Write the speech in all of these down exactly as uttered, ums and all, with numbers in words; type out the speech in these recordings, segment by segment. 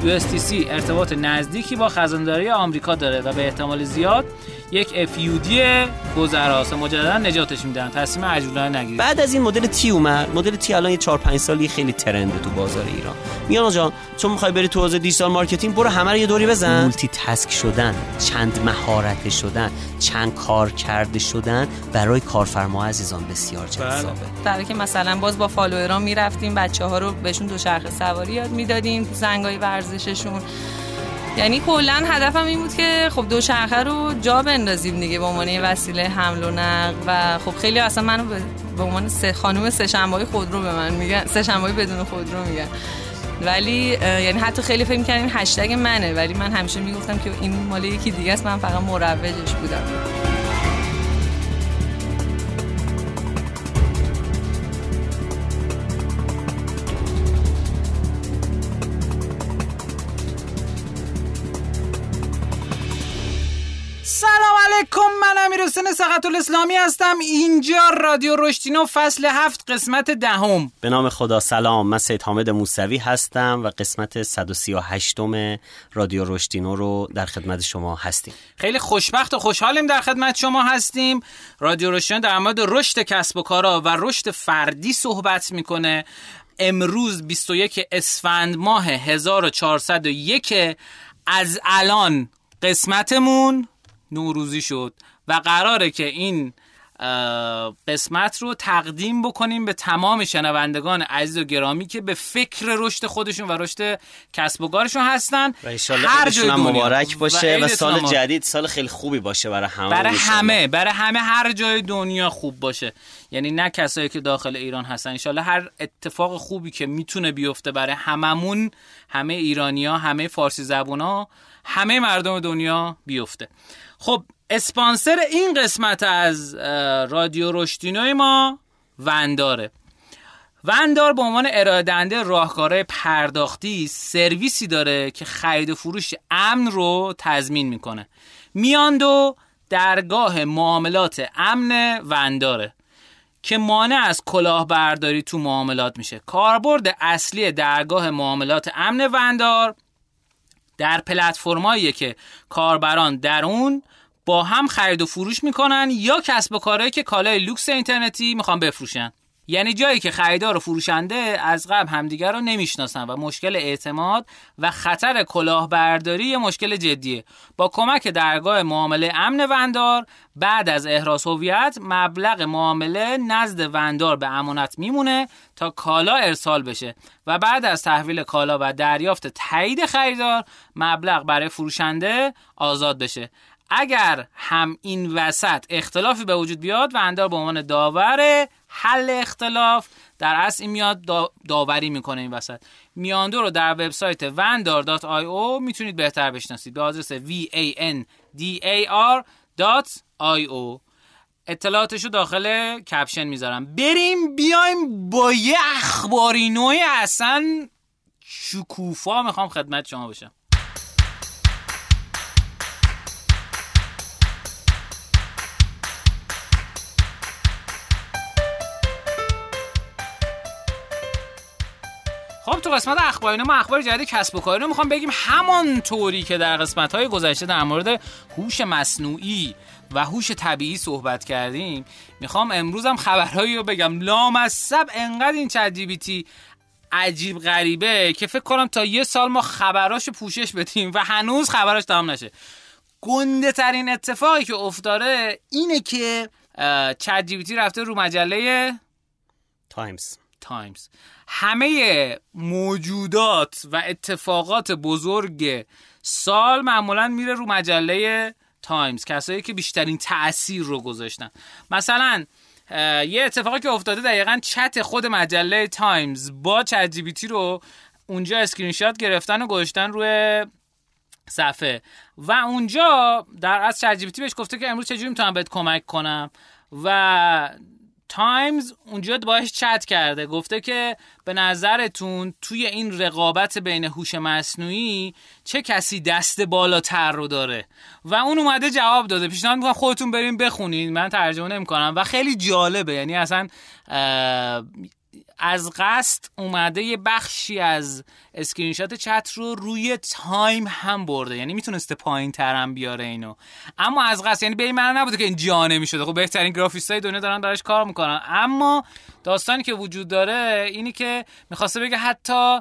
یو اس تی سی ارتباط نزدیکی با خزانداری آمریکا داره و به احتمال زیاد یک اف یو دی گذراست و مجددا نجاتش میدن. تصمیم عجولانه نگیرید. بعد از این مدل تی اومد. مدل تی الان یه چهار پنج سالی خیلی ترنده تو بازار ایران. میان جان چون میخوای بری تو حوزه دیجیتال مارکتینگ برو همه رو یه دوری بزن. مولتی تاسک شدن، چند مهارت شدن، چند کار کرده شدن برای کارفرما عزیزان بسیار جذابه. برای که مثلا باز با فالوورام میرفتیم بچه‌ها رو بهشون دوچرخه سواری یاد میدادیم تو زنگای ورزششون. یعنی کلا هدفم این بود که خب دوچرخه رو جا بندازیم دیگه به عنوان وسیله حمل و نقل و خب خیلی اصلا منو به عنوان سه خانم سه شنبه‌ای خودرو به من میگن، سه شنبه‌ای بدون خودرو میگن. ولی یعنی حتی خیلی فکر می‌کردیم هشتگ منه، ولی من همیشه میگفتم که این مال یکی دیگه است، من فقط مروجش بودم. سلام علیکم، من امیرحسین سقط‌الاسلامی هستم. اینجا رادیو رشتینو فصل هفت قسمت دهم. به نام خدا. سلام، من سید حامد موسوی هستم و قسمت صد و سی و هشتم رادیو رشتینو رو در خدمت شما هستیم. خیلی خوشبخت و خوشحالیم در خدمت شما هستیم. رادیو رشتینو در مورد رشد کسب و کارها و رشد فردی صحبت میکنه. امروز بیست و یک اسفند ماه هزار و چهارصد و یک. از الان قسمتمون نوروزی شد و قراره که این قسمت رو تقدیم بکنیم به تمام شنوندگان عزیز و گرامی که به فکر رشد خودشون و رشد کسب و کارشون هستن و انشالله عیدشون هم مبارک باشه و, و سال هم جدید سال خیلی خوبی باشه برای همه. برای همه برای همه هر جای دنیا خوب باشه. یعنی نه کسایی که داخل ایران هستن، انشالله هر اتفاق خوبی که میتونه بیفته برای هممون، همه ایرانی‌ها، همه فارسی زبونا، همه مردم دنیا بیفته. خب اسپانسر این قسمت از رادیو رشتینوی ما ونداره. وندار به عنوان ارائه دهنده راهکارهای پرداختی سرویسی داره که خرید و فروش امن رو تضمین میکنه. میاندو درگاه معاملات امن ونداره که مانع از کلاهبرداری تو معاملات میشه. کاربرد اصلی درگاه معاملات امن وندار در پلتفرماییه که کاربران در اون با هم خرید و فروش میکنن یا کسب و کارهایی که کالای لوکس اینترنتی میخوان بفروشن. یعنی جایی که خریدار و فروشنده از قبل همدیگر رو نمیشناسن و مشکل اعتماد و خطر کلاهبرداری یه مشکل جدیه. با کمک درگاه معامله امن وندار بعد از احراز هویت مبلغ معامله نزد وندار به امانت میمونه تا کالا ارسال بشه و بعد از تحویل کالا و دریافت تایید خریدار مبلغ برای فروشنده آزاد بشه. اگر هم این وسط اختلافی به وجود بیاد وندار به عنوان داور حل اختلاف در اصل این میاد دا داوری میکنه. این وسط میاندو رو در وبسایت وندار دات آی او میتونید بهتر بشناسید به آدرس وی ای ان دی ای آر دات آی او. اطلاعاتشو داخل کپشن میذارم. بریم بیایم با یه اخباری نوعی اصلا شکوفا میخوام خدمت شما باشم. خب تو قسمت اخباری ما اخبار جدید کسب و کاری رو میخوام بگیم همان طوری که در قسمت‌های گذشته در مورد هوش مصنوعی و هوش طبیعی صحبت کردیم. میخوام امروز هم خبرهایی رو بگم لامصب. انقدر این چت جی پی تی عجیب غریبه که فکر کنم تا یه سال ما خبراشو پوشش بدیم و هنوز خبراش تمام نشه. گنده ترین اتفاقی که افتاده اینه که چت جی پی تی رفته رو مجله تایمز تایمز. همه موجودات و اتفاقات بزرگ سال معمولا میره رو مجله تایمز، کسایی که بیشترین تأثیر رو گذاشتن. مثلا یه اتفاقی که افتاده دقیقاً چت خود مجله تایمز با چت جی پی تی رو اونجا اسکرین شات گرفتن و گذاشتن روی صفحه و اونجا در اصل چت جی پی تی بهش گفته که امروز چجوری میتونم بهت کمک کنم و تایمز اونجا باهاش چت کرده، گفته که به نظرتون توی این رقابت بین هوش مصنوعی چه کسی دست بالاتر رو داره و اون اومده جواب داده. پیشنهاد میکنم خودتون بریم بخونین، من ترجمه نمیکنم و خیلی جالبه. یعنی اصلا از قصد اومده یه بخشی از اسکرین شات چت رو روی تایم هم برده، یعنی میتونسته پایین تر هم بیاره اینو، اما از قصد، یعنی به این معنی نبوده که این جا نمیشده. خب بهترین گرافیستای دنیا دارن براش کار میکنن، اما داستانی که وجود داره اینی که میخواسته بگه حتی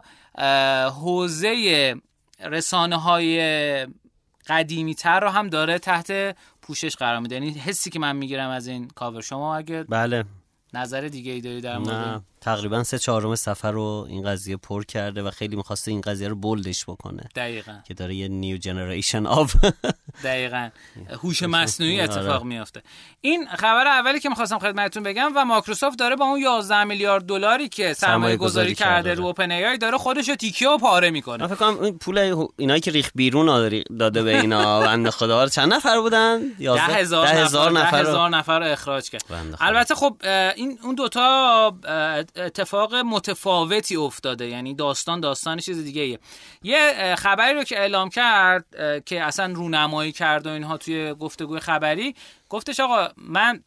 حوزه رسانه های قدیمی تر رو هم داره تحت پوشش قرار میده. یعنی حسی که من میگیرم از این کاور، شما اگه بله نظر دیگه ای داری در مورد؟ تقریبا سه چهارم سفر رو این قضیه پر کرده و خیلی میخواسته این قضیه رو بولدش بکنه. دقیقاً که داره یه نیو جنریشن آف دقیقاً هوش مصنوعی اتفاق میفته. این خبر اولی که میخواستم خدمتتون بگم. و مایکروسافت داره با اون یازده میلیارد دلاری که سرمایه گذاری کرده رو اوپن ای آی داره خودش رو تیکه و پاره میکنه. من فکر کنم این پول اینایی که ریخ بیرون داده به اینا بنده خدا، چند نفر بودن؟ ده هزار نفر ده هزار نفر رو اخراج کرد. البته خب این اون دوتا اتفاق متفاوتی افتاده، یعنی داستان داستان چیز دیگه ایه. یه خبری رو که اعلام کرد که اصلا رونمایی کرد و اینها توی گفتگوی خبری، گفتش آقا من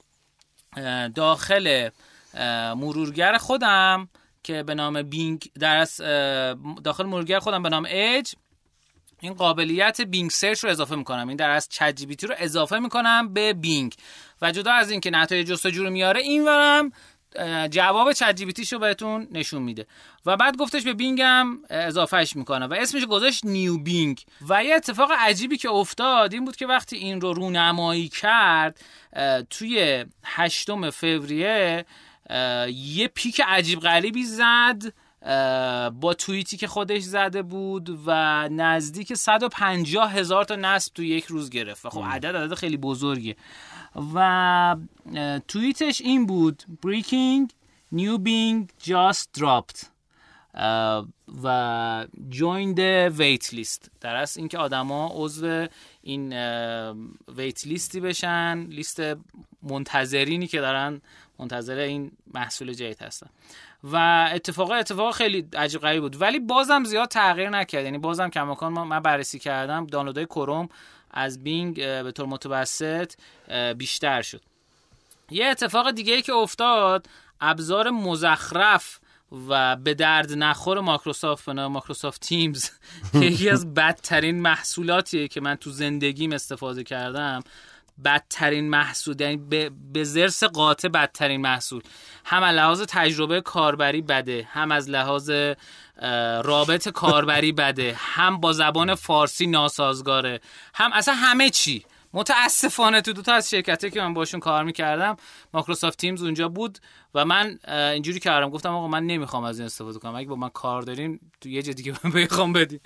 داخل مرورگر خودم که به نام بینگ در داخل مرورگر خودم به نام اج این قابلیت بینگ سرچ رو اضافه میکنم، این در از چت جی پی تی رو اضافه میکنم به بینگ و جدا از این که نتایج جستجو رو میاره، اینورم جواب چت جی پی تی شو بهتون نشون میده. و بعد گفتش به بینگ هم اضافهش میکنه و اسمش گذاشت نیو بینگ. و یه اتفاق عجیبی که افتاد این بود که وقتی این رو رونمایی کرد توی هشتم فوریه یه پیک عجیب غریبی زد با توییتی که خودش زده بود و نزدیک صد و پنجاه هزار تا نصب تو یک روز گرفت و خب عدد عدد خیلی بزرگیه. و توییتش این بود: Breaking New Bing just dropped و join the wait list. در اصل این که آدم ها عضو این ویت لیستی بشن، لیست منتظرینی که دارن منتظر این محصول جدید هستن. و اتفاق اتفاق خیلی عجیب غریب بود، ولی بازم زیاد تغییر نکرد. یعنی بازم کماکان من بررسی کردم دانلودهای کروم از بینگ به طور متوسط بیشتر شد. یه اتفاق دیگه ای که افتاد، ابزار مزخرف و به درد نخور مایکروسافت به نام مایکروسافت تیمز که یکی از بدترین محصولاتیه که من تو زندگیم استفاده کردم. بدترین محصول، یعنی به, به ضرس قاطع بدترین محصول. هم از لحاظ تجربه کاربری بده، هم از لحاظ رابط کاربری بده، هم با زبان فارسی ناسازگاره، هم اصلا همه چی. متاسفانه تو دو تا از شرکتایی که من باشون کار میکردم مایکروسافت تیمز اونجا بود و من اینجوری کردم، گفتم آقا من نمیخوام از این استفاده کنم، اگه با من کار دارین تو یه جای دیگه بخوام بدین.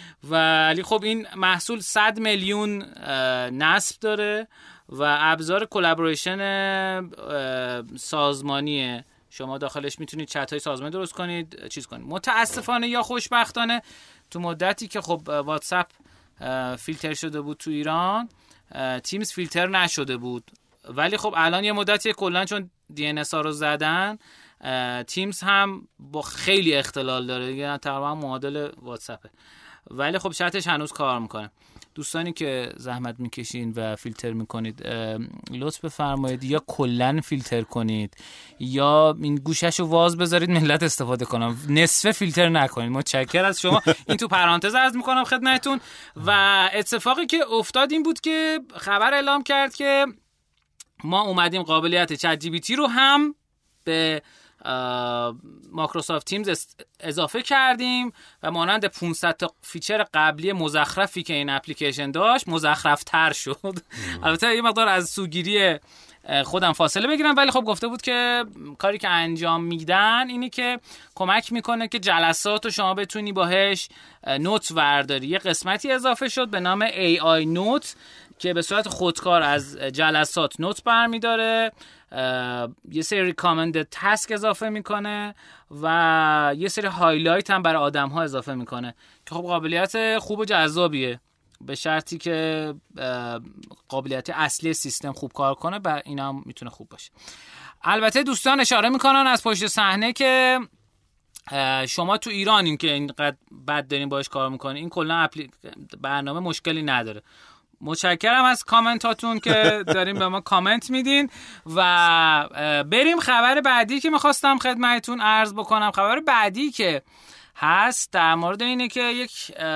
ولی خب این محصول صد میلیون نصب داره و ابزار کلابوریشن سازمانیه. شما داخلش میتونید چت های سازمانی درست کنید، چیز کنید. متاسفانه یا خوشبختانه تو مدتی که خب واتساپ فیلتر شده بود تو ایران، تیمز فیلتر نشده بود. ولی خب الان یه مدتی کلا چون دی ان اس ها رو زدن، تیمز هم با خیلی اختلال داره، یعنی تقریبا معادل واتساپه. ولی خب چتش هنوز کار میکنه. دوستانی که زحمت میکشین و فیلتر میکنید لطف بفرمایید یا کلن فیلتر کنید یا این گوشهشو واز بذارید ملت استفاده کنم، نصف فیلتر نکنید. متشکر از شما. این تو پرانتز عرض میکنم خدمتتون. و اتفاقی که افتاد این بود که خبر اعلام کرد که ما اومدیم قابلیت چت جی پی تی رو هم به مایکروسافت تیمز اضافه کردیم و مانند پانصد تا فیچر قبلی مزخرفی که این اپلیکیشن داشت مزخرف تر شد. البته یه مقدار از سوگیری خودم فاصله بگیرم، ولی خب گفته بود که کاری که انجام میدن اینی که کمک میکنه که جلسات رو شما بتونی باهش نوت ورداری. یه قسمتی اضافه شد به نام ای آی نوت که به صورت خودکار از جلسات نوت برمیداره، یه سری ریکامندد تاسک اضافه میکنه و یه سری هایلایت هم برای آدم ها اضافه میکنه که خب قابلیت خوب و جذابیه، به شرطی که قابلیت اصلی سیستم خوب کار کنه، بر اینا هم میتونه خوب باشه. البته دوستان اشاره میکنن از پشت صحنه که شما تو ایرانیم که اینقدر بد دارین باش کار میکنین، این کلا برنامه مشکلی نداره. متشکرم از کامنتاتون که داریم به ما کامنت میدین و بریم خبر بعدی که میخواستم خدمتتون عرض بکنم. خبر بعدی که هست در مورد اینه که یک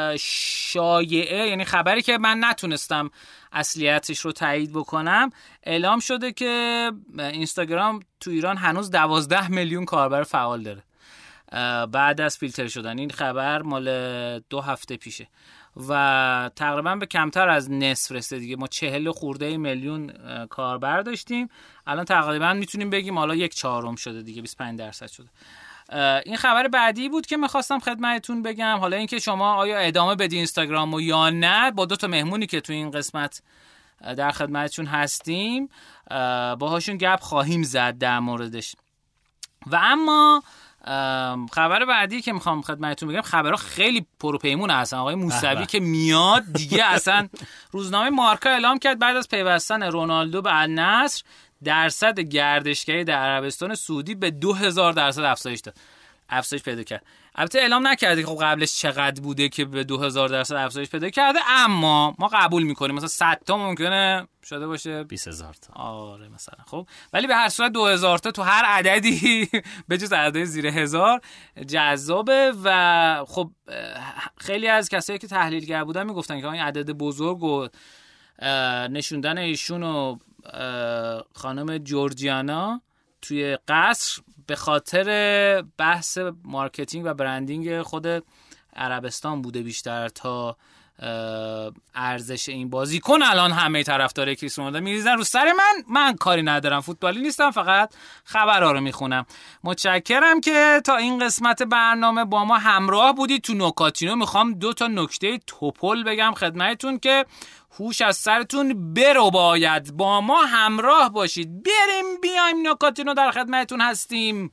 شایعه، یعنی خبری که من نتونستم اصلیتش رو تایید بکنم، اعلام شده که اینستاگرام تو ایران هنوز دوازده میلیون کاربر فعال داره بعد از فیلتر شدن. این خبر مال دو هفته پیشه و تقریبا به کمتر از نصف رسیده دیگه. ما چهل خورده میلیون کاربر داشتیم، الان تقریبا میتونیم بگیم حالا یک چهارم شده دیگه، بیست و پنج درصد شده. این خبر بعدی بود که میخواستم خدمتتون بگم. حالا اینکه شما آیا ادامه بدی اینستاگرامو یا نه، با دو تا مهمونی که تو این قسمت در خدمتتون هستیم باهاشون گپ خواهیم زد در موردش. و اما خبر بعدی که میخوام خدمتتون بگم، خبرها خیلی پروپیمون هستن. آقای موسوی که میاد دیگه اصلا روزنامه مارکا اعلام کرد بعد از پیوستن رونالدو به النصر درصد گردشگری در عربستان سعودی به دو هزار درصد افزایش داد. افزایش پیدا کرد. البته اعلام نکرده که خب قبلش چقدر بوده که به دو هزار درصد افزایش پیدا کرده، اما ما قبول میکنیم مثلا صد تا ممکنه شده باشه بیست هزار تا. آره مثلا. خب ولی به هر صورت دو هزار تا تو هر عددی به جز عدد زیر هزار جذابه. و خب خیلی از کسایی که تحلیلگر بودن میگفتن که این عدد بزرگ و نشوندن ایشون و خانم جورجیانا توی قصر به خاطر بحث مارکتینگ و برندینگ خود عربستان بوده بیشتر تا ارزش این بازیکن. الان همه طرفدار کریس رونالدو میریزن رو سر من، من کاری ندارم، فوتبالی نیستم، فقط خبرها رو میخونم. متشکرم که تا این قسمت برنامه با ما همراه بودید. تو نکاتینو میخوام دو تا نکته توپل بگم خدمتتون که هوش از سرتون برو، باید با ما همراه باشید. بریم بیایم نکاتینو در خدمتتون هستیم.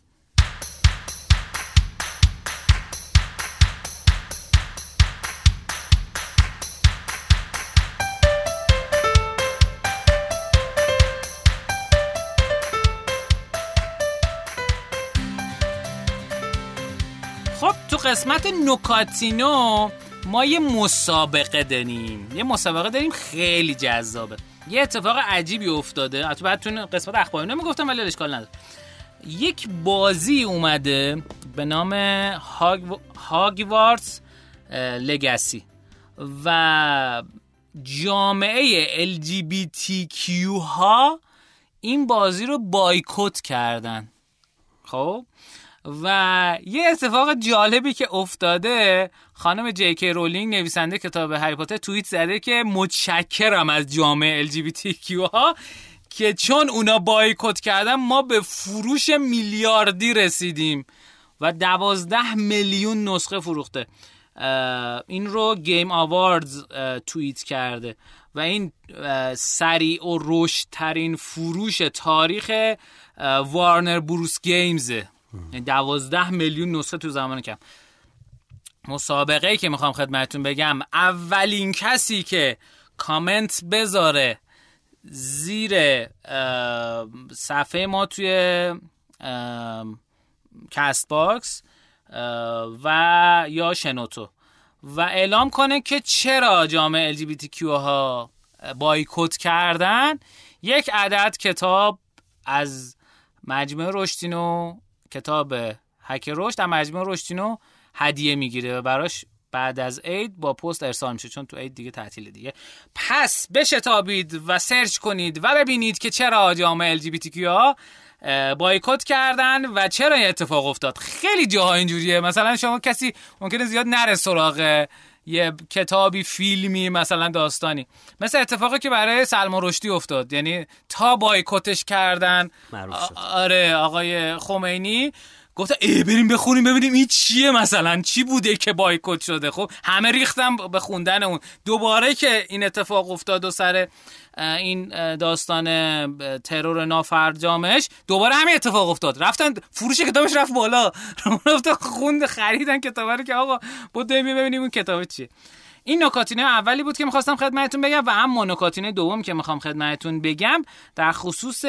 خب تو قسمت نکاتینو ما یه مسابقه داریم. یه مسابقه داریم خیلی جذابه. یه اتفاق عجیبی افتاده. البته بعد تو قسمت اخباری نمیگفتم ولی اشکال نداره. یک بازی اومده به نام هاگ... هاگوارتس لگاسی و جامعه ال جی بی تی کیو ها این بازی رو بایکوت کردن. خب و یه اتفاق جالبی که افتاده، خانم جی کی رولینگ نویسنده کتاب هری پاتر توییت زده که متشکرم از جامعه ال جی بی تی کیو ها که چون اونا بایکوت کردن ما به فروش میلیاردی رسیدیم و دوازده میلیون نسخه فروخته. این رو گیم آواردز توییت کرده و این سریع و رشد ترین فروش تاریخ وارنر بروس گیمزه. دوازده میلیون نسخه تو زمان کم. مسابقه‌ای که میخوام خدمتتون بگم، اولین کسی که کامنت بذاره زیر صفحه ما توی کست باکس و یا شنوتو و اعلام کنه که چرا جامعه ال جی بی تی کیو ها بایکوت کردن، یک عدد کتاب از مجموعه رشدینو، کتاب هک رشد از مجموعه رشدینو هدیه میگیره و براش بعد از عید با پست ارسال میشه، چون تو عید دیگه تعطیل دیگه. پس بشتابید و سرچ کنید و ببینید که چرا جامعه ال جی بی تی کیو ها بایکوت کردن و چرا این اتفاق افتاد. خیلی جاها اینجوریه. مثلا شما کسی ممکنه زیاد نره سراغ یه کتابی، فیلمی، مثلا داستانی، مثل اتفاقی که برای سلمان رشدی افتاد، یعنی تا بایکوتش کردن آره آقای خمینی گفت ای بریم بخونیم ببینیم این چیه، مثلا چی بوده که بایکوت شده. خب همه ریختم به خوندن اون. دوباره که این اتفاق افتاد و سر این داستان ترور نافرجامش دوباره همین اتفاق افتاد، رفتن فروش کتابش رفت بالا، رفتن خوند خریدن کتابا رو که آقا بود ببینیم اون کتاب چیه. این نکاتینه اولی بود که می‌خواستم خدمتتون بگم و اما نکاتینه دوم که می‌خوام خدمتتون بگم در خصوص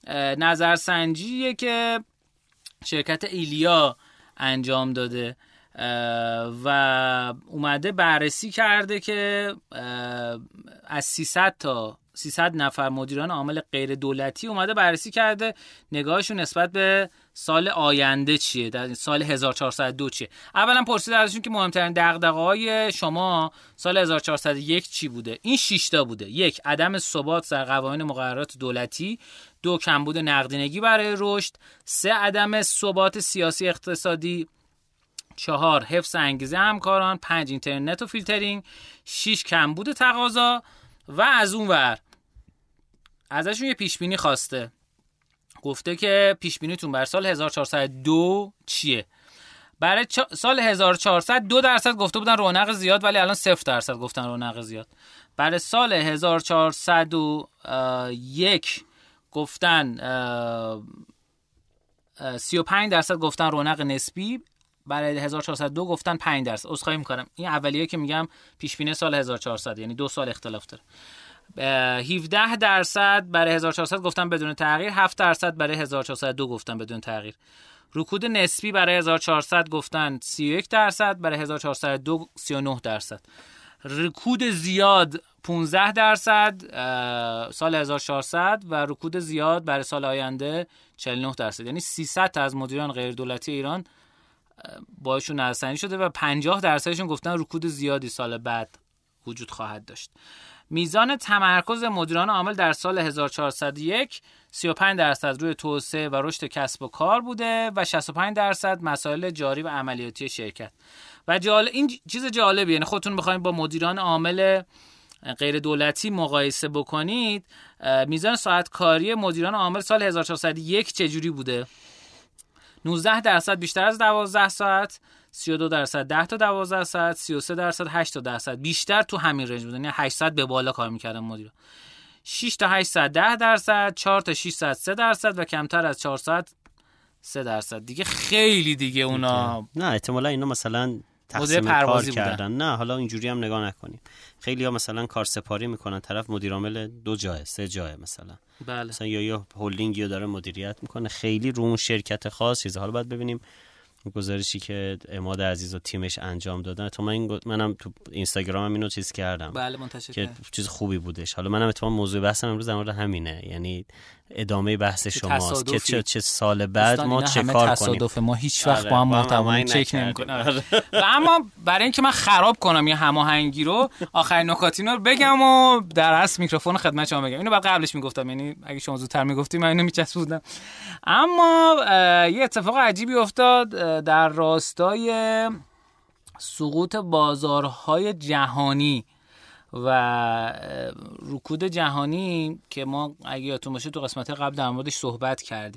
نظرسنجیه که شرکت ایلیا انجام داده و اومده بررسی کرده که از سیصد تا سیصد نفر مدیران عامل غیر دولتی اومده بررسی کرده نگاهشون نسبت به سال آینده چیه، در سال هزار و چهارصد و دو چیه. اولا پرسیده ازشون که مهمترین دغدغه‌های شما سال هزار و چهارصد و یک چی بوده. این شش تا بوده: یک، عدم ثبات در قوانین مقررات دولتی; دو، کمبود نقدینگی برای رشد; سه، عدم ثبات سیاسی اقتصادی; چهار، حفظ انگیزه همکاران; پنج، اینترنت و فیلترینگ; شش، کمبود تقاضا. و از اون ور ازشون یه پیش بینی خواسته، گفته که پیش بینیتون بر سال هزار و چهارصد و دو چیه؟ برای چا... سال هزار و چهارصد دو درصد گفته بودن رونق زیاد، ولی الان صفر درصد گفتن رونق زیاد. برای سال هزار و چهارصد و یک گفتن سی و پنج درصد گفتن رونق نسبی، برای هزار و چهارصد و دو گفتن پنج درصد. عذرخواهی می‌کنم، این اولیه که میگم پیش بینی سال هزار و چهارصد، یعنی دو سال اختلاف داره. هفده درصد برای هزار و چهارصد گفتن بدون تغییر، هفت درصد برای هزار و چهارصد و دو گفتن بدون تغییر. رکود نسبی برای هزار و چهارصد گفتن سی و یک درصد، برای هزار و چهارصد و دو سی و نه درصد. رکود زیاد پانزده درصد سال هزار و چهارصد و رکود زیاد برای سال آینده چهل و نه درصد. یعنی سیصد تا از مدیران غیر دولتی ایران باشون نظرسنجی شده و پنجاه درصدشون گفتن رکود زیادی سال بعد وجود خواهد داشت. میزان تمرکز مدیران عامل در سال هزار و چهارصد و یک سی و پنج درصد روی توسعه و رشد کسب و کار بوده و شصت و پنج درصد مسائل جاری و عملیاتی شرکت. و جالب، این چیز جالبیه، یعنی خودتون بخواید با مدیران عامل غیر دولتی مقایسه بکنید، میزان ساعت کاری مدیران عامل سال هزار و چهارصد و یک چجوری بوده؟ نوزده درصد بیشتر از دوازده ساعت، سی و دو درصد ده تا دوازده ساعت، سی و سه درصد هشت تا ده ساعت. بیشتر تو همین رنج بودن، یعنی هشت ساعت به بالا کار میکردن مدیرا. شش تا هشت ساعت ده درصد، چهار تا شش ساعت سه درصد و کمتر از چهار ساعت سه درصد. دیگه خیلی دیگه اونا نه احتمالاً اینا مثلا تقسیم کار کردن. نه حالا اینجوری هم نگاه نکنیم. خیلی ها مثلا کار سپاری میکنن، طرف مدیر عامل دو جای سه جای مثلا بله. مثلا یا یا هولدینگی رو داره مدیریت میکنه، خیلی رو اون شرکت خاص چیزا. حالا باید ببینیم گزارشی که عماد عزیز و تیمش انجام دادن. تو من این منم تو اینستاگرامم اینو چیز کردم، بله منتشر که چیز خوبی بودش. حالا منم اتفاقا موضوع بحثم امروز در مورد همینه، یعنی ادامه بحث شماست که چه چه سال بعد ما چه کار کنیم. تصادف ما هیچ وقت با هم محتوا چک نمی‌کنیم. و اما برای اینکه من خراب کنم یه هماهنگی رو، آخرین نکاتینو رو بگم و در اصل میکروفون خدمت شما بگم. اینو بعد قبلش میگفتم، یعنی اگه شما زودتر میگفتید من اینو میچسبوندم. اما یه اتفاق عجیبی افتاد در راستای سقوط بازارهای جهانی و رکود جهانی که ما اگه یادتون باشه تو قسمت قبل در موردش صحبت کردیم.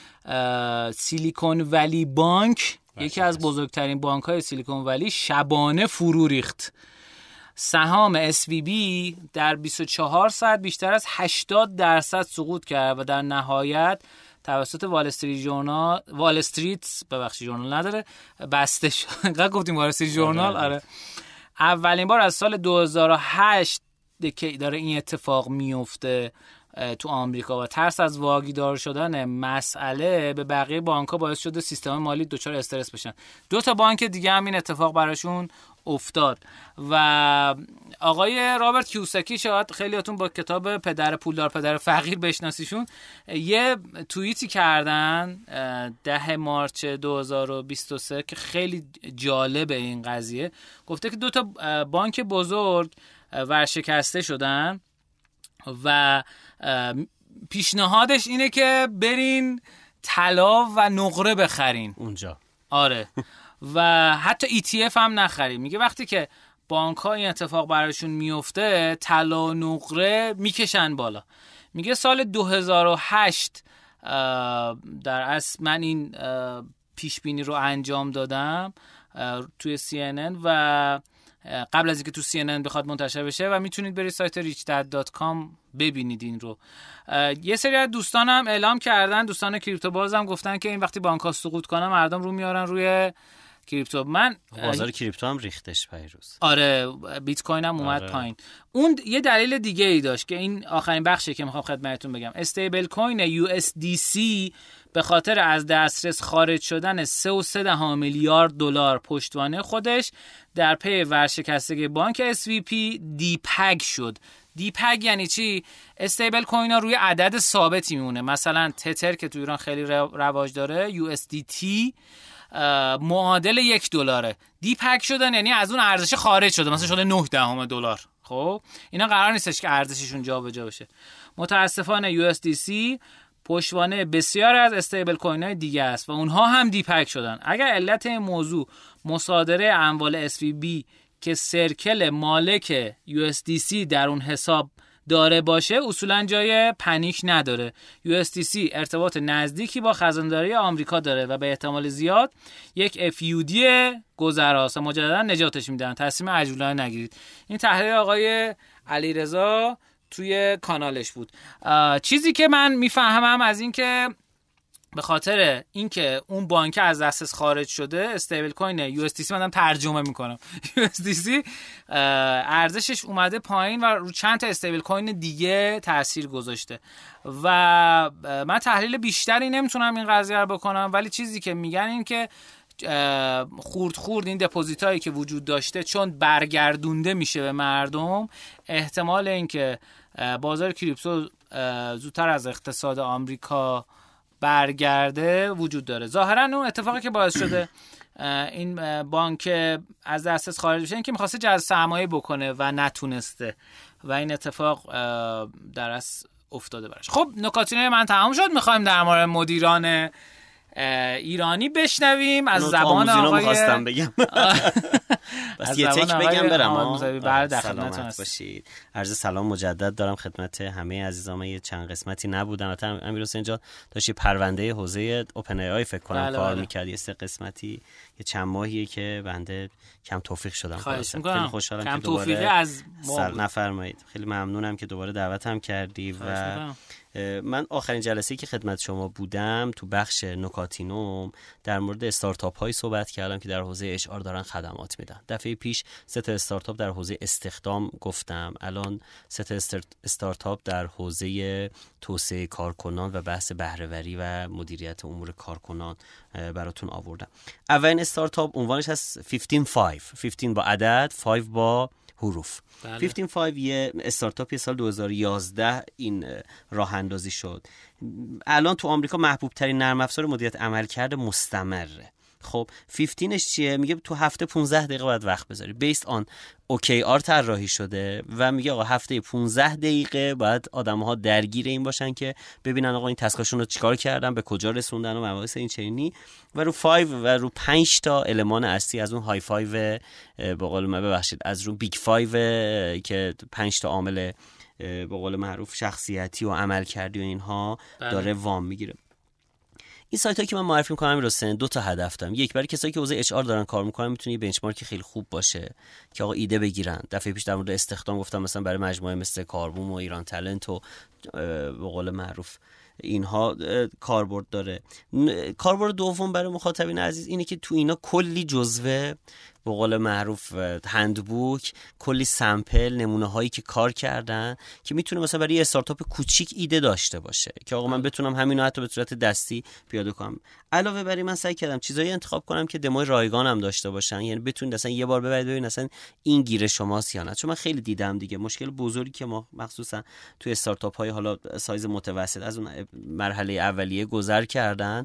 سیلیکون ولی بانک، یکی از بزرگترین بانک‌های سیلیکون ولی، شبانه فرو ریخت. سهام اس وی بی در بیست و چهار ساعت بیشتر از هشتاد درصد سقوط کرد و در نهایت توسط وال استریت ژورنال وال استریت ببخشید ژورنال نداره بسته شد. انقدر گفتیم وال استریت ژورنال. آره اولین بار از سال دو هزار و هشت که داره این اتفاق میفته تو آمریکا و ترس از واگیردار شدن مسئله به بقیه بانک‌ها باعث شده سیستم مالی دچار استرس بشن. دو تا بانک دیگه هم این اتفاق براشون افتاد و آقای رابرت کیوساکی، شاید خیلیاتون با کتاب پدر پولدار پدر فقیر بشناسیشون، یه توییتی کردن ده مارس دو هزار و بیست و سه که خیلی جالبه این قضیه. گفته که دو تا بانک بزرگ ورشکسته شدن و پیشنهادش اینه که برین طلا و نقره بخرین اونجا. آره و حتی ای تی اف هم نخرید. میگه وقتی که بانک‌ها این اتفاق براشون میفته طلا و نقره میکشن بالا. میگه سال دو هزار و هشت در اصل من این پیش بینی رو انجام دادم توی سی ان ان و قبل از اینکه تو سی ان ان بخواد منتشر بشه و میتونید برید سایت ریچ دد دات کام ببینید این رو. یه سری از دوستانم اعلام کردن، دوستان کریپتو بازم گفتن که این وقتی بانک‌ها سقوط کنن مردم رو میارن روی کریپتو. من بازار کریپتو هم ریختش پیروز. آره بیت کوین هم اومد آره. پایین. اون یه دلیل دیگه ای داشت که این آخرین بخشه که میخوام خدمتتون بگم. استیبل کوین یو اس دی سی به خاطر از دسترس خارج شدن سه و سه دهم میلیارد دلار پشتوانه خودش در پی ورشکستگی بانک اس وی پی دیپگ شد. دیپگ یعنی چی؟ استیبل کوین ها روی عدد ثابتی میمونه. مثلا تتر که تو ایران خیلی رواج داره یو اس دی تی معادل یک دلاره. دیپگ شدن یعنی از اون ارزش خارج شده، مثلا شده نه دهم دلار. خب اینا قرار نیستش که ارزششون جابجا بشه. متاسفانه یو اس دی سی پشتوانه بسیار از استیبل کوین های دیگه است و اونها هم دیپگ شدن. اگر علت این موضوع مصادره اموال اس وی بی که سرکل مالک یو اس دی سی در اون حساب داره باشه اصولا جای پنیک نداره. یو اس دی سی ارتباط نزدیکی با خزانداری آمریکا داره و به احتمال زیاد یک اف یو دی گذراست و مجددا نجاتش میدن. تصمیم عجولانه نگیرید. این تحلیل آقای علیرضا توی کانالش بود. چیزی که من میفهمم از این که به خاطر اینکه اون بانک از دسترس خارج شده استیبل کوین یو اس دی سی من ترجمه میکنم یو اس دی سی ارزشش اومده پایین و رو چند تا استیبل کوین دیگه تاثیر گذاشته و من تحلیل بیشتری نمیتونم این قضیه رو بکنم، ولی چیزی که میگن این که خورد خورد این دپوزیت هایی که وجود داشته چون برگردونده میشه به مردم، احتمال اینکه بازار کریپتو زودتر از اقتصاد آمریکا برگرده وجود داره. ظاهرا اون اتفاقی که باعث شده این بانک از دسترس خارج بشه این که می‌خواسته جذب سرمایه بکنه و نتونسته و این اتفاق در اصل افتاده براش. خب نکاتینه من تمام شد. می‌خوایم در مورد مدیران ایرانی بشنویم از زبان آقای می‌خواستم بگم بس یه تک بگم برم. سلامت باشید. عرض سلام مجدد دارم خدمت همه عزیزان. یه چند قسمتی نبودن. البته امیر حسین جان داشت پرونده حوزه اوپن ای آی فکر کنم بله کار بله. می‌کرد. یه سه قسمتی یه چند ماهیه که بنده کم توفیق شدم. خیلی خوشحالم کم که دوباره از سر نفرمایید. خیلی ممنونم که دوباره دعوتم کردی و من آخرین جلسه‌ای که خدمت شما بودم تو بخش نکاتینوم در مورد استارتاپ هایی صحبت کردم که در حوزه اچ آر دارن خدمات میدن. دفعه پیش سه تا استارتاپ در حوزه استخدام گفتم، الان سه تا استارتاپ در حوزه توسعه کارکنان و بحث بهره‌وری و مدیریت امور کارکنان براتون آوردم. اولین استارتاپ عنوانش هست پانزده پنج با عدد، پنج با حروف. بله. پانزده پنج یه استارتاپی سال دو هزار و یازده این راه اندازی شد. الان تو آمریکا محبوب ترین نرم افزار مدیریت عملکرد مستمره. خب پانزدهش چیه؟ میگه تو هفته پانزده دقیقه باید وقت بذاری. بیسد آن اوکی آر طراحی شده و میگه آقا هفته پانزده دقیقه باید آدم‌ها درگیر این باشن که ببینن آقا این تسکاشون رو چیکار کردن، به کجا رسوندن و مباحث این چنینی و رو پنج و رو پنج تا المان اصلی از اون های پنج به قول من ببخشید از رو بیگ پنج که پنج تا عامل به قول معروف شخصیتی و عملکردی و اینها بله. داره وام میگیره. این سایت هایی که من معرفی می‌کنم امیر حسین دو تا هدف دارم. یک، برای کسایی که حوزه اچ آر دارن کار می‌کنن میتونه یه بنچمارک خیلی خوب باشه که آقا ایده بگیرن. دفعه پیش در مورد استخدام گفتم مثلا برای مجموعه مثل کاربوم و ایران تالنت و به قول معروف اینها کاربرد داره. کاربرد دوم برای مخاطبین عزیز اینه که تو اینا کلی جزوه به قول معروف هندبوک، کلی سامپل، نمونه هایی که کار کردن که میتونه مثلا برای یه استارتاپ کوچیک ایده داشته باشه که آقا من بتونم همینو حتی به صورت دستی پیاده کنم. علاوه بر این من سعی کردم چیزایی انتخاب کنم که دموی رایگان هم داشته باشن، یعنی بتونید مثلا یه بار ببرید ببینید مثلا این گیر شماست یا نه. چون من خیلی دیدم دیگه مشکل بزرگی که ما مخصوصا توی استارتاپ های حالا سایز متوسط از اون مرحله اولیه گذر کردن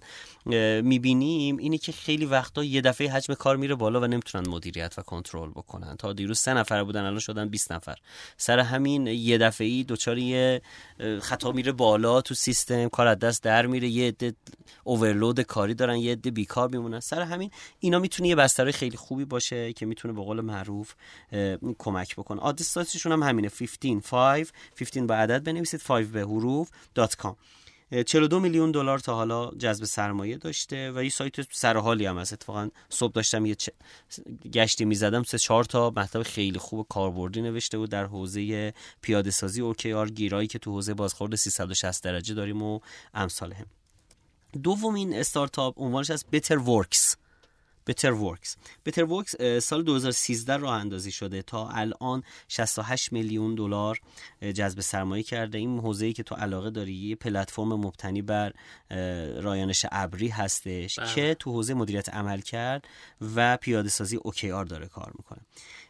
میبینیم اینی که خیلی وقتا یه دفعه حجم کار میره بالا و نمیتونن مدیریت و کنترل بکنن. تا دیروز سه نفر بودن الان شدن بیست نفر. سر همین یه دفعه‌ای دوچار یه خطا میره بالا تو سیستم، کار از دست در میره، یه عده اورلود کاری دارن، یه عده بیکار میمونن. سر همین اینا میتونه یه بستر خیلی خوبی باشه که میتونه به قول معروف کمک بکنه. آدرس سایتشون هم همینه پانزده پنج پانزده با عدد بنویسید پنج به حروف دات کام. چهل و دو میلیون دلار تا حالا جذب سرمایه داشته و یه سایت سرحالی هم هست. اتفاقا صبح داشتم یه چ... گشتی میزدم سه چهار تا مطلب خیلی خوب کاربردی نوشته بود در حوزه پیاده سازی اوکی آر، گیرایی که تو حوزه بازخورد سیصد و شصت درجه داریم و امثال هم. دومین استارتاپ عنوانش از بتر ورکس بتر ورکس. بتر ورکس سال دو هزار و سیزده راه اندازی شده، تا الان شصت و هشت میلیون دلار جذب سرمایه کرده. این حوزه‌ای که تو علاقه داری یه پلتفرم مبتنی بر رایانش ابری هستش بله. که تو حوزه مدیریت عمل کرد و پیاده سازی اوکی آر داره کار میکنه.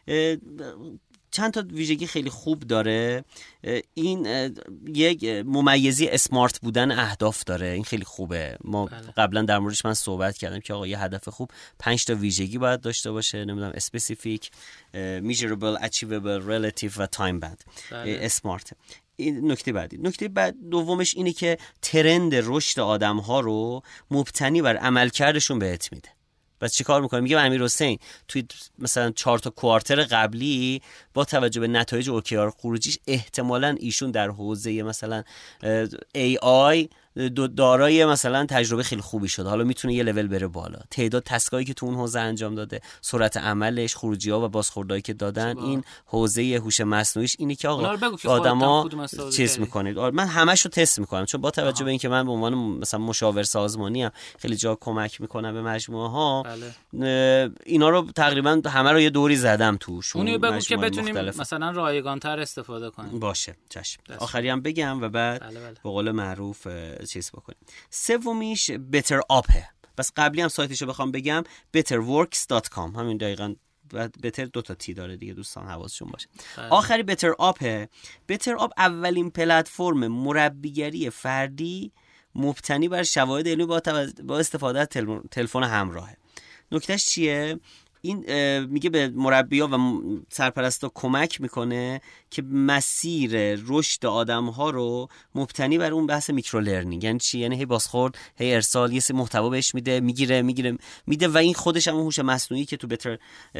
چند تا ویژگی خیلی خوب داره. این یک ممیزی اسمارت بودن اهداف داره، این خیلی خوبه. ما بله. قبلا در موردش من صحبت کردم که آقا یه هدف خوب پنج تا ویژگی باید داشته باشه، نمیدونم اسپسیفیک، میجربل، اچیویبل، ریلیتیو و تایم بند. اسمارت. این نکته بعدی. نکته بعد دومش اینه که ترند رشد آدم‌ها رو مبتنی بر عملکردشون بهت میده. بس چی کار میکنه؟ میگه امیر حسین توی مثلا چهار تا کوارتر قبلی با توجه به نتایج اوکیار خروجیش احتمالاً ایشون در حوزه مثلا ای آی دارای مثلا تجربه خیلی خوبی شده، حالا میتونه یه لول بره بالا. تعداد تسکایی که تو اون حوزه انجام داده، سرعت عملش، خروجی‌ها و بازخوردایی که دادن، شبا. این حوزه هوش مصنوعیش اینی که آقا آدما چیز میکنید. من همه‌شو تست میکنم، چون با توجه آها. به اینکه من به عنوان مثلا مشاور سازمانی ام خیلی جا کمک میکنم به مجموعه ها، بله. اینا رو تقریبا همه رو یه دوری زدم توش. اونی بگو که بتونیم مختلف. مثلا رایگان‌تر استفاده کنیم. باشه چشم. آخری هم بگم و بعد بله بله. به قول معروف چیز بکنیم. سومیش بتر آپه. بس قبلی هم سایتشو بخوام بگم بتر ورکس دات کام، همین دقیقاً. بتر دو تا تی داره دیگه، دوستان حواسشون باشه. آخری بتر آپه. بتر آپ اولین پلتفرم مربیگری فردی مبتنی بر شواهد علمی با, با استفاده از تلفن همراهه. نکتهش چیه؟ این میگه به مربی‌ها و سرپرستا کمک میکنه که مسیر رشد آدم‌ها رو مبتنی بر اون بحث میکرو لرنینگ. یعنی چی؟ یعنی هی بازخورد، هی ارسال، یه سری محتوا بهش میده، میگیره میگیره میده و این خودش هم هوش مصنوعی که تو بتر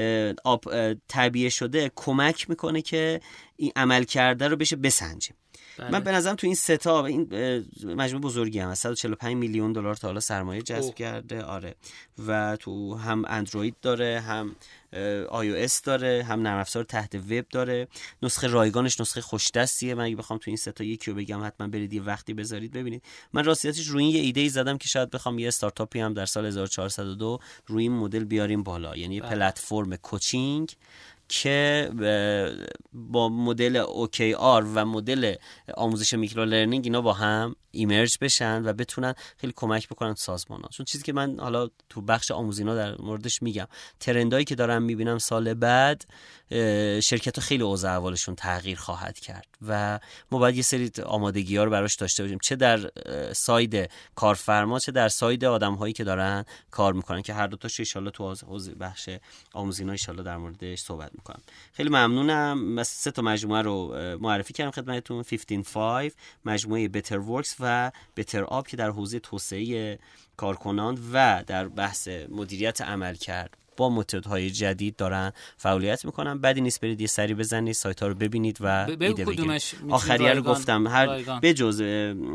آپ تعبیه شده کمک میکنه که این عمل کرده رو بشه بسنجه. بله. من به نظرم تو این سه تا این مجموعه بزرگی هم صد و چهل و پنج میلیون دلار تا حالا سرمایه جذب اوه. کرده. آره. و تو هم اندروید داره، هم آی او اس داره، هم نرم افزار تحت وب داره. نسخه رایگانش نسخه خوش دستیه. من اگه بخوام تو این سه تا یکی رو بگم حتما برید یه وقتی بذارید ببینید. من راستیتش روی این یه ایده ای زدم که شاید بخوام یه استارتاپی هم در سال هزار و چهارصد و دو روی این مدل بیاریم بالا، یعنی یه پلتفرم کوچینگ که با مدل اوکی آر و مدل آموزش میکرو لرنینگ اینا با هم ایمرج بشن و بتونن خیلی کمک بکنن سازمان‌ها. چون چیزی که من حالا تو بخش آموزینا در موردش میگم، ترندایی که دارم میبینم سال بعد شرکت‌ها خیلی اوضاع احوالشون تغییر خواهد کرد و ما باید یه سری آمادگی‌ها رو براش داشته باشیم، چه در ساید کارفرما چه در ساید آدم‌هایی که دارن کار میکنن، که هر دو تاش ان شاءالله تو حوزه بخش آموزینا ان شاءالله در موردش صحبت میکنم. خیلی ممنونم. من سه تا مجموعه رو معرفی کردم خدمتتون، پانزده پنج، مجموعه بتر ورکس و بتر آپ که در حوزه توسعه کارکنان و در بحث مدیریت عمل کرد با متدهای جدید دارن فعالیت میکنن. بدی نیست برید یه سری بزنید، سایت ها رو ببینید و ب- ایده بگیرید. آخریه رو گفتم، هر بجز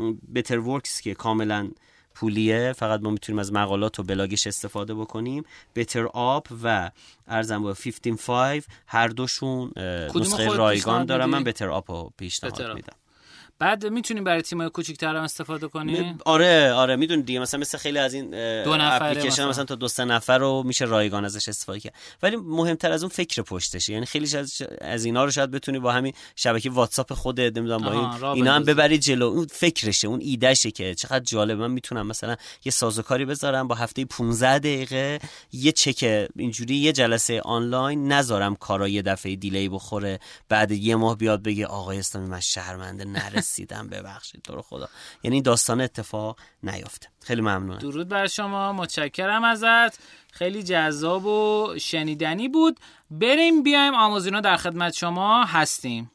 بتر ورکس که کاملا پولیه، فقط ما میتونیم از مقالات و بلاگش استفاده بکنیم، بتر آپ و ارزم با پانزده پنج هر دوشون نسخه رایگان دارن. من بتر آپ رو پیشنهاد میدم. بعد میتونیم برای تیم‌های کوچیک‌تر هم استفاده کنیم. آره آره میدونید دیگه، مثلا مثل خیلی از این اپلیکیشن مثلا. مثلا تا دو سه نفر رو میشه رایگان ازش استفاده کرد، ولی مهمتر از اون فکر پشتشه. یعنی خیلی از از اینا رو شاید بتونی با همین شبکه واتساپ خودت نمیدونم با این اینا هم ببرید جلو. اون فکرشه، اون ایدهشه که چقدر جالب. من میتونم مثلا یه سازوکاری بذارم با هفته پانزده دقیقه یه چک اینجوری یه جلسه آنلاین نذارم کارا یه دفعه دیلی بخوره، بعد یه ماه بیاد بگه آقای اسلامی من شرمنده نرسیدم رسیدم ببخشید تو رو خدا. یعنی داستان اتفاق نیافته. خیلی ممنونم. درود بر شما، متشکرم ازت، خیلی جذاب و شنیدنی بود. بریم بیایم آموزینا در خدمت شما هستیم.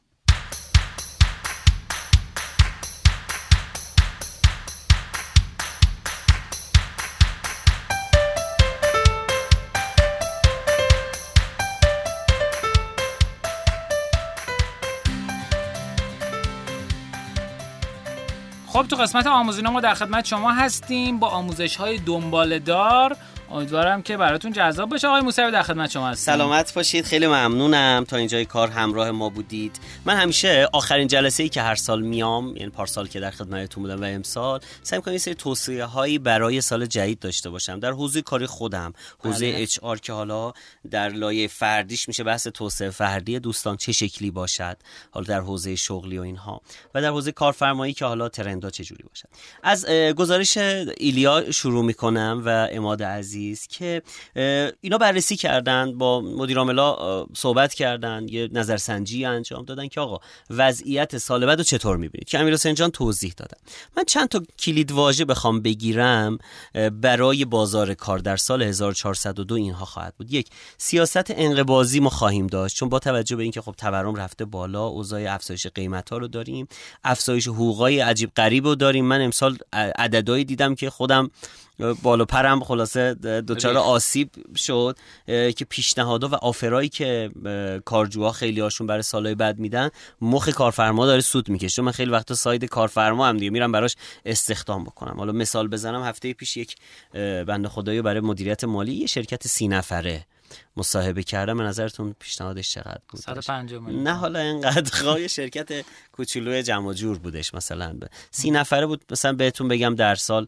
خب تو قسمت آموزینا ما در خدمت شما هستیم با آموزش‌های دنباله‌دار، امیدوارم که براتون جذاب باشه. آقای موسوی در خدمت شما هستم. سلامت باشید، خیلی ممنونم تا اینجای کار همراه ما بودید. من همیشه آخرین جلسه‌ای که هر سال میام، یعنی پارسال که در خدمتتون بودم و امسال، سعی می‌کنم یه سری توصیه‌هایی برای سال جدید داشته باشم در حوزه کاری خودم، حوزه بله. اچ آر که حالا در لایه فردیش میشه بحث توسعه فردی دوستان چه شکلی باشد، حالا در حوزه شغلی و اینها، و در حوزه کارفرمایی که حالا ترندها چه جوری باشد. از گزارش ایلیا شروع می‌کنم و عماد عزیز که اینا بررسی کردن، با مدیر عاملا صحبت کردن، یه نظرسنجی انجام دادن که آقا وضعیت سال بعد رو چطور می‌بینید، که امیرحسین جان توضیح دادن. من چند تا کلید واژه بخوام بگیرم برای بازار کار در سال هزار و چهارصد و دو اینها خواهد بود. یک، سیاست انقباضی ما خواهیم داشت، چون با توجه به اینکه خب تورم رفته بالا، اوضاع افزایش قیمت‌ها رو داریم، افزایش حقوقای عجیب غریب رو داریم. من امسال عددهایی دیدم که خودم بالا پرم خلاصه دوچار آسیب شد که پیشنهادها و آفرایی که کارجوها خیلی هاشون برای سالهای بعد میدن، مخ کارفرما داره سود میکشه. من خیلی وقتا ساید کارفرما هم دیگه میرم براش استخدام بکنم. حالا مثال بزنم، هفته پیش یک بنده خدایی برای مدیریت مالی یه شرکت سی نفره مصاحبه کردم. به نظرتون پیشنهادش چقدر بود؟ صد و پنجاه میلیون. نه حالا اینقدر خواهی شرکت کوچولوی جمع جور بودش، مثلا سی نفره بود. مثلا بهتون بگم در سال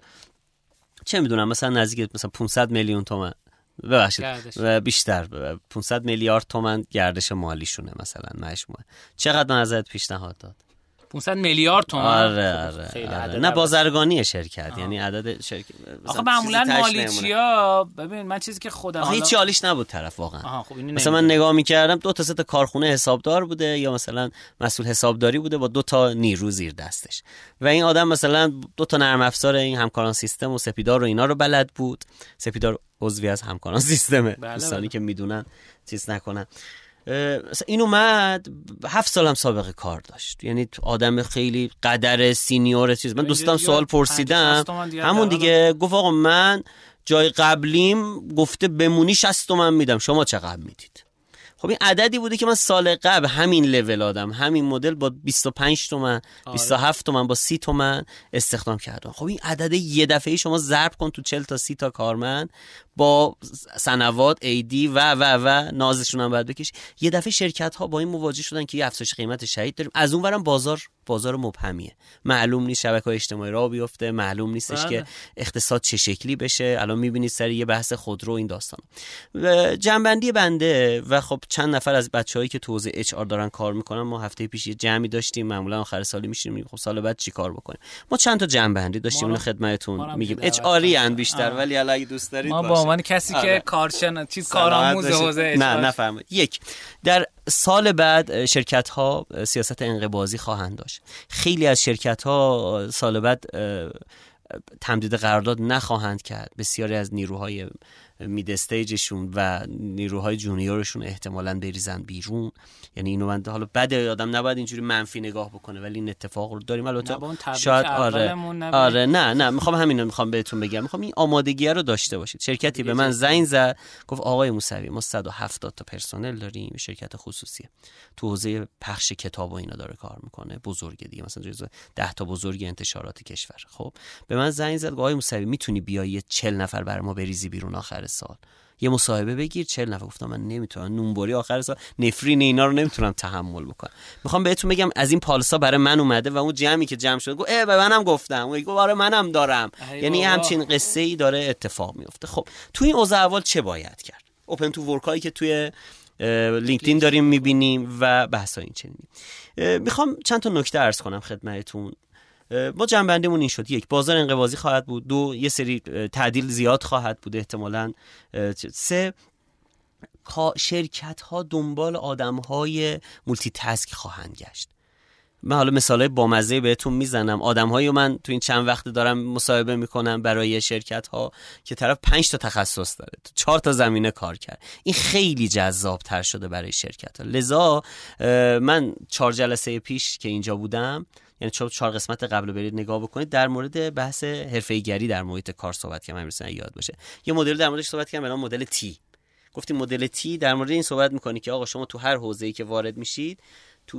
چه میدونم مثلا نزدیک مثلا پانصد میلیون تومان، ببخشید بیشتر، پانصد میلیارد تومان گردش مالیشونه مثلا مجموعه. چقدر من ازت پیشنهاد داد؟ پانصد میلیارد تومان. آره آره, خیلی آره. نه بازرگانی شرکت. آه. یعنی عدد شرکت آخه معمولا مالیچیا، ببین من چیزی که خودم آخه هیچ حالیش نبود طرف واقعا. خب مثلا من نگاه می‌کردم دو تا سه تا کارخونه حسابدار بوده یا مثلا مسئول حسابداری بوده با دو تا نیرو زیر دستش، و این آدم مثلا دو تا نرم افزار این همکاران سیستم و سپیدار و اینا رو بلد بود. سپیدار عضوی از همکاران سیستمه، دوستانی که میدونن چیز نکنن. این اومد هفت سال هم سابقه کار داشت، یعنی آدم خیلی قدر سینیور چیز. من دوستم سوال پرسیدم همون دیگه، گفت آقا من جای قبلیم گفته بمونی شصت تومن میدم، شما چقدر میدید؟ خب این عددی بوده که من سال قبل همین لول آدم همین مدل با بیست و پنج تومن بیست و هفت تومن با سی تومن استخدام کردم. خب این عدد یه دفعه شما ضرب کن تو چهل تا سی تا کارمند با سنوات ایدی و و و نازشون هم بعد بکش، یه دفعه شرکت ها با این مواجه شدن که یه افزایش قیمت شدید داریم. از اونورم بازار بازار مبهمیه، معلوم نیست شبکه‌های اجتماعی راه بیفته، معلوم نیستش بله. که اقتصاد چه شکلی بشه. الان می‌بینید سر یه بحث خودرو این داستان. جنبندی بنده و خب چند نفر از بچه‌هایی که تو حوزه اچ آر دارن کار میکنن، ما هفته پیش یه جمعی داشتیم، معمولا آخر سالی میشینیم خب سال بعد چیکار بکنیم. ما چند تا جنبندی داشتیم، اینو خدمتتون میگیم. اچ آری ان بیشتر آه. ولی اگه دوست دارید ما با عنوان کسی آره. که کارشن چیز کارآموز حوزه نه نفهمید. یک، در سال بعد شرکت ها سیاست انقباضی خواهند داشت. خیلی از شرکت ها سال بعد تمدید قرارداد نخواهند کرد. بسیاری از نیروهای مید استیجشون و نیروهای جونیورشون احتمالاً بریزن بیرون. یعنی اینو من حالا بده آدم نباید اینجوری منفی نگاه بکنه، ولی این اتفاق رو داریم. البته شاید آره آره نه نه میخوام همینو میخوام بهتون بگم، میخوام این آمادگی رو داشته باشید. شرکتی به من زنگ زد گفت آقای موسوی ما صد و هفتاد تا پرسنل داریم، شرکت خصوصیه تو حوزه پخش کتاب و اینا داره کار میکنه، بزرگه دیگه، مثلا جزو ده تا بزرگ انتشارات کشور. خب به من زنگ زد آقای موسوی میتونی بیای چهل نفر برای ما بریزی بیرون آخر سال، یه مصاحبه بگیر چهل نفر. گفتم من نمیتونم، نونبری آخر سال نفرین اینا رو نمیتونم تحمل بکنم. میخوام بهتون بگم از این پالسا برای من اومده و اون جمعی که جمع شد گفت اه به منم گفتم، اون گفت آره منم دارم. یعنی همچین قصه ای داره اتفاق میفته. خب تو این اوضاع اول چه باید کرد؟ اوپن تو ورک هایی که توی لینکدین داریم میبینیم و بحث های این چنینی. میخوام چند تا نکته عرض کنم خدمتتون. ما جنبندیمون این شد: یک، بازار انقباضی خواهد بود. دو، یه سری تعدیل زیاد خواهد بود احتمالاً. سه، شرکت ها دنبال آدم های مولتی تاسک خواهند گشت. من حالا مثالای بامزه بهتون میزنم. آدم‌هایی من تو این چند وقت دارم مصاحبه میکنم برای شرکت‌ها که طرف پنج تا تخصص داره، تو چهار تا زمینه کار کرد. این خیلی جذاب‌تر شده برای شرکت‌ها. لذا من چهار جلسه پیش که اینجا بودم، یعنی چهار چهار قسمت قبل رو برید نگاه بکنید، در مورد بحث حرفه‌ای‌گری در محیط کار صحبت کردم. مثلا یاد باشه یه مدل در موردش صحبت کردم به نام مدل تی. گفتیم مدل تی در مورد این صحبت می‌کنه که آقا شما تو هر حوزه‌ای که وارد میشید، تو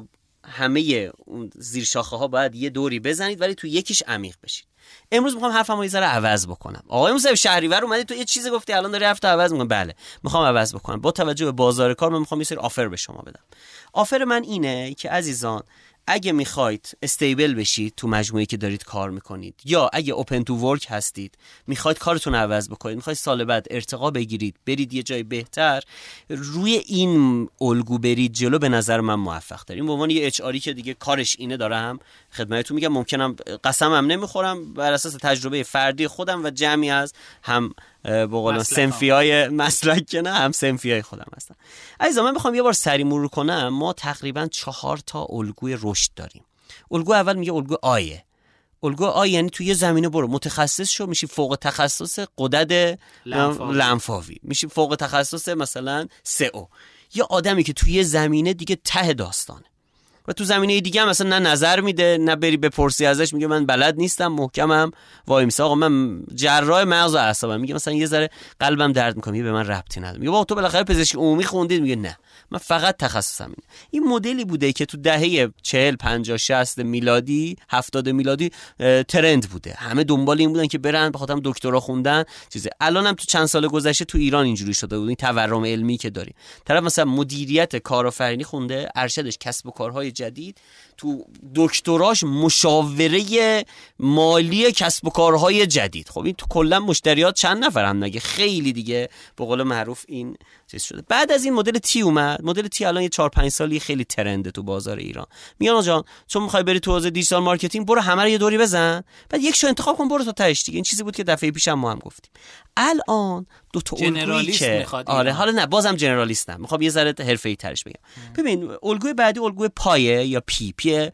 همه اون زیر شاخه ها باید یه دوری بزنید ولی تو یکیش عمیق بشید. امروز میخوام حرفمو یه ذره عوض بکنم. آقای موسوی شهریور اومدی تو یه چیزی گفتی الان داری حرفتو عوض می‌کنی. بله میخوام عوض بکنم. با توجه به بازار کار من میخوام یه سری آفر به شما بدم. آفر من اینه که عزیزان اگه میخواید استیبل بشید تو مجموعه‌ای که دارید کار میکنید یا اگه اوپن تو ورک هستید میخواید کارتون عوض بکنید، میخواید سال بعد ارتقا بگیرید، برید یه جای بهتر، روی این الگو برید جلو، به نظر من موفق ترین. به عنوان یه اچ آری که دیگه کارش اینه دارم خدمتتون میگم، ممکنم قسمم نمیخورم، بر اساس تجربه فردی خودم و جمعی از هم به قول سنفیای مسلک که نه هم سنفیای خودم هستن. عزیزان من بخوام یه بار سری مرور کنم، ما تقریبا چهار تا الگوی رشد داریم. الگو اول میگه الگو آیه. الگو آی یعنی توی زمینه برو متخصص شو، میشی فوق تخصص غدد لنفاوی. لنفاوی میشی فوق تخصص مثلا سئو. یه آدمی که توی زمینه دیگه ته داستانه و تو زمینه دیگه هم مثلا نه نظر میده نه بری بپرسی ازش، میگه من بلد نیستم محکمم وای میسه آقا من جراح مغز و اعصابم، میگه مثلا یه ذره قلبم درد میکنه، میگه به من ربطی نداره، میگه بابا تو بالاخره پزشکی عمومی خوندید، میگه نه من فقط تخصصم اینه. این مدلی بوده که تو دهه چهل پنجاه شصت میلادی هفتاد میلادی ترند بوده، همه دنبال این بودن که برن بخاطر دکترا خوندن چیزه. الان هم تو چند سال گذشته تو ایران اینجوری شده بود، این تورم علمی که داریم، طرف مثلا مدیریت کارآفرینی خونده، ارشدش کسب و کارهای جدید، تو دکتراش مشاوره مالی کسب و کارهای جدید. خب این تو کلا مشتریات چند نفر هم نگه، خیلی دیگه به قول معروف این چیز شده. بعد از این مدل تی اومد. مدل تی الان یه چهار پنج سالی خیلی ترنده تو بازار ایران. میگن جان چون میخوای بری تو حوزه دیجیتال مارکتینگ برو همه رو یه دوری بزن، بعد یک شو انتخاب کن برو تا تهش دیگه. این چیزی بود که دفعه پیشم ما هم گفتیم. الان دو تا الگویی که آره حالا نه بازم جنرالیستم، میخوام یه ذره حرفه‌ای ترش بگم. ام. ببین الگوی بعدی الگوی پایه یا پی پی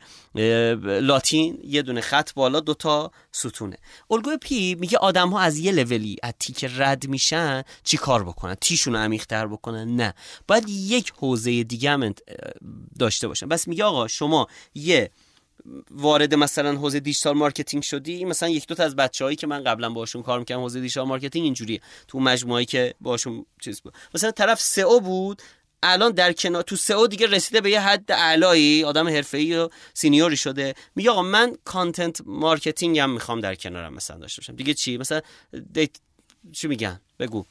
لاتین، یه دونه خط بالا دو تا ستونه. الگوی پی میگه آدم‌ها از یه لولی از تی که رد میشن چی کار بکنن؟ تیشون رو عمیق‌تر بکنن؟ نه، باید یک حوزه دیگه هم داشته باشن. بس میگه آقا شما یه وارد مثلا حوزه دیجیتال مارکتینگ شدی، مثلا یک دو تا از بچه‌هایی که من قبلا باشون کار می‌کردم حوزه دیجیتال مارکتینگ اینجوریه، تو مجموعه‌ای که باشون چیز بود، مثلا طرف سئو بود، الان در کنار تو سئو دیگه رسیده به یه حد اعلایی، آدم حرفه‌ای و سینیوری شده، میگه آقا من کانتنت مارکتینگ هم میخوام در کنارم مثلا داشته باشم. دیگه چی؟ مثلا دیت... چی میگن بگو،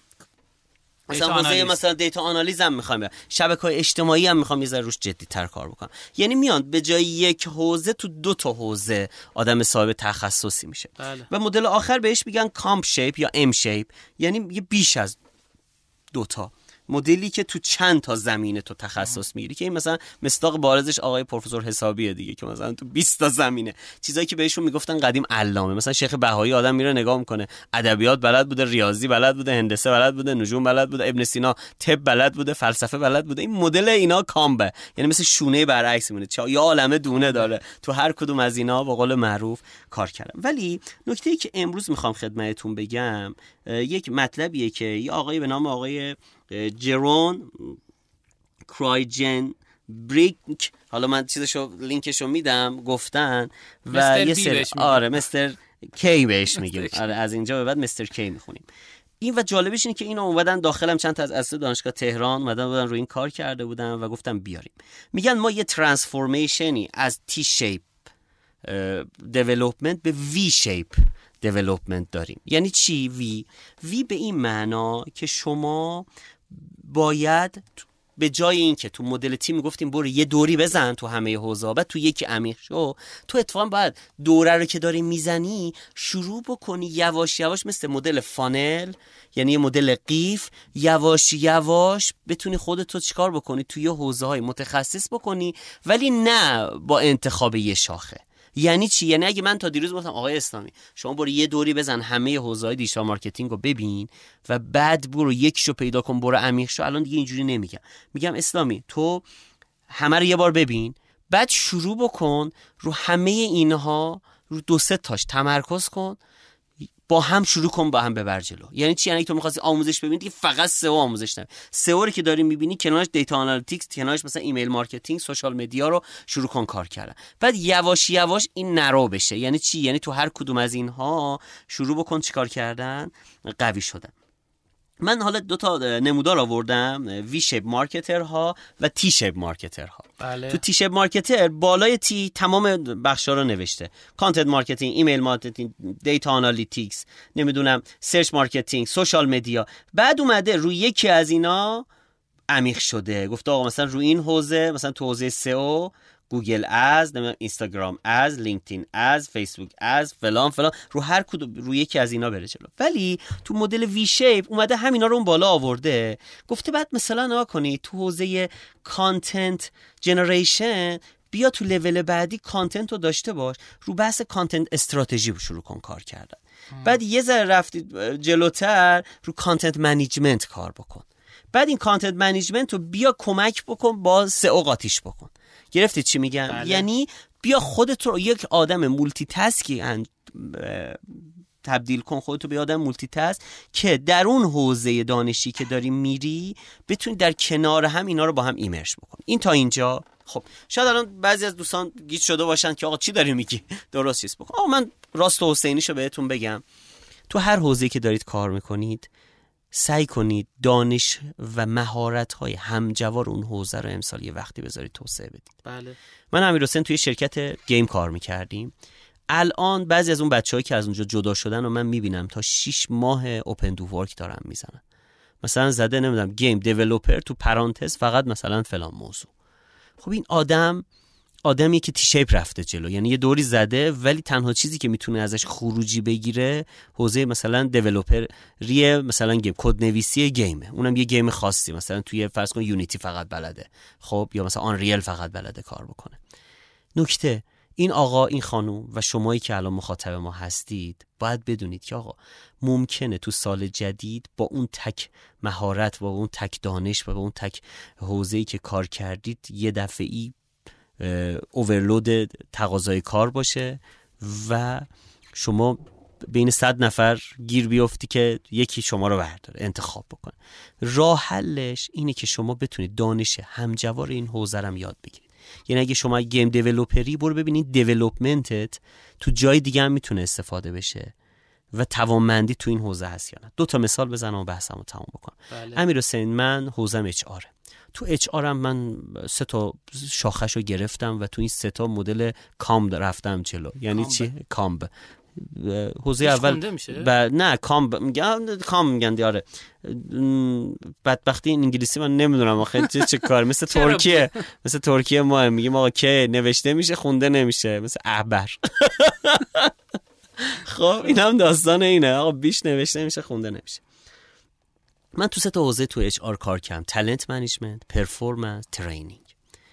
مثلا حوزه مثلا دیتا آنالیز هم میخوام، شبکه‌های اجتماعی هم میخوام یه ذره روش جدی‌تر کار بکنم. یعنی میان به جای یک حوزه تو دو تا حوزه آدم صاحب تخصصی میشه. بله. و مدل آخر بهش میگن کامپ شیپ یا ام شیپ، یعنی یه بیش از دو تا مدلی که تو چند تا زمینه تو تخصص میگیری، که این مثلا مصداق بارزش آقای پروفسور حسابیه دیگه که مثلا تو بیست تا زمینه، چیزایی که بهشون میگفتن قدیم علامه. مثلا شیخ بهایی آدم میره نگاه میکنه، ادبیات بلد بوده، ریاضی بلد بوده، هندسه بلد بوده، نجوم بلد بوده، ابن سینا طب بلد بوده، فلسفه بلد بوده. این مدل اینا کامبه، یعنی مثل شونه برعکس میمونه، یا عالمه دونه داره، تو هر کدوم از اینا به قول معروف کار کردم. ولی نکته‌ای که امروز میخوام خدمتتون بگم یک مطلبیه که یه آقای به نام آقای جرون کرایجن بریک، حالا من چیزشو لینکشو میدم، گفتن و یه سری آره مستر کی بهش میگیم، آره از اینجا به بعد مستر کی میخونیم. این و جالبش اینه که اینا اومدن داخلم چند تا از اساتید دانشگاه تهران اومدن بودن روی این کار کرده بودن و گفتم بیاریم. میگن ما یه ترانسفورمیشنی از تی شیپ دیولپمنت به وی شیپ دیولپمنت داریم. یعنی چی وی؟ وی به این معنا که شما باید به جای این که تو مدل تیم میگفتیم برو یه دوری بزن تو همه حوزه‌ها، بعد تو یکی عمیق شو، تو اتفاقا باید دوره رو که داری میزنی شروع بکنی یواش یواش، مثل مدل فانل، یعنی یه مدل قیف، یواش یواش بتونی خودتو چیکار بکنی توی حوزه‌های متخصص بکنی، ولی نه با انتخاب یه شاخه. یعنی چی؟ یعنی اگه من تا دیروز گفتم آقای اسلامی شما برو یه دوری بزن همه حوزه‌های دیجیتال مارکتینگ رو ببین و بعد برو یکیشو پیدا کن برو عمیق شو، الان دیگه اینجوری نمیگم. میگم اسلامی تو همه رو یه بار ببین، بعد شروع بکن رو همه اینها، رو دو سه تاش تمرکز کن، با هم شروع کن، با هم ببر جلو. یعنی چی؟ یعنی تو می‌خواستی آموزش ببینی دیگه فقط سئو آموزش نبین، سئو رو که داری می‌بینی کنارش دیتا آنالیتیکس، کنارش مثلا ایمیل مارکتینگ، سوشال مدیا رو شروع کن کار کردن. بعد یواش یواش این نرو بشه. یعنی چی؟ یعنی تو هر کدوم از اینها شروع بکن چیکار کردن، قوی شدن. من حالا دو تا نمودار آوردم، وی شیپ مارکتر ها و تی شیپ مارکتر ها. بله. تو تی شیپ مارکتر بالای تی تمام بخشا رو نوشته: کانتنت مارکتینگ، ایمیل مارکتینگ، دیتا آنالیتیکس، نمیدونم سرچ مارکتینگ، سوشال مدیا. بعد اومده روی یکی از اینا عمیق شده، گفته آقا مثلا روی این حوزه، مثلا تو حوزه سئو، گوگل از، نمیدونم اینستاگرام از، لینکدین از، فیسبوک از، فلان فلان، رو هر کدوم روی یکی از اینا بره جلو. ولی تو مدل وی شیپ اومده همینا رو اون بالا آورده، گفته بعد مثلا نگاه کنی تو حوزه کانتنت جنریشن بیا تو لول بعدی کانتنت رو داشته باش، رو بحث کانتنت استراتژی شروع کن کار کردن. بعد یه ذره رفتی جلوتر رو کانتنت منیجمنت کار بکن. بعد این کانتنت منیجمنت رو بیا کمک بکن با سئو قاطیش بکن. گرفتید چی میگم؟ بله. یعنی بیا خودت رو یک آدم مولتی تاسکی تبدیل کن، خودت رو به آدم مولتی تاسک که در اون حوزه دانشی که داری میری بتونی در کنار هم اینا رو با هم ایمرج بکن. این تا اینجا. خب شاید الان بعضی از دوستان گیج شده باشن که آقا چی داری میگی؟ درست چیز بکن. آقا من راست و حسینیشو بهتون بگم، تو هر حوزه‌ای که دارید کار میکنید سعی کنید دانش و مهارت‌های همجوار اون حوزه رو امسال یه وقتی بذارید توسعه بدید. بله. من امیرحسین توی شرکت گیم کار میکردیم. الان بعضی از اون بچه‌هایی که از اونجا جدا شدن و من میبینم تا شش ماه اوپن دو ورک دارن میزنن. مثلا زده نمیدونم گیم دیولپر تو پرانتز فقط مثلا فلان موضوع. خب این آدم آدمی که تی شیپ رفته جلو، یعنی یه دوری زده ولی تنها چیزی که میتونه ازش خروجی بگیره حوزه مثلا دیولپریه، مثلا گیم کد نویسی گیمه، اونم یه گیم خاصی، مثلا توی فرض کن یونیتی فقط بلده، خب یا مثلا آنریل فقط بلده کار بکنه. نکته این آقا این خانوم و شمایی که الان مخاطب ما هستید باید بدونید که آقا ممکنه تو سال جدید با اون تک مهارت، با اون تک دانش و با اون تک حوزه‌ای که کار کردید یه دفعه‌ای اوورلود تقاضای کار باشه و شما بین صد نفر گیر بیافتی که یکی شما رو برداره انتخاب بکنه. راه حلش اینه که شما بتونید دانش همجوار این حوزه رو یاد بگیرید. یعنی اگه شما گیم دیولپری، برو ببینید دیولپمنتت تو جای دیگه هم میتونه استفاده بشه و توانمندی تو این حوزه هست یا نه. دو تا مثال بزنم و بحثمو تموم بکنم. بله. امیرحسین من حوزم اچ آره. تو اچ آرم من سه تا شاخه‌شو گرفتم و تو این سه تا مدل کامب رفتم جلو. یعنی کامب. چی کامب؟ حوزه اول ب... نه کامب میگن، کامب میگن دیاره. بدبختی این انگلیسی من نمیدونم آخه چه, چه کار مثل ترکیه مثل ترکیه ما میگیم آقا که نوشته میشه خونده نمیشه، مثل احبر. خب این هم داستان اینه، آقا بیش نوشته میشه خونده نمیشه. من تو سه تا حوزه تو اچ آر کار کردم: تالنت منیجمنت، پرفورمنس، ترینینگ.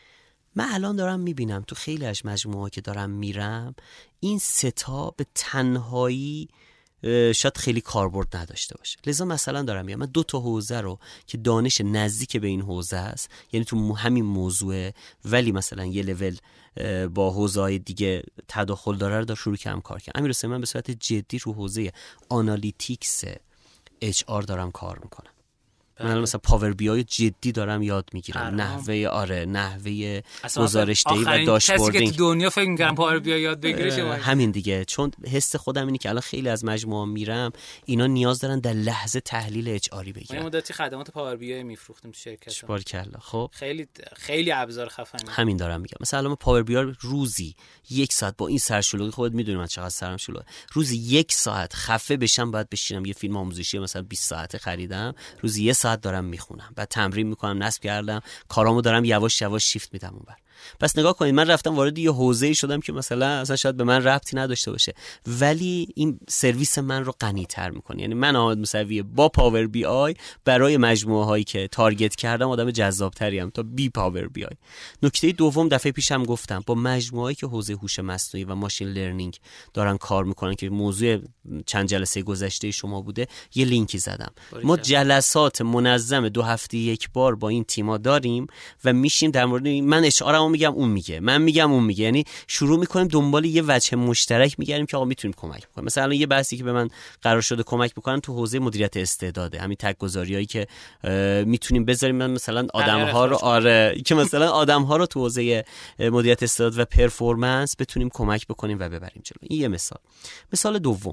من الان دارم میبینم تو خیلی از مجموعه‌ها که دارم میرم این سه تا به تنهایی شاید خیلی کاربرد نداشته باشه. لذا مثلا دارم میگم من دو تا حوزه رو که دانش نزدیک به این حوزه است، یعنی تو همین موضوع ولی مثلا یه لول با حوزه‌های دیگه تداخل داره رو دار شروع کردم کار کردم. امیرحسین من به صورت جدی رو حوزه آنالیتیکس اچ آر دارم کار میکنم. من الان مثلا پاور بی آی جدی دارم یاد میگیرم، نحوه آره نحوه گزارش دهی و داشبوردینگ. کسی که تو دنیا فکر می‌کنم پاور بی آی یاد بگیره همین دیگه، چون حس خودم اینه که الان خیلی از مجموعه میرم اینا نیاز دارن در لحظه تحلیل اچ آری بگیرن. ما مدتی خدمات پاور بی آی میفروختیم تو شرکت. تبارکالله. خب خیلی خیلی ابزار خفنه. همین دارم میگم. مثلا الان پاور بی آی روزی یک ساعت با این سرشلوغی، خودت میدونی من چقدر سرم شلوغه، روزی یک ساعت خفه بشم باید بشینم یه فیلم آموزشی مثلا بیست ساعته خریدم، روزی یه ساعت دارم میخونم، بعد تمرین میکنم، نصب کردم، کارامو دارم یواش یواش شیفت میدم اونور. پس نگاه کنید من رفتم وارد یه حوزه‌ای شدم که مثلا اصلا شاید به من ربطی نداشته باشه ولی این سرویس من رو غنی‌تر میکنه. یعنی من آمد موسوی با پاور بی آی برای مجموعه هایی که تارگت کردم آدم جذاب‌تری ام تا بی پاور بی آی. نکته دوم دفعه پیشم گفتم با مجموعه‌ای که حوزه هوش مصنوعی و ماشین لرنینگ دارن کار میکنن که موضوع چند جلسه گذشته شما بوده، یه لینکی زدم. ما جلسات منظم دو هفته یک بار با این تیما داریم و میشیم در مورد من اچ آر میگم اون میگه، من میگم اون میگه، یعنی شروع میکنیم دنبال یه وجه مشترک میگردیم که آقا میتونیم کمک بکنیم. مثلا یه بحثی که به من قرار شده کمک بکنن تو حوزه مدیریت استعداده، همین تگ گذاریایی که میتونیم بذاریم من مثلا آدم‌ها رو آره که مثلا آدم‌ها رو تو حوزه مدیریت استعداد و پرفورمنس بتونیم کمک بکنیم و ببریم جلو. این یه مثال. مثال دوم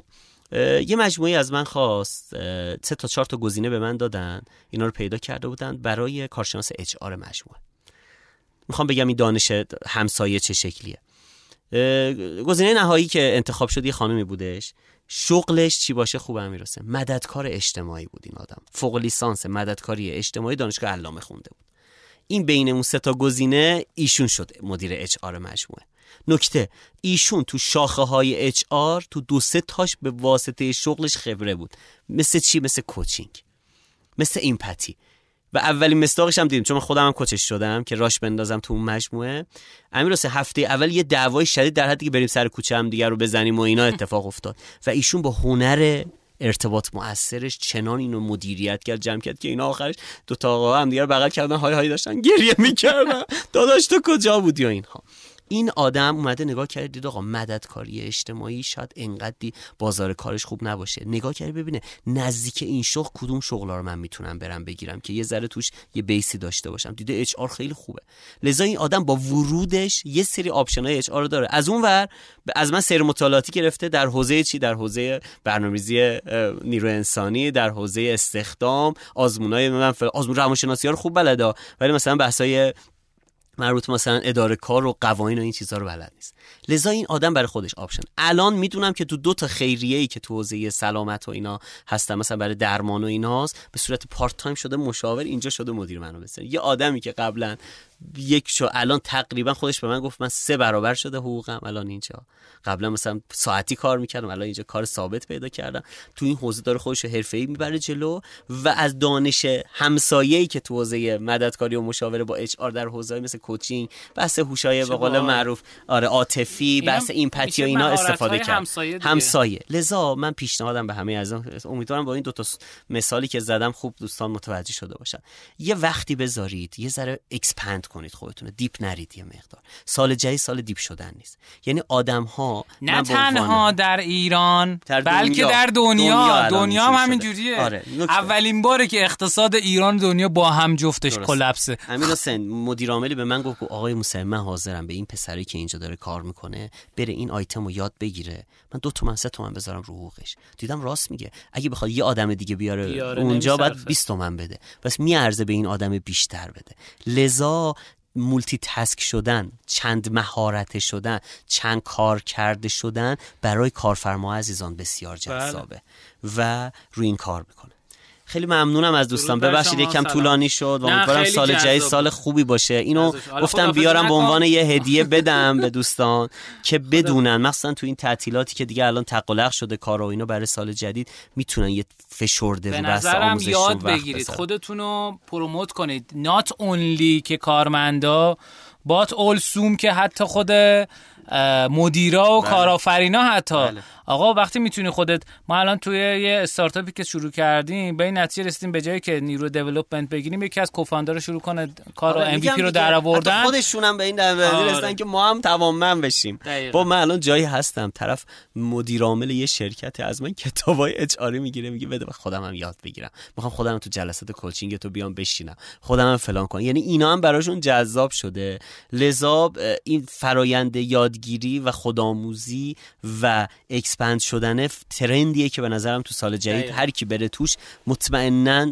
یه مجموعه از من خواست، سه تا چهار تا گزینه به من دادن، اینا رو پیدا کرده بودن برای کارشناس اچ آر مجموعه. میخوام بگم این دانش همسایه چه شکلیه. گزینه نهایی که انتخاب شد یه خانمی بودش، شغلش چی باشه خوبه میرسه، مددکار اجتماعی بود. این آدم فوق لیسانس مددکاری اجتماعی دانشگاه علامه خونده بود. این بین اون سه تا گزینه ایشون شد مدیر اچ آر مجموعه. نکته، ایشون تو شاخه های اچ آر تو دو سه تاش به واسطه شغلش خبره بود. مثل چی؟ مثل کوچینگ، مثل ایمپاتی. و اولین مصداقش هم دیدیم، چون من خودم هم کوچش شدم که راش بندازم تو اون مجموعه. امیرحسین هفته اول یه دعوای شدید در حدی که بریم سر کوچه هم دیگه رو بزنیم و اینا اتفاق افتاد و ایشون با هنر ارتباط مؤثرش چنان اینو مدیریت کرد، جمع کرد که اینا آخرش دو تا آقا هم دیگه رو بغل کردن، های های داشتن گریه میکردن داداش تو کجا بودی و اینها. این آدم اومده نگاه کرد، دید آقا مددکاری اجتماعی شاید انقدری بازار کارش خوب نباشه، نگاه کرد ببینه نزدیک این شغل کدوم شغلا رو من میتونم برم بگیرم که یه ذره توش یه بیسی داشته باشم. دیده اچ آر خیلی خوبه، لذا این آدم با ورودش یه سری آپشنای اچ آر رو داره. از اون ور از من سیر مطالعاتی گرفته در حوزه چی؟ در حوزه برنامه‌ریزی نیروی انسانی، در حوزه استخدام، آزمونای من آزمون روانشناسی ها رو خوب بلده، ولی مثلا بحثای مربوط مثلا اداره کار و قوانین و این چیزا رو بلد نیست. لذا این آدم برای خودش آپشن. الان میدونم که تو دو تا خیریه‌ای که تو حوزه سلامت و اینا هستن، مثلا برای درمان و ایناست، به صورت پارت تایم شده مشاور، اینجا شده مدیر منابع. یه آدمی که قبلا یک شو الان تقریبا خودش به من گفت من سه برابر شده حقوقم الان اینجا. قبلا مثلا ساعتی کار میکردم، الان اینجا کار ثابت پیدا کردم. تو این حوزه داره خودش رو حرفه‌ای میبره جلو و از دانش همسایه‌ای که تو حوزه مددکاری و مشاوره با اچ آر در حوزه‌ای مثل کوچینگ، بحث هوشای به قول معروف آره عاطفی، بحث ایمپاتی و اینا استفاده کرد. همسایه, همسایه. لذا من پیشنهادم به همه از امیدوارم با این دو تا مثالی که زدم خوب دوستان متوجه شده باشن. یه وقتی بذارید یه ذره اکسپند کنید خودتون، دیپ نرید. یه مقدار سال جدید سال دیپ شدن نیست. یعنی آدم‌ها نه تنها در ایران در بلکه در دنیا دنیا, دنیا هم همین جوریه. آره. اولین باره که اقتصاد ایران دنیا با هم جفتش کلاپسه. امیرحسین مدیر عاملی به من گفت آقای موسوی من حاضرم به این پسری که اینجا داره کار میکنه بره این آیتمو یاد بگیره، من دو تومن سه تومن بذارم رو حقوقش. دیدم راست میگه، اگه بخواد یه آدم دیگه بیاره, بیاره اونجا بعد بیست تومن بده، بس میارزه به این آدم بیشتر بده. لذا مولتی تاسک شدن، چند مهارت شدن، چند کار کرده شدن برای کارفرما عزیزان بسیار جذابه و روی این کار میکنه. خیلی ممنونم از دوستان، ببخشید یکم طولانی شد و امیدوارم سال جدید سال خوبی باشه. اینو گفتم بیارم به عنوان یه هدیه بدم به دوستان که بدونن، مثلا تو این تعطیلاتی که دیگه الان تقلق شده کارا و اینا، برای سال جدید میتونن یه فشرده و بحث آموزش یاد بگیرید، خودتونو پروموت کنید. not only که کارمندا but also که حتی خود مدیرا و بله. کارآفرینا حتی بله. آقا وقتی میتونی خودت، ما الان توی یه استارتاپی که شروع کردیم به این نتیجه رسیدیم به جایی که نیرو دیولپمنت بگیریم یکی از کوفاندرا شروع کنه کارو ام وی پی رو در آوردن، خودشون هم به این نتیجه رسیدن که ما هم توانمند بشیم. با من الان جایی هستم طرف مدیر عامل یه شرکت از من کتابای اچ آر میگیره میگه بده خودم هم یاد بگیرم، میخوام خودم تو جلسات کوچینگ تو بیام بشینم، خودم هم فلان کنم. یعنی اینا هم براشون جذاب شده. لذا این فرآیند یادگیری و خودآموزی و اکسپند شدن ترندیه که به نظرم تو سال جدید هر کی بره توش مطمئناً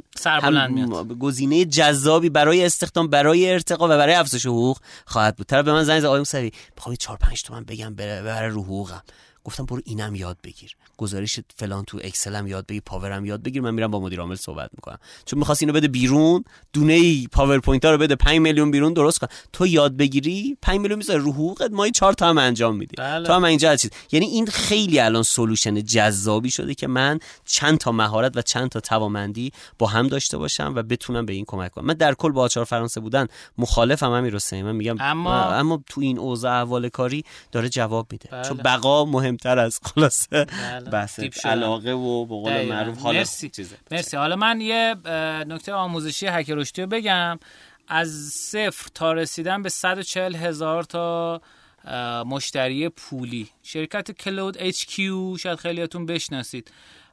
گزینه جذابی برای استخدام، برای ارتقا و برای افزایش حقوق خواهد بود. طرف به من زنگ زد آقای موسوی میخوام چهار پنج تومن بگم بره بره رو حقوقم. گفتم برو اینم یاد بگیر، گزارش فلان تو اکسل هم یاد بگیر، پاورم یاد بگیر. من میرم با مدیر عامل صحبت میکنم، چون می‌خواست اینو بده بیرون، دونه ای پاورپوینت ها رو بده پنج میلیون بیرون درست کن. تو یاد بگیری پنج میلیون میذاری رو حقوقت، ماهی چهار تا هم انجام میدی. تو هم اینجا چیز. یعنی این خیلی الان سولوشن جذابی شده که من چند تا مهارت و چند تا توانمندی با هم داشته باشم و بتونم به این کمک کنم. من در کل با آچار فرانسه بودن مخالفم امیر حسین. من میگم اما اما تو این اوضاع احوال کاری داره جواب میده. بله. چون بقا مهمتر از خلاصه بحث علاقه و به قول معروف حالا مرسی. چیزه. مرسی. حالا من یه نکته آموزشی هک رشدی رو بگم. از صفر تا رسیدن به صد و چهل هزار تا مشتری پولی، شرکت کلود اچ کیو شاید خیلیاتون بشناسید،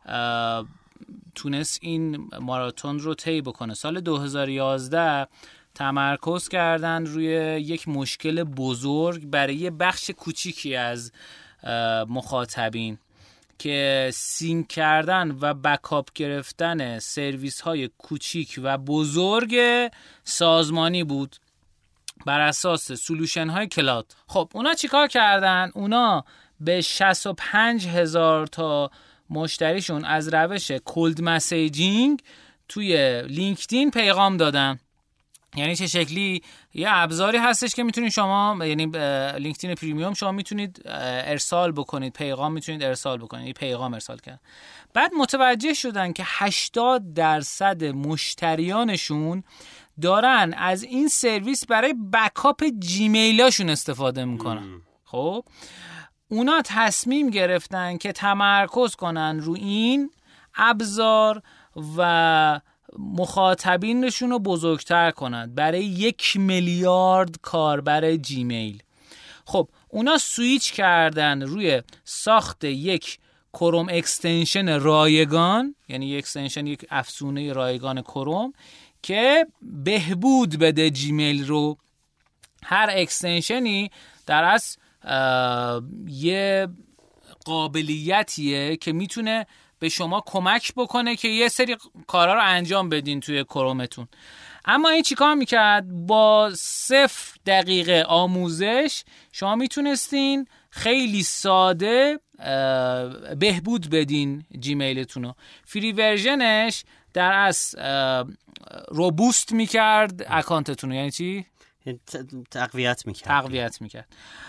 تونست این ماراتون رو طی بکنه. سال دو هزار و یازده تمرکز کردن روی یک مشکل بزرگ برای بخش کوچیکی از مخاطبین که سینک کردن و بکاپ گرفتن سرویس های کوچیک و بزرگ سازمانی بود بر اساس سولوشن های کلاد. خب اونا چیکار کردن؟ اونا به شصت و پنج هزار تا مشتریشون از روش کولد مسیجینگ توی لینکدین پیغام دادن. یعنی چه شکلی؟ یه ابزاری هستش که میتونید شما، یعنی لینکدین پریمیوم شما میتونید ارسال بکنید، پیغام میتونید ارسال بکنید، یه پیغام ارسال کرد. بعد متوجه شدن که هشتاد درصد مشتریانشون دارن از این سرویس برای بکاپ جیمیلاشون استفاده میکنن. خب اونا تصمیم گرفتن که تمرکز کنن رو این ابزار و مخاطبینشون رو بزرگتر کنند برای یک میلیارد کاربر جیمیل. خب اونا سویچ کردن روی ساخت یک کروم اکستنشن رایگان، یعنی یک اکستنشن، یک افزونه رایگان کروم که بهبود بده جیمیل رو. هر اکستنشنی در اصل یه قابلیتیه که میتونه به شما کمک بکنه که یه سری کارا رو انجام بدین توی کرومتون. اما این چیکار میکرد؟ با صفر دقیقه آموزش شما میتونستین خیلی ساده بهبود بدین جیمیلتون رو. فری ورژنش در اصل روبوست میکرد اکانتتون رو. یعنی چی؟ تقویت میکرد. تقویت میکرد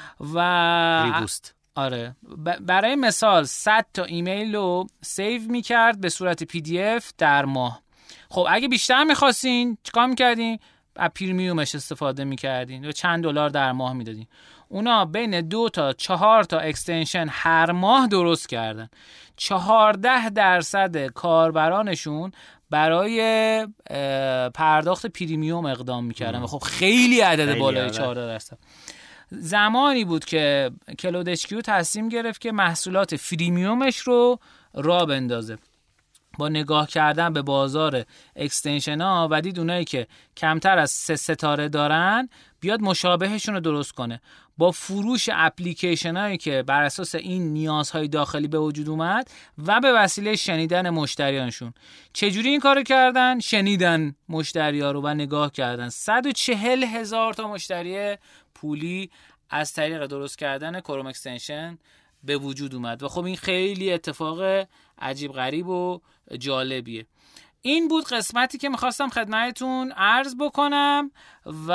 و ریبوست. آره، برای مثال صد تا ایمیل رو سیو میکرد به صورت پی دی اف در ماه. خب اگه بیشتر میخواستین چیکار میکردین؟ از پریمیومش استفاده میکردین و چند دلار در ماه میدادین. اونا بین دو تا چهار تا اکستنشن هر ماه درست کردن. چهارده درصد کاربرانشون برای پرداخت پریمیوم اقدام میکردن و خب خیلی عدد بالای چهارده درصد. زمانی بود که کلود اچ کیو تصمیم گرفت که محصولات فریمیومش رو راه بندازه. با نگاه کردن به بازار اکستنشن ها و دید اونایی که کمتر از سه ستاره دارن بیاد مشابهشون رو درست کنه. با فروش اپلیکیشن هایی که بر اساس این نیازهای داخلی به وجود اومد و به وسیله شنیدن مشتریانشون. چجوری این کارو کردن؟ شنیدن مشتری‌ها رو و نگاه کردن. صد و چهل هزار تا مشتری پولی از طریق درست کردن کروم اکستنشن به وجود اومد و خب این خیلی اتفاق عجیب غریب و جالبیه. این بود قسمتی که میخواستم خدمتتون عرض بکنم و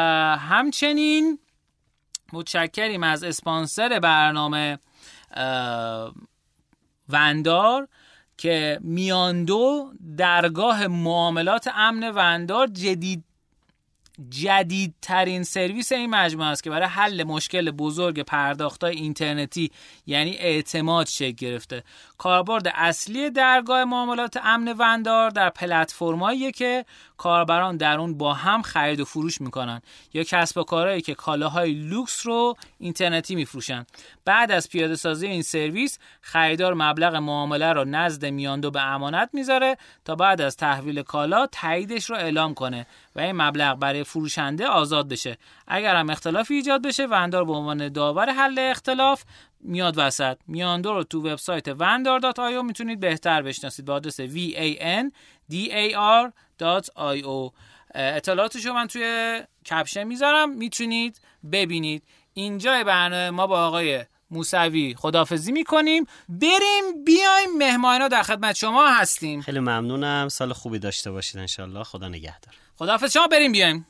همچنین متشکریم از اسپانسر برنامه وندار که میاندو درگاه معاملات امن وندار جدید جدیدترین سرویس این مجموعه است که برای حل مشکل بزرگ پرداخت‌های اینترنتی یعنی اعتماد شکل گرفته. کاربرد اصلی درگاه معاملات امن وندار در پلتفرماییه که کاربران در اون با هم خرید و فروش میکنن یا کسب و کارهایی که کالاهای لوکس رو اینترنتی میفروشن. بعد از پیاده سازی این سرویس خریدار مبلغ معامله رو نزد میاندو به امانت میذاره تا بعد از تحویل کالا تاییدش رو اعلام کنه و این مبلغ برای فروشنده آزاد بشه. اگر هم اختلافی ایجاد بشه وندار به عنوان داور حل اختلاف میاد وسط. میاندو رو تو وبسایت وندار دات آی او میتونید بهتر بشناسید با آدرس وی ای ان دی ای آر دات آی او. اطلاعاتشو من توی کپشن میذارم، میتونید ببینید. اینجای برنامه ما با آقای موسوی خداحافظی میکنیم. بریم بیایم، مهمانا در خدمت شما هستیم. خیلی ممنونم، سال خوبی داشته باشید انشالله. خدا نگهدار. خداحافظ شما. بریم بیایم.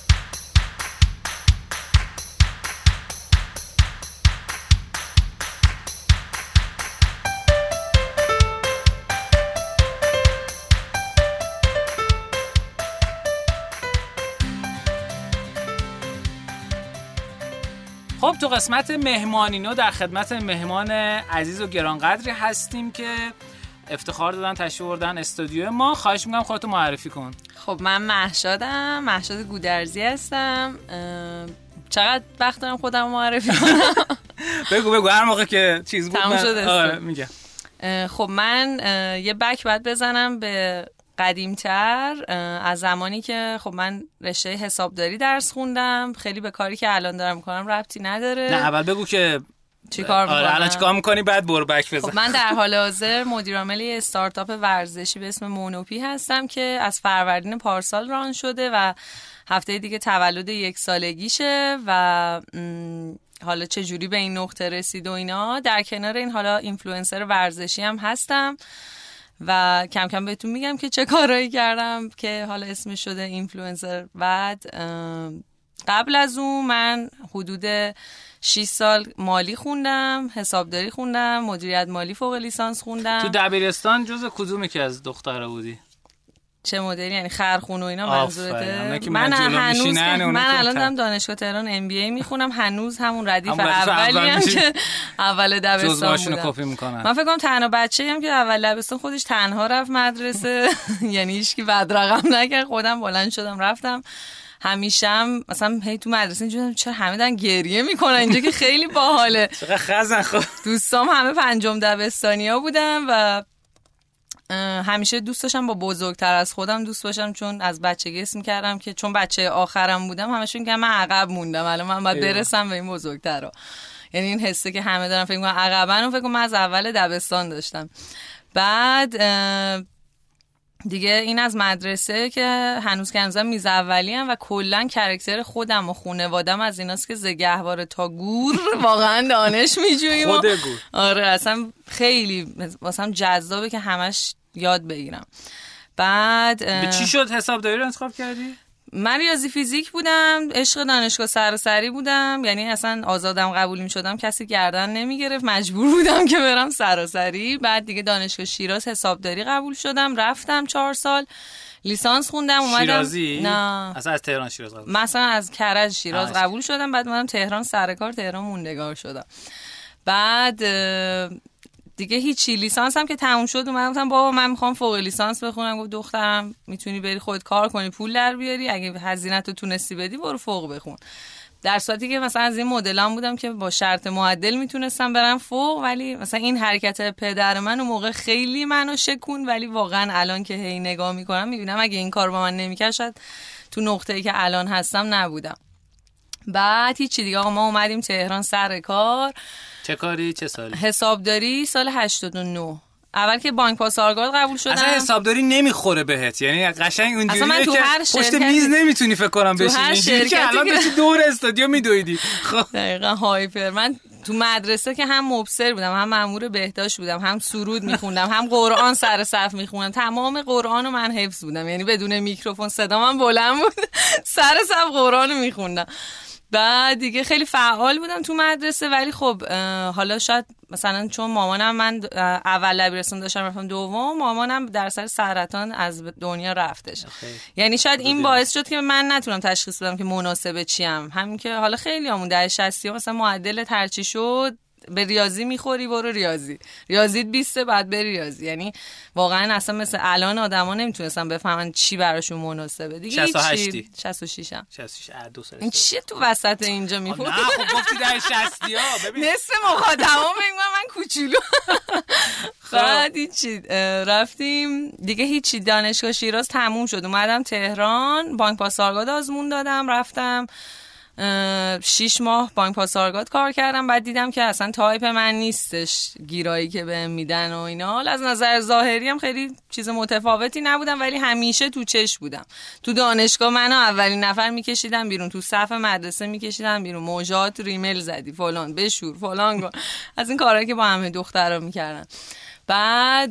خب تو قسمت مهمانینو در خدمت مهمان عزیز و گرانقدری هستیم که افتخار دادن تشریف بردن استودیو ما. خواهش میکنم خودتو معرفی کن. خب من مهشادم، مهشاد گودرزی هستم. چقدر وقت دارم خودم معرفی کنم؟ بگو بگو هر موقع که چیز بود من میگم. خب من یه بک باید بزنم به قدیمتر، از زمانی که خب من رشته حسابداری درس خوندم. خیلی به کاری که الان دارم میکنم ربطی نداره. نه اول بگو که چی کار می‌کنم؟ آره الان چیکار می‌کنی بعد برو بک بزن. خب من در حال حاضر مدیر عامل یه استارتاپ ورزشی به اسم مونوپی هستم که از فروردین پارسال ران شده و هفته دیگه تولد یک سالگیشه و حالا چه جوری به این نقطه رسید و اینا. در کنار این حالا اینفلوئنسر ورزشی هم هستم و کم کم بهتون میگم که چه کارایی کردم که حالا اسمش شده اینفلوئنسر. بعد قبل از اون من حدود شش سال مالی خوندم، حسابداری خوندم، مدیریت مالی فوق لیسانس خوندم. تو دبیرستان جزء کدومی که از دخترها بودی؟ چه مدلی؟ یعنی خرخون و اینا منظورته؟ من هنوز من الان دارم دانشگاه تهران ام بی ای میخونم، هنوز همون ردیف اولی هم که اول دبستان بودم. من فکر کنم تنها بچه‌ای هم که اول دبستان خودش تنها رفت مدرسه یعنی هیچکی بد رقم نکرد. خودم بلند شدم رفتم. همیشه هم مثلا هی تو مدرسه اینجوریه چرا همه دارن گریه میکنن اینجا که خیلی باحاله. چقدر خزن. خب دوستام همه پنجم دبستانیا بودن و همیشه دوست داشتم با بزرگتر از خودم دوست باشم، چون از بچگی اسم کردم که چون بچه آخرم بودم همشون میگن من عقب موندم، الان من باید برسم به این بزرگترا. یعنی این حسه که همه دارن فکر میکنن عقبن و فکر کنم من از اول دبستان داشتم. بعد دیگه این از مدرسه که هنوز که هنوزم میز اولی هم و کلا کاراکتر خودم و خانواده‌ام از ایناست که زگهواره تا گور واقعا دانش میجوییم. خود گور. آره اصلا خیلی واسم جذابه که همش یاد بگیرم. بعد به چی شد حسابداری رو انتخاب کردی؟ من ریاضی فیزیک بودم، عشق دانشگاه سراسری بودم، یعنی اصلا آزادم قبول می‌شدم کسی گردن نمیگرفت، مجبور بودم که برم سراسری. بعد دیگه دانشگاه شیراز حسابداری قبول شدم، رفتم چهار سال لیسانس خوندم اومدم. شیرازی؟ نه اصلا از تهران شیراز قبول. مثلا از کرج شیراز قبول شدم، بعد اومدم تهران سر کار، تهران موندگار شدم. بعد دیگه هیچی لیسانس هم که تموم شد اومدم گفتم بابا من میخوام فوق لیسانس بخونم. گفت دخترم میتونی بری خودت کار کنی پول در بیاری، اگه هزینه‌تو تونستی بدی برو فوق بخون. در صورتی که مثلا از این مدلام بودم که با شرط معدل میتونستم برم فوق، ولی مثلا این حرکت پدر من اون موقع خیلی منو شکون، ولی واقعا الان که هی نگاه میکنم میبینم اگه این کار با من نمیکرد شاید تو نقطه‌ای که الان هستم نبودم. بعد هیچی دیگه آقا ما اومدیم تهران سر کار. چه کاری چه سالی؟ حسابداری سال هشتاد و نه. اول که بانک پاسارگاد قبول شدم. اصلا حسابداری نمیخوره بهت، یعنی قشنگ اونجوریه که پشت شرکت... میز نمیتونی فکر کنم بشینی، اینجوری که الان داشتی دور استادیوم میدویدی. خب دقیقاً هایپر. من تو مدرسه که هم مبصر بودم، هم مأمور بهداشت بودم، هم سرود میخوندم، هم قرآن سر صف میخوندم. تمام قرآن رو من حفظ بودم، یعنی بدون میکروفون صدا من بلند بود سر صف قرآن رو میخوندم. بعد دیگه خیلی فعال بودم تو مدرسه، ولی خب حالا شاید مثلا چون مامانم من اول دبیرستان داشتم رفتم دوم، مامانم در سر سرطان از دنیا رفتش. یعنی شاید این باعث شد که من نتونم تشخیص بدم که مناسب چیم. همین که حالا خیلی همون ده شصتی مثلا معدل ترچی شد به ریاضی میخوری برو ریاضی، ریاضیت بیسته بعد بری ریاضی. یعنی واقعا اصلا مثل الان آدما نمیتونستن بفهمن چی براشون مناسبه دیگه. شصت و هشت شصت و شش ام شصت و شش دو سال. این چیه تو وسط اینجا میپوری؟ نه خب گفتی ده شصتی ها ببین نصف مخاطبا میگن من کوچولو. بعد هیچی رفتیم دیگه، هیچی دانشگاه شیراز تموم شد، اومدم تهران بانک پاسارگاد آزمون دادم، رفتم شیش ماه بانک پاسارگاد کار کردم. بعد دیدم که اصلا تایپ من نیستش گیرایی که بهم میدن و اینا. از نظر ظاهری هم خیلی چیز متفاوتی نبودم، ولی همیشه تو چش بودم. تو دانشگاه منو اولین نفر میکشیدم بیرون، تو صف مدرسه میکشیدم بیرون، موجات ریمل زدی فلان بشور فلان کن، از این کارهایی که با همه دخترا میکردن. بعد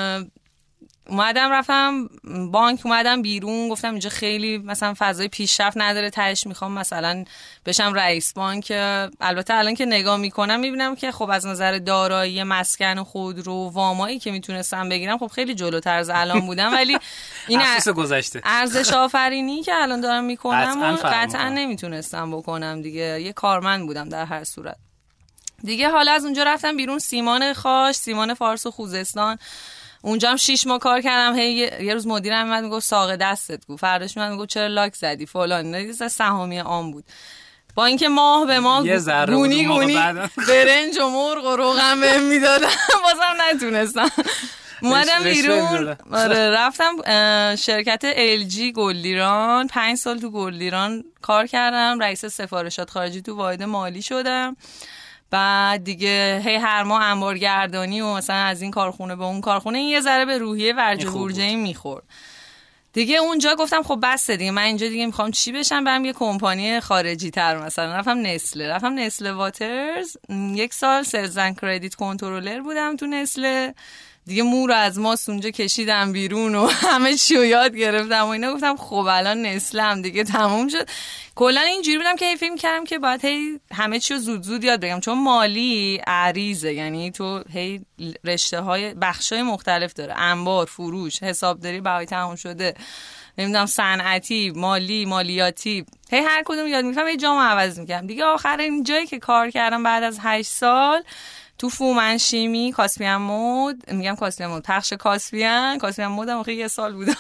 اومدم رفتم بانک، اومدم بیرون گفتم اینجا خیلی مثلا فضای پیشرفت نداره، تهش میخوام مثلا بشم رئیس بانک. البته الان که نگاه میکنم میبینم که خب از نظر دارایی مسکن و خودرو و وامایی که میتونستم بگیرم خب خیلی جلوتر از الان بودم، ولی این گذشته ارزش آفرینی که الان دارم میکنم قطعا, قطعا نمیتونستم بکنم دیگه. یه کارمند بودم در هر صورت دیگه. حالا از اونجا رفتم بیرون سیمان خاش، سیمان فارس و خوزستان، اونجا هم شیش ماه کار کردم. هی یه روز مدیرم اومد میگفت ساق دستت گو، فرداش اومد میگفت چرا لاک زدی فلان، نه سهامی عام بود. با اینکه ماه به ماه گونی گونی برنج و مرغ و روغن بهم میدادن بازم نتونستم. اومدم بیرون، آره رفتم شرکت ال جی گلدیران، پنج سال تو گلدیران کار کردم، رئیس سفارشات خارجی تو واحد مالی شدم. بعد دیگه هی هر ماه انبارگردانی و مثلا از این کارخونه به اون کارخونه، این یه ذره به روحیه ورجه ورجه میخورد دیگه. اونجا گفتم خب بس دیگه، من اینجا دیگه میخوام چی بشم، برم یه کمپانی خارجی تر، مثلا رفتم نسله رفتم نسله واترز، یک سال سلز اند کردیت کنترلر بودم تو نسله دیگه. مور از ماست اونجا کشیدم بیرون و همه چی رو یاد گرفتم و اینا. گفتم خب الان نسله هم دیگه تموم شد. کلا اینجوری بودم که هی فکر کردم که باید هی همه چی رو زود زود یاد بگیرم، چون مالی عریضه، یعنی تو هی رشته های بخشای مختلف داره، انبار، فروش، حسابداری، بهای تموم شده، نمیدونم صنعتی، مالی، مالیاتی، هی هر کدوم یاد میگیرم، هی جامو عوض میکردم دیگه. آخر این جایی که کار کردم بعد از هشت سال تو فومنشیمی کاسپیان مود، میگم کاسپیان مود، پخش کاسپیان کاسپیان مودم آخه یه سال بودم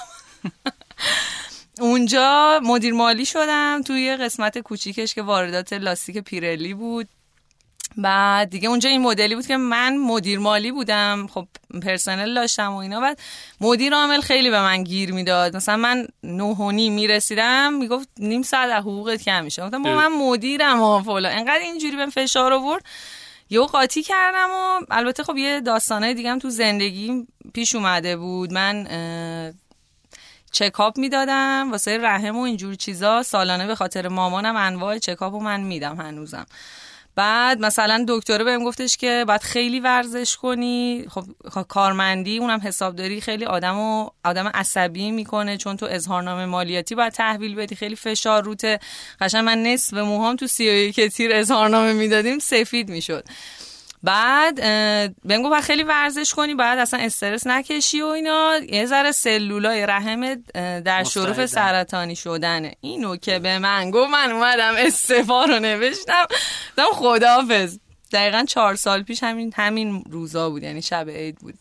اونجا مدیر مالی شدم توی قسمت کوچیکش که واردات لاستیک پیرلی بود. بعد دیگه اونجا این مدلی بود که من مدیر مالی بودم، خب پرسنل داشتم و اینا. بعد مدیر عامل خیلی به من گیر میداد، مثلا من نه و نیم میرسیدم میگفت نیم ساعت از حقوقت کم میشه، گفتم با من مدیرم و فلان، انقدر اینجوری بهم فشار آورد یهو قاطی کردم. و البته خب یه داستانای دیگه هم تو زندگی پیش اومده بود. من چکاپ میدادم واسه رحم و اینجور چیزا سالانه، به خاطر مامانم انواع چکاپو من میدم هنوزم. بعد مثلا دکتره بهم گفتش که باید خیلی ورزش کنی، خب کارمندی اونم حسابداری خیلی آدمو آدم عصبی میکنه، چون تو اظهارنامه مالیاتی باید تحویل بدی، خیلی فشار روته. قشنگ من نصف موهام تو سی و یک تیر اظهارنامه میدادیم سفید میشد. بعد بهم گفت خیلی ورزش کنی، بعد اصلا استرس نکشی و اینا، یه ذره سلولای رحم در شرف سرطانی شدنه. اینو که به من گفت من اومدم استعفا رو نوشتم، گفتم خداحافظ. دقیقاً چهار سال پیش همین همین روزا بود، یعنی شب عید بود.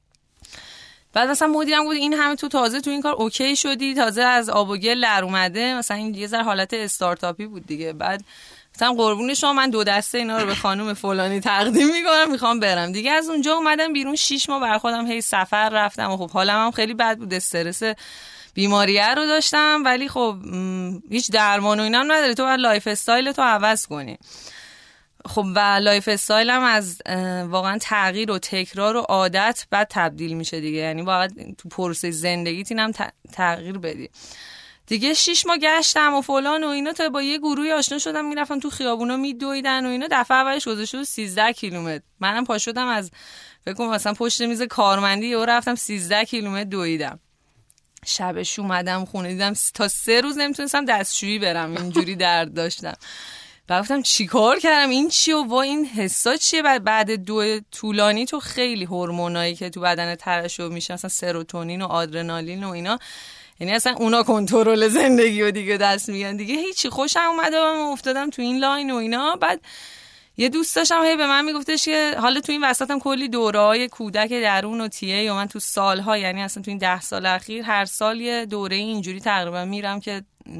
بعد مثلا مدیرم گفت این همه تو تازه تو این کار اوکی شدی، تازه از آب و گل در اومده، مثلا این یه ذره حالت استارتاپی بود دیگه. بعد گفتم قربون شما، من دو دسته اینا رو به خانم فلانی تقدیم میکنم، میخوام برم دیگه. از اونجا اومدم بیرون، شیش ماه بر خودم هی سفر رفتم و خب حالم هم خیلی بد بود، استرس بیماریه رو داشتم، ولی خب هیچ درمان و اینا هم نداره، تو باید لایف استایل تو عوض کنی. خب و لایف استایل هم از واقعا تغییر و تکرار و عادت بعد تبدیل میشه دیگه، یعنی واقعا تو پروسه زندگیت اینم تغییر بدی دیگه. شیش ماه گشتم و فلان و اینا تا با یه گروهی آشنا شدم، میرفتم تو خیابونا میدویدن و اینا. دفعه اولش گذاشته بود سیزده کیلومتر، منم پا شدم از فکر کنم مثلا پشت میز کارمندی و رفتم سیزده کیلومتر دویدم. شبش اومدم خونه دیدم تا سه روز نمیتونستم دستشویی برم، اینجوری درد داشتم. بعد گفتم چیکار کردم، این چیه و وا این حسا چیه؟ بعد بعد دو طولانی تو خیلی هورمونایی که تو بدن ترشح میشه، مثلا سروتونین و آدرنالین و اینا، یعنی اصلا اونا کنترل زندگی و دیگه دست میگن دیگه. هیچی خوشم اومده و من افتادم تو این لاین و اینا. بعد یه دوست داشتم هی به من میگفتش که حالا تو این وسطم کلی دوره‌های کودک درون و تیه و من تو سالها، یعنی اصلا تو این ده سال اخیر هر سال یه دوره اینجوری تقریبا میرم که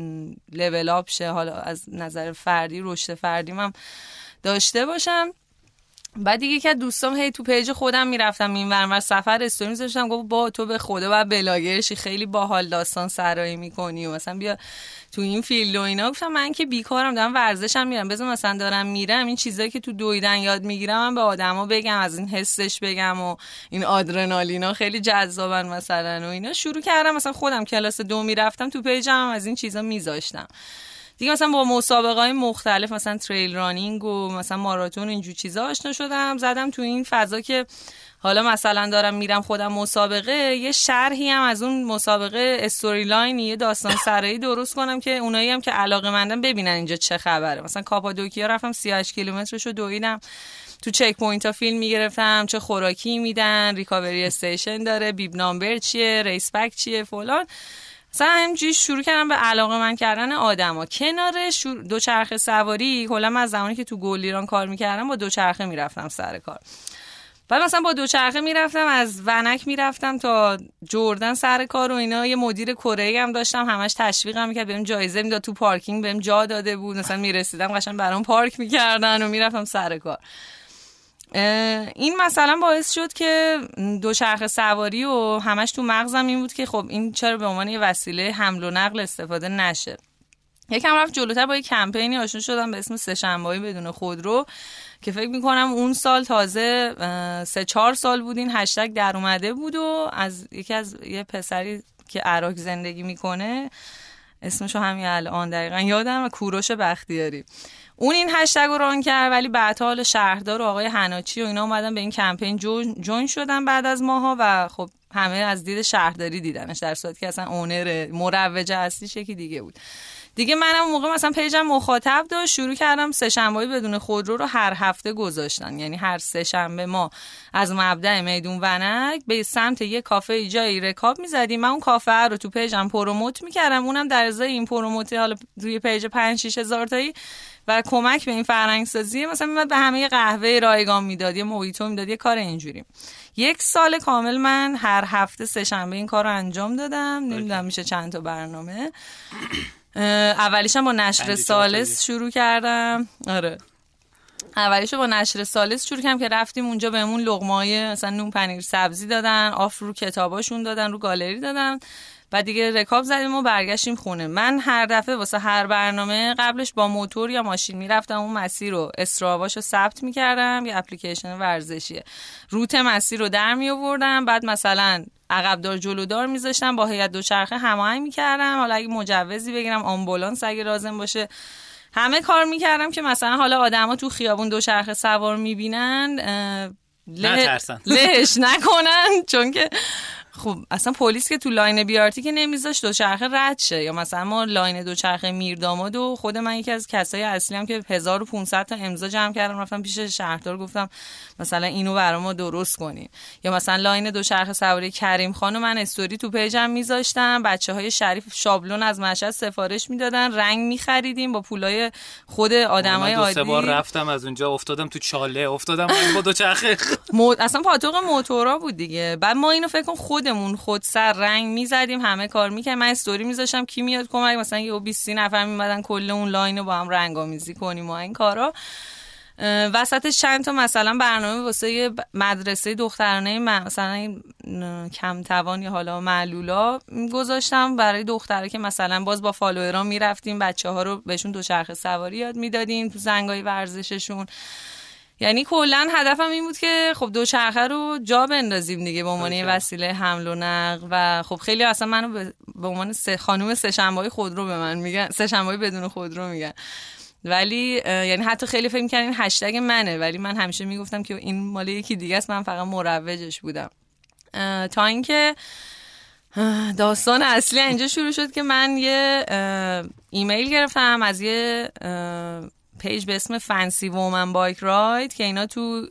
لول اپ شه، حالا از نظر فردی رشد فردیم هم داشته باشم. بعد دیگه که دوستام هی تو پیج خودم میرفتم این ور ور سفر استوری میذاشتم، گفت با تو به خدا بعد بلاگرشی، خیلی باحال داستان سرایی میکنی و مثلا بیا تو این فیلد و اینا. گفتم من که بیکارم دارم ورزشم میرم، بذار مثلا دارم میرم این چیزایی که تو دویدن یاد میگیرم من به آدما بگم، از این حسش بگم و این آدرنالینا خیلی جذابن مثلا و اینا. شروع کردم مثلا خودم کلاس دو میرفتم تو پیجم هم از این چیزا میذاشتم دیگه. مثلا با مسابقه‌های مختلف مثلا تریل رانینگ و مثلا ماراتون اینجور چیزا آشنا شدم، زدم تو این فضا که حالا مثلا دارم میرم خودم مسابقه، یه شرحی هم از اون مسابقه استوری لاین، یه داستان سرایی درست کنم که اونایی هم که علاقه‌مندن ببینن اینجا چه خبره. مثلا کاپادوکیا رفتم سی و هشت کیلومترشو دویدم، تو چک پوینت ها فیلم میگرفتم چه خوراکی میدن، ریکاوری استیشن داره، بیب نامبر چیه، ریس بک چیه فلان. مثلا همینجوری شروع کردم به علاقه من کردن آدما. کنار دوچرخه سواری، کلا من از زمانی که تو گلیران کار میکردم با دوچرخه میرفتم سر کار. بعد مثلا با دوچرخه میرفتم از ونک میرفتم تا جردن سر کار و اینا. یه مدیر کره‌ای هم داشتم همش تشویقم میکرد، بهم جایزه میداد، تو پارکینگ بهم جا داده بود، مثلا میرسیدم قشنگ برام پارک میکردن و میرفتم سر کار. این مثلا باعث شد که دوچرخه سواری و همش تو مغزم این بود که خب این چرا به عنوان یه وسیله حمل و نقل استفاده نشه. یکم رفت جلوتر با یه کمپینی آشنا شدم به اسم سه‌شنبه‌ای بدون خودرو که فکر میکنم اون سال تازه سه چهار سال بود این هشتگ در اومده بود و از یکی از یه پسری که عراق زندگی میکنه، اسمشو همین الان دقیقا یادم، کوروش بختیاری، اون این هشتگ رو ران کرد. ولی بعد حال شهردار و آقای حناچی و اینا اومدن به این کمپین جوین جوین شدن بعد از ماها و خب همه از دید شهرداری دیدنش، در صورتی که اصلا اونر مروج اصلیش یکی دیگه بود. دیگه منم اون موقع مثلا پیجم مخاطب داشت، شروع کردم سه شنبه‌ای بدون خودرو رو هر هفته گذاشتن، یعنی هر سه شنبه ما از مبدأ میدون ونک به سمت یه کافه جایی رکاب می‌زدیم. من اون کافه رو تو پیجم پروموت می‌کردم، اونم در ازای این پروموت حالا توی پیج پنج شش هزار تایی و کمک به این فرهنگ سازی مثلا میاد به همه قهوه رایگان میداد، یه مویتو میداد، یه کار اینجوری. یک سال کامل من هر هفته سه شنبه این کارو انجام دادم. نمیدونم میشه چند تا برنامه. اولیش با نشر ثالث شروع کردم. آره اولیشو با نشر ثالث شروع کردم که رفتیم اونجا بهمون لقمه‌های مثلا نون پنیر سبزی دادن، آف رو کتاباشون دادن، رو گالری دادن. بعد دیگه رکاب زدیم و برگشتیم خونه. من هر دفعه واسه هر برنامه قبلش با موتور یا ماشین میرفتم اون مسیر رو استراواشو ثبت میکردم، یه اپلیکیشن ورزشیه، روت مسیر رو در می آوردم، بعد مثلا عقبدار جلودار میذاشتم، با هیئت دوچرخه هماهنگ میکردم، حالا اگه مجوزی بگیرم، آمبولانس اگه لازم باشه، همه کار میکردم که مثلا حالا آدما تو خیابون دوچرخه سوار میبینن له... لهش نکنن، چون که خب اصلا پلیس که تو لاین بیارتی که نمیذاش دوچرخه رد شه، یا مثلا ما لاین دوچرخه میرداماد و خود من یکی از کسای اصلی هم که هزار و پانصد تا امضا جمع کردم رفتم پیش شهردار گفتم مثلا اینو برای ما درست کنین، یا مثلا لاین دوچرخه سواری کریم خانو من استوری تو پیجم میذاشتم، بچهای شریف شابلون از مشهد سفارش میدادن، رنگ میخریدیم با پولای خود آدمای عادی. دو سه بار رفتم از اونجا افتادم تو چاله، افتادم با دوچرخه مود اصلا پاتوق موتورا بود دیگه. بعد ما اینو فکر کنم خودمون خود سر رنگ میزدیم، همه کار میکردیم، من استوری میذاشتم کی میاد کمک، مثلا یه بیست نفر میمدن کل اون لاین رو با هم رنگامیزی کنیم و این کارا. وسطش چند تا مثلا برنامه واسه یه مدرسه دخترانه مثلا کم توان یا حالا معلولا گذاشتم برای دختره که مثلا باز با فالوورام میرفتیم بچه‌ها رو بهشون دوچرخه سواری یاد میدادیم تو زنگای ورزششون. یعنی کلا هدفم این بود که خب دوچرخه رو جا بندازیم دیگه به عنوان یه وسیله حمل و نقل. و خب خیلی اصلا منو به عنوان سه خانم سه شنبه‌ای خودرو به من میگن، سه شنبه‌ای بدون خودرو میگن، ولی یعنی حتی خیلی فکر می‌کردن این هشتگ منه، ولی من همیشه میگفتم که این مال یکی دیگه است، من فقط مروجش بودم. تا اینکه داستان اصلی اینجا شروع شد که من یه ایمیل گرفتم از یه پیج به اسم فنسی وومن بایک راید که اینا تو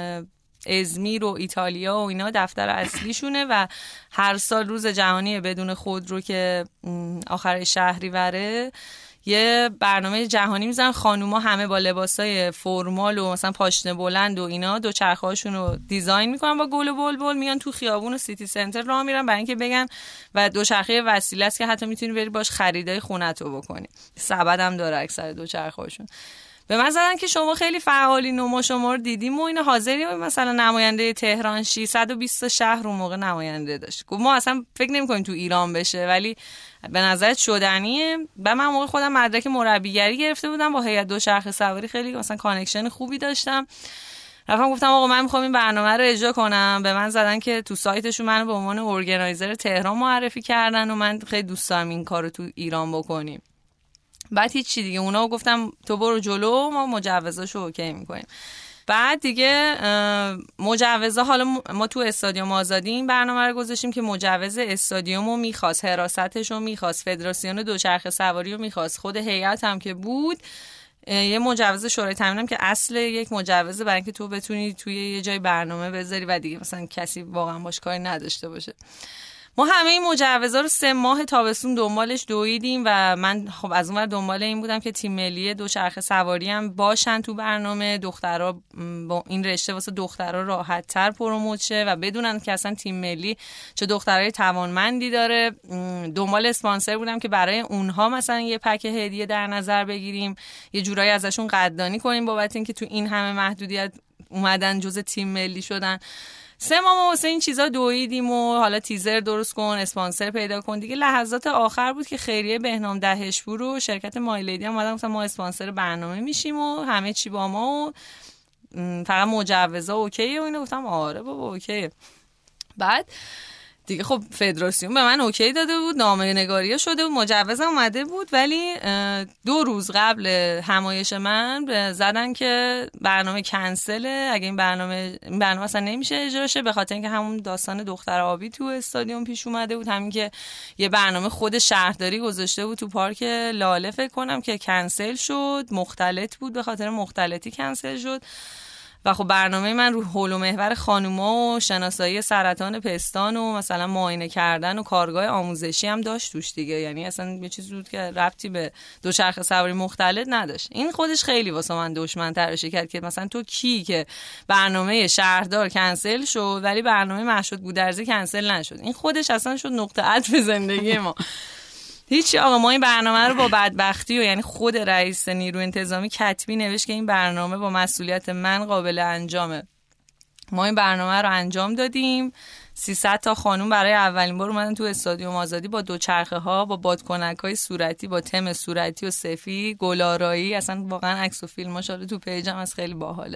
ازمیر و ایتالیا و اینا دفتر اصلیشونه و هر سال روز جهانی بدون خودرو که آخر شهریوره یه برنامه جهانی میزنن، خانوما همه با لباسای فرمال و مثلا پاشنه بلند و اینا دوچرخه‌هاشون رو دیزاین میکنن با گل و بلبل، میان تو خیابون و سیتی سنتر راه میرن برای اینکه بگن و دوچرخه وسیله است که حتی میتونی بری باش خریدای خونه‌تو بکنی. سبد هم داره اکثر دوچرخه‌هاشون. به من زدن که شما خیلی فعالین و ما شما رو دیدیم و اینا حاضری مثلا نماینده تهران شی صد و بیست شهر اون موقع نماینده داشت. گفت ما اصلا فکر نمی‌کنیم تو ایران بشه ولی به نظرت شدنیه. و من موقع خودم مدرک مربیگری گرفته بودم با هیئت دوچرخه سواری، خیلی مثلا کانکشن خوبی داشتم. رفتم گفتم آقا من می‌خوام این برنامه رو اجرا کنم. به من زدن که تو سایتشون منو به عنوان ارگانایزر تهران معرفی کردن و من خیلی دوست دارم این کارو تو ایران بکنیم. بعد هیچی دیگه اونا گفتم تو برو جلو، ما مجوزاشو اوکی میکنیم. بعد دیگه مجوزا، حالا ما تو استادیوم آزادی این برنامه رو گذاشتیم که مجوز استادیومو میخواست، حراستشو میخواست، فدراسیون دوچرخه سواری رو میخواست، خود هیئت هم که بود، یه مجوز شورای تامینم که اصل یک مجوز برای اینکه تو بتونی توی یه جای برنامه بذاری و دیگه مثلا کسی واقعا باش کاری نداشته باشه. ما همه این مجوزا رو سه ماه تابستون دنبالش دویدیم و من خب از اون ور دنبال این بودم که تیم ملی دوچرخه سواری هم باشن تو برنامه، دخترها با این رشته واسه دخترها راحت‌تر پروموت شه و بدونن که اصلا تیم ملی چه دخترای توانمندی داره. دنبال اسپانسر بودم که برای اونها مثلا یه پک هدیه در نظر بگیریم، یه جورایی ازشون قدردانی کنیم بابت اینکه تو این همه محدودیت اومدن جزء تیم ملی شدن. سه ماه ما واسه این چیزا دویدیم و حالا تیزر درست کن، اسپانسر پیدا کن. دیگه لحظات آخر بود که خیریه بهنام دهشپور و شرکت مایلیدی هم اومدن گفتن ما اسپانسر برنامه میشیم و همه چی با ما و فقط مجوزا اوکیه و اینو گفتم آره بابا اوکیه. بعد دیگه خب فدراسیون به من اوکی داده بود، نامه نگاری شده بود، مجوزم اومده بود، ولی دو روز قبل همایش من زدن که برنامه کنسله، اگه این برنامه این برنامه اصلا نمیشه اجرا شه، به خاطر اینکه همون داستان دختر آبی تو استادیوم پیش اومده بود، همین که یه برنامه خود شهرداری گذاشته بود تو پارک لاله فکر کنم که کنسل شد، مختلط بود، به خاطر مختلطی کنسل شد. و خب برنامه من رو حول و محور خانوما و شناسایی سرطان پستان و مثلا معاینه کردن و کارگاه آموزشی هم داشت توش دیگه، یعنی اصلا یه چیزی بود که ربطی به دوچرخه سواری مختلط نداشت. این خودش خیلی واسه من دشمن تراشی کرد که مثلا تو کی که برنامه شهردار کنسل شد ولی برنامه مشهود گودرزی کنسل نشد. این خودش اصلا شد نقطه عطف زندگی ما. هیچی آقا، ما این برنامه رو با بدبختی و یعنی خود رئیس نیروی انتظامی کتبی نوشت که این برنامه با مسئولیت من قابل انجامه. ما این برنامه رو انجام دادیم. سیصد تا خانوم برای اولین بار اومدن تو استادیوم آزادی با دوچرخه ها، با بادکنک‌های صورتی، با تم صورتی و سفید، گلارایی، اصلا واقعا عکس و فیلماشو تو پیجم از خیلی باحاله.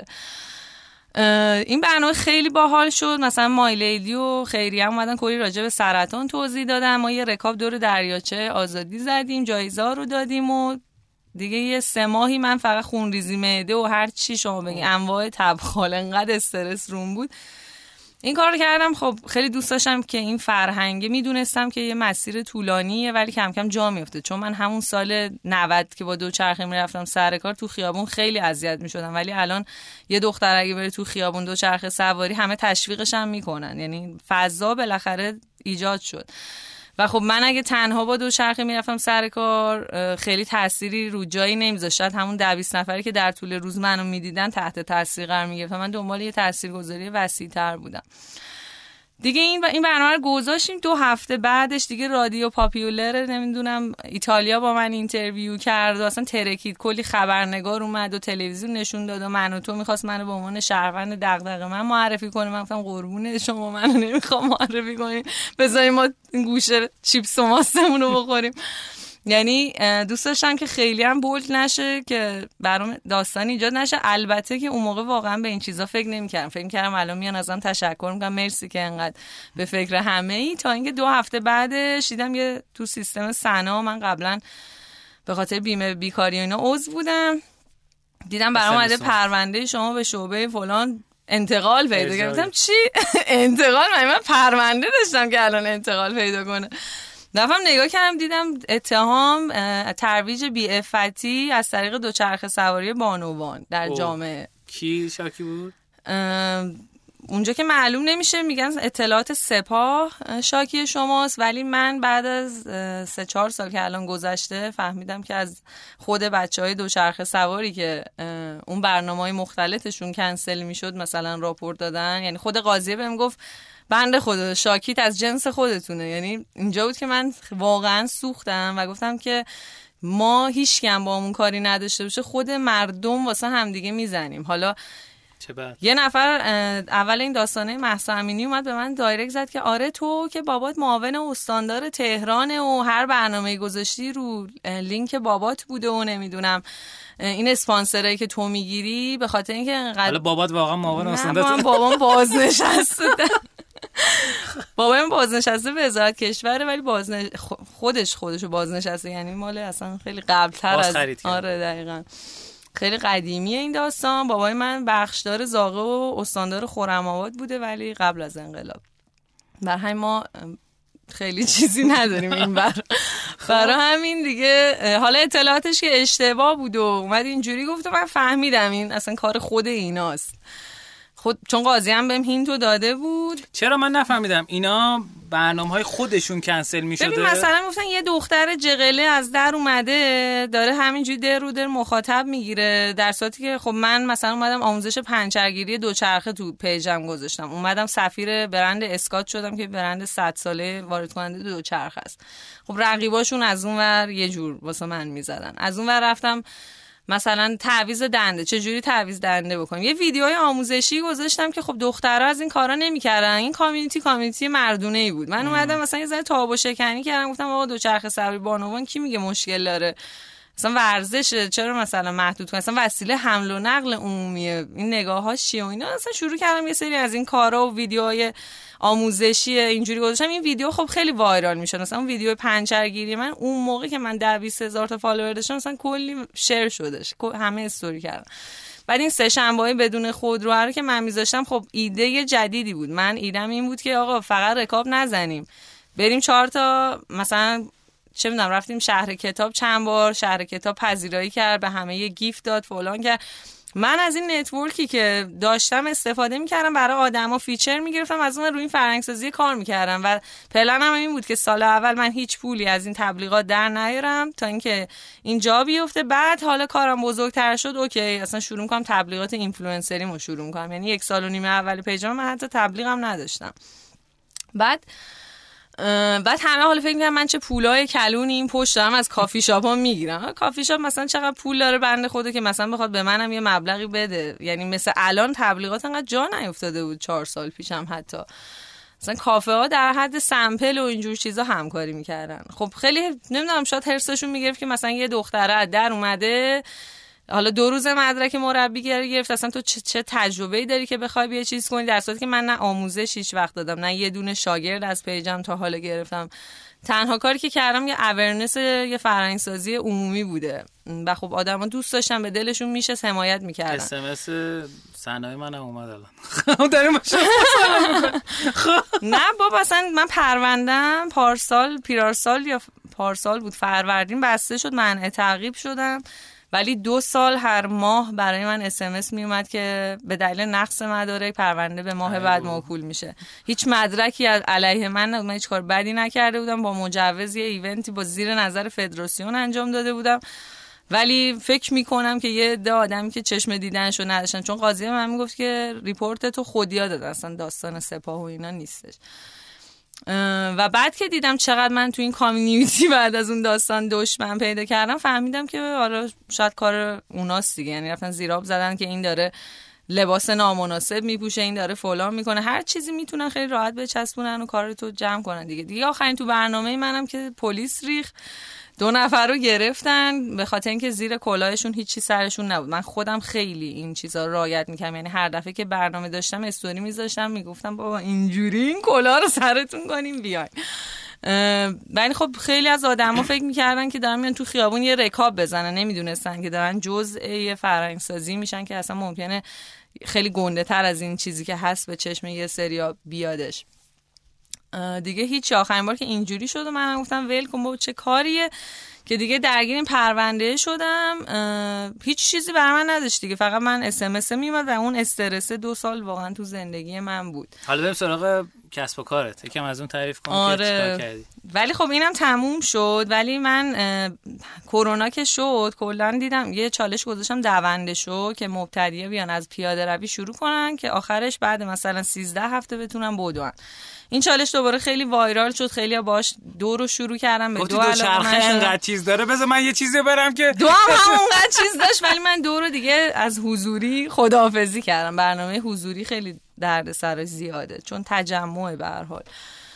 این برنامه خیلی باحال شد. مثلا مایلیدی و خیریه هم اومدن کلی راجع به سرطان توضیح دادن، ما یه رکاب دور دریاچه آزادی زدیم، جایزه رو دادیم و دیگه یه سه ماهی من فقط خونریزی معده و هر چی شما بگی انواع تبخال، انقدر استرس روم بود این کار رو کردم. خب خیلی دوست داشتم که این فرهنگه، میدونستم که یه مسیر طولانیه ولی کم کم جا میفته، چون من همون سال نود که با دوچرخه میرفتم سر کار تو خیابون خیلی اذیت میشدم، ولی الان یه دختر اگه بره تو خیابون دوچرخه سواری همه تشویقش هم میکنن، یعنی فضا بالاخره ایجاد شد. و خب من اگه تنها با دوچرخه میرفتم سر کار خیلی تأثیری رو جایی نمیذاشت، همون ده بیست نفری که در طول روز منو میدیدن تحت تاثیر قرار میگرفتن، من دنبال یه تاثیرگذاری وسیع‌تر بودم دیگه. این این برنامه رو گذاشتیم. دو هفته بعدش دیگه رادیو پاپیولر نمیدونم ایتالیا با من اینترویو کرد و اصلا ترکید، کلی خبرنگار اومد و تلویزیون نشون داد و من و تو می‌خواست منو به عنوان شهروند دغدغه من معرفی کنه. من گفتم قربونه شما، منو نمیخوام معرفی کنین، بذارید ما گوشه چیپس و ماستمون رو بخوریم. یعنی دوست داشتم که خیلی هم بولد نشه که برام داستان ایجاد نشه. البته که اون موقع واقعا به این چیزا فکر نمی‌کردم، فکر می‌کردم الان میان ازم تشکر می‌کنم، مرسی که انقدر به فکر همه ای. تا اینکه دو هفته بعدش دیدم یه تو سیستم سنا، من قبلا به خاطر بیمه بیکاری و اینا عضو بودم، دیدم برام اومده پرونده شما به شعبه فلان انتقال پیدا کرد. گفتم چی انتقال؟ من من پرونده داشتم که الان انتقال پیدا کنه. دفعه نگاه کردم دیدم اتهام ترویج بی‌عفتی از طریق دوچرخه سواری بانوان در جامعه. کی شاکی بود؟ اونجا که معلوم نمیشه، میگن اطلاعات سپاه شاکی شماست، ولی من بعد از سه چهار سال که الان گذشته فهمیدم که از خود بچهای دوچرخه سواری که اون برنامه‌های مختلفشون کنسل میشد مثلا راپورت دادن. یعنی خود قاضیه بهم گفت بنده خدا شاکیت از جنس خودتونه. یعنی اینجا بود که من واقعا سوختم و گفتم که ما هیچ کم با همون کاری نداشته باشه، خود مردم واسه همدیگه میزنیم. حالا یه نفر اول این داستانه مهسا امینی اومد به من دایرکت زد که آره تو که بابات معاون استاندار تهرانه و هر برنامه گذاشتی رو لینک بابات بوده و نمیدونم این اسپانسرایی که تو میگیری به خاطر اینکه انقدر. حالا بابات واقعا معاون استاندار؟ من بابام بازنشسته بابام بازنشسته به وزارت کشوره، ولی بازنش... خودش خودشو بازنشسته، یعنی مال اصلا خیلی قبل‌تر از آره دقیقاً خیلی قدیمیه این داستان. بابای من بخشدار زاغه و استاندار خرم‌آباد بوده ولی قبل از انقلاب. بر همین ما خیلی چیزی نداریم این بر برای همین دیگه حالا اطلاعاتش که اشتباه بود و اومد اینجوری گفت و من فهمیدم این اصلا کار خود ایناست. خود چون قاضی هم بهم هینتو داده بود. چرا من نفهمیدم اینا برنامه‌های خودشون کنسل می‌شده؟ ببین مثلا گفتن یه دختر جغله از در اومده داره همینجوری در رو در مخاطب میگیره، در صورتی که خب من مثلا اومدم آموزش پنچرگیری دوچرخه تو پیجم گذاشتم، اومدم سفیر برند اسکات شدم که برند صد ساله وارد کننده دوچرخه است. خب رقیباشون از اون ور یه جور واسه من میزدن، از اون ور رفتم مثلا تعویض دنده، چه جوری تعویض دنده بکنیم. یه ویدیوهای آموزشی گذاشتم که خب دخترها از این کارا نمی‌کردن، این کامیونیتی کامیونیتی مردونه‌ای بود. من اومدم مثلا یه ذره تاب و شکنی کردم، گفتم آقا دوچرخه سواری بانوان کی میگه مشکل داره مثلا ورزش چرا مثلا محدود کنم، مثلا وسیله حمل و نقل عمومیه، این نگاه‌هاش چیه و اینا. اصلا شروع کردم یه سری از این کارا و ویدیوهای آموزشی اینجوری گذاشتم. این ویدیو خب خیلی وایرال میشد، مثلا اون ویدیو پنچرگیری من اون موقع که من ده بیست هزار تا فالوور داشتم مثلا کلی شیر شدش، همه استوری کردن. بعد این سه شنبه‌ای بدون خودرو رو که من میذاشتم، خب ایده جدیدی بود. من ایدم این بود که آقا فقط رکاب نزنیم، بریم چهار تا مثلا چه میدونم رفتیم شهر کتاب چند بار، شهر کتاب پذیرایی کرد، به همه یه گیفت داد فلان کرد. من از این نتورکی که داشتم استفاده میکردم، برای آدما فیچر میگرفتم، از اون روی این فرهنگسازی کار میکردم و پلنم این بود که سال اول من هیچ پولی از این تبلیغات در نیارم تا اینکه این جا بیفته. بعد حالا کارم بزرگتر شد، اوکی اصلا شروع میکنم تبلیغات اینفلوئنسریمو شروع میکنم. یعنی یک سال و نیمه اول پیجم من حتی تبلیغم نداشتم. بعد بعد همه حالا فکر می‌کنم من چه پولای کلونی این پشت دارم از کافی شاپ‌ها میگیرم. کافی شاپ مثلا چقدر پول داره بنده خدا که مثلا بخواد به منم یه مبلغی بده. یعنی مثلا الان تبلیغات انقدر جا نیافتاده بود چهار سال پیشم، حتی مثلا کافه ها در حد سمپل و اینجور چیزا همکاری میکردن. خب خیلی نمیدونم شاید حرسشون میگرفت که مثلا یه دختره از در اومده، حالا دو روز مدرک مربیگری گرفت، اصلا تو چه, چه تجربه‌ای داری که بخوای بیا چیز کنی، در صورتی که من نه آموزش هیچ وقت دادم، نه یه دونه شاگرد از پیجم تا حالا گرفتم. تنها کاری که کردم یه اورنس، یه فرهنگسازی عمومی بوده و خب آدما دوست داشتن، به دلشون میشه حمایت میکردن. اس ام اس صنایع منم اومد الان. داریم نه بابا اصلا من پروندم پارسال پیرارسال یا پارسال بود فروردین بسته شد، منع تعقیب شدم، ولی دو سال هر ماه برای من اس ام اس می اومد که به دلیل نقص مدارک پرونده به ماه بعد موکول میشه. هیچ مدرکی از علیه من نبود، من هیچ کار بدی نکرده بودم، با مجوز یه ایونتی با زیر نظر فدراسیون انجام داده بودم. ولی فکر میکنم که یه عده آدمی که چشم دیدنشو نداشتن، چون قاضی من میگفت که ریپورت تو خودیا داد، اصلا داستان سپاه و اینا نیستش. و بعد که دیدم چقدر من تو این کامیونیتی بعد از اون داستان دشمن پیدا کردم، فهمیدم که آره شاید کار اوناست دیگه. یعنی رفتن زیراب زدن که این داره لباس نامناسب میپوشه، این داره فلان میکنه، هر چیزی میتونن خیلی راحت بچسبونن و کار تو جمع کنن دیگه. دیگه آخرین تو برنامه منم که پلیس ریخ، دو نفر رو گرفتن به خاطر اینکه زیر کلاهشون هیچی سرشون نبود. من خودم خیلی این چیزا رو رعایت میکنم، یعنی هر دفعه که برنامه داشتم استوری میذاشتم، میگفتم بابا اینجوری این کلاه رو سرتون کنیم بیاین. ولی خب خیلی از آدما فکر میکردن که دارن میان تو خیابون یه رکاب بزنن، نمیدونستن که دارن جزء فرهنگسازی میشن که اصلا ممکنه خیلی گنده تر از این چیزی که هست به چشم یه سریا بیادش. دیگه هیچ، آخرین بار که اینجوری شد و من گفتم ول کن بابا چه کاریه، که دیگه درگیر این پرونده شدم. هیچ چیزی برای من نداشت دیگه، فقط من اس ام اس میومد و اون استرس دو سال واقعا تو زندگی من بود. حالا بریم سراغ کسب و کارت، یکم از اون تعریف کن. آره. که چیکار کردی. ولی خب اینم تموم شد. ولی من کرونا که شد کلا دیدم یه چالش گذاشتم دونده شو که مبتدیه بیان از پیاده روی شروع کنن که آخرش بعد مثلا سیزده هفته بتونن بدون. این چالش دوباره خیلی وایرال شد، خیلی باش دو رو شروع کردم به دو. دو چرخه انقدر چیز داره، بذار من یه چیزی برم که دو هم همونقدر چیز داشت، ولی من دو رو دیگه از حضوری خداحافظی کردم. برنامه حضوری خیلی دردسر زیاده چون تجمعه به هر حال.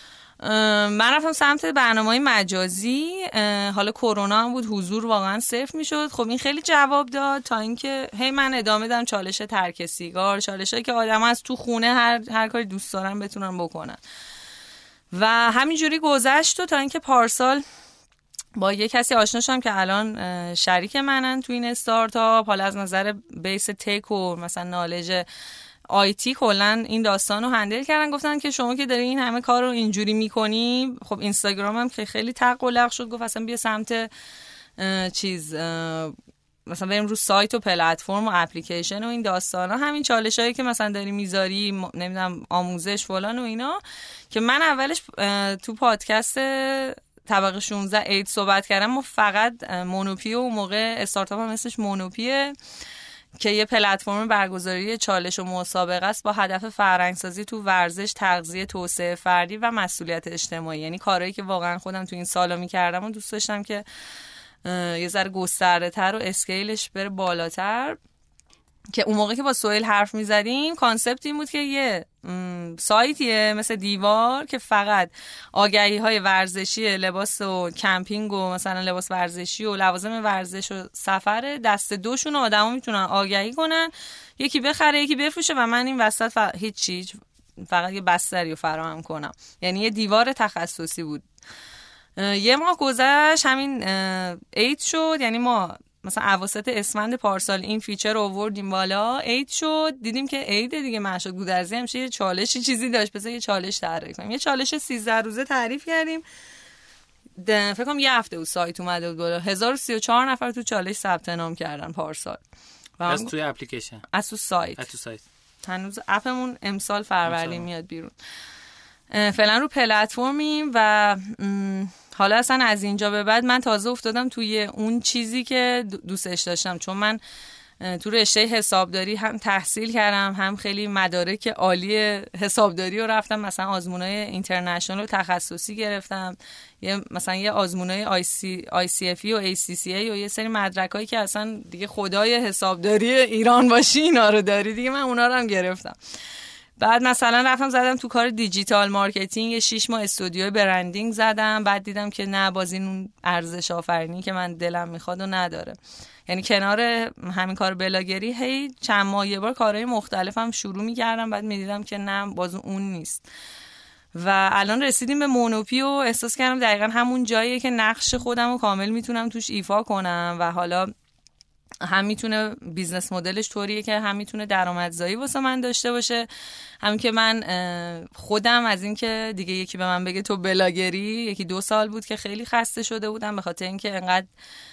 من رفتم سمت برنامه‌های مجازی، حالا کرونا هم بود، حضور واقعا صفر میشد. خب این خیلی جواب داد تا اینکه هی من ادامه دادم چالش ترک سیگار، چالشایی که آدم از تو خونه هر هر کاری دوست دارن بتونن بکنن و همینجوری گذشت. و تا اینکه پارسال با یه کسی آشنا شدم که الان شریک منن تو این استارتاپ، حالا از نظر بیس تک و مثلا نالج آیتی کلا این داستانو هندل کردن. گفتن که شما که داری این همه کار رو اینجوری میکنی، خب اینستاگرامم که خیلی تق و لق شد، گفت اصلا بیا سمت چیز مثلا بریم رو سایت و پلتفرم و اپلیکیشن و این داستانا، همین چالشایی که مثلا داری میذاری نمیدونم آموزش فلان و اینا. که من اولش تو پادکست طبقه شانزده اید صحبت کردم و فقط مونوپی و موقع استارتاپ هم مثلش مونوپیه که یه پلتفرم برگزاری چالش و مسابقه است با هدف فرهنگسازی تو ورزش، تغذیه، توسعه فردی و مسئولیت اجتماعی. یعنی کارهایی که واقعا خودم تو این سالا می‌کردم و دوست داشتم که یه ذره گسترده‌تر و اسکیلش بره بالاتر. که اون موقع که با سهیل حرف میزدیم کانسپت این بود که یه سایتیه مثل دیوار که فقط آگهی های ورزشی، لباس و کمپینگ و مثلا لباس ورزشی و لوازم ورزش و سفر دست دوشون آدما میتونن آگهی کنن، یکی بخره یکی بفروشه و من این وسط ف... هیچ چیز فقط یه بستری رو فراهم کنم. یعنی یه دیوار تخصصی بود. یه ماه گذشت همین عید شد، یعنی ما مثلا اواسط اسفند پارسال این فیچر رو آوردیم بالا، عید شد دیدیم که عید دیگه مهشاد گودرزی همیشه یه چالشی چیزی داشت، بذار یه چالش تعریف کنیم. یه چالش سیزده روزه تعریف کردیم، فکر کنم یه هفته بود سایت اومده بود بالا، هزار و سی و چهار نفر تو چالش ثبت نام کردن پارسال. از توی اپلیکیشن، از تو سایت، از تو سایت. هنوز اپمون امسال فروردین میاد بیرون. فعلا رو پلتفرمیم و حالا اصلا از اینجا به بعد من تازه افتادم توی اون چیزی که دوستش داشتم، چون من تو رشته حسابداری هم تحصیل کردم، هم خیلی مدارک عالی حسابداری رو رفتم، مثلا آزمونای اینترنشنال تخصصی گرفتم، یه مثلا یه آزمونای آی سی آی سی اف ای و ای سی سی ای و یه سری مدرکایی که اصلا دیگه خدای حسابداری ایران باشی اینا رو داری دیگه، من اونا رو هم گرفتم. بعد مثلا رفتم زدم تو کار دیجیتال مارکتینگ، شش ماه استودیو برندینگ زدم، بعد دیدم که نه، باز این ارزش آفرینی که من دلم میخواد و نداره. یعنی کنار همین کار بلاگری هی چند ماه یه بار کارهای مختلفم شروع می‌کردم، بعد می‌دیدم که نه، باز اون نیست. و الان رسیدیم به مونوپی و احساس کردم دقیقاً همون جاییه که نقش خودم رو کامل میتونم توش ایفا کنم و حالا هم میتونه بیزنس مدلش طوریه که هم میتونه درآمدزایی واسه من داشته باشه، هم که من خودم از این که دیگه یکی به من بگه تو بلاگری، یکی دو سال بود که خیلی خسته شده بودم به خاطر اینکه انقدر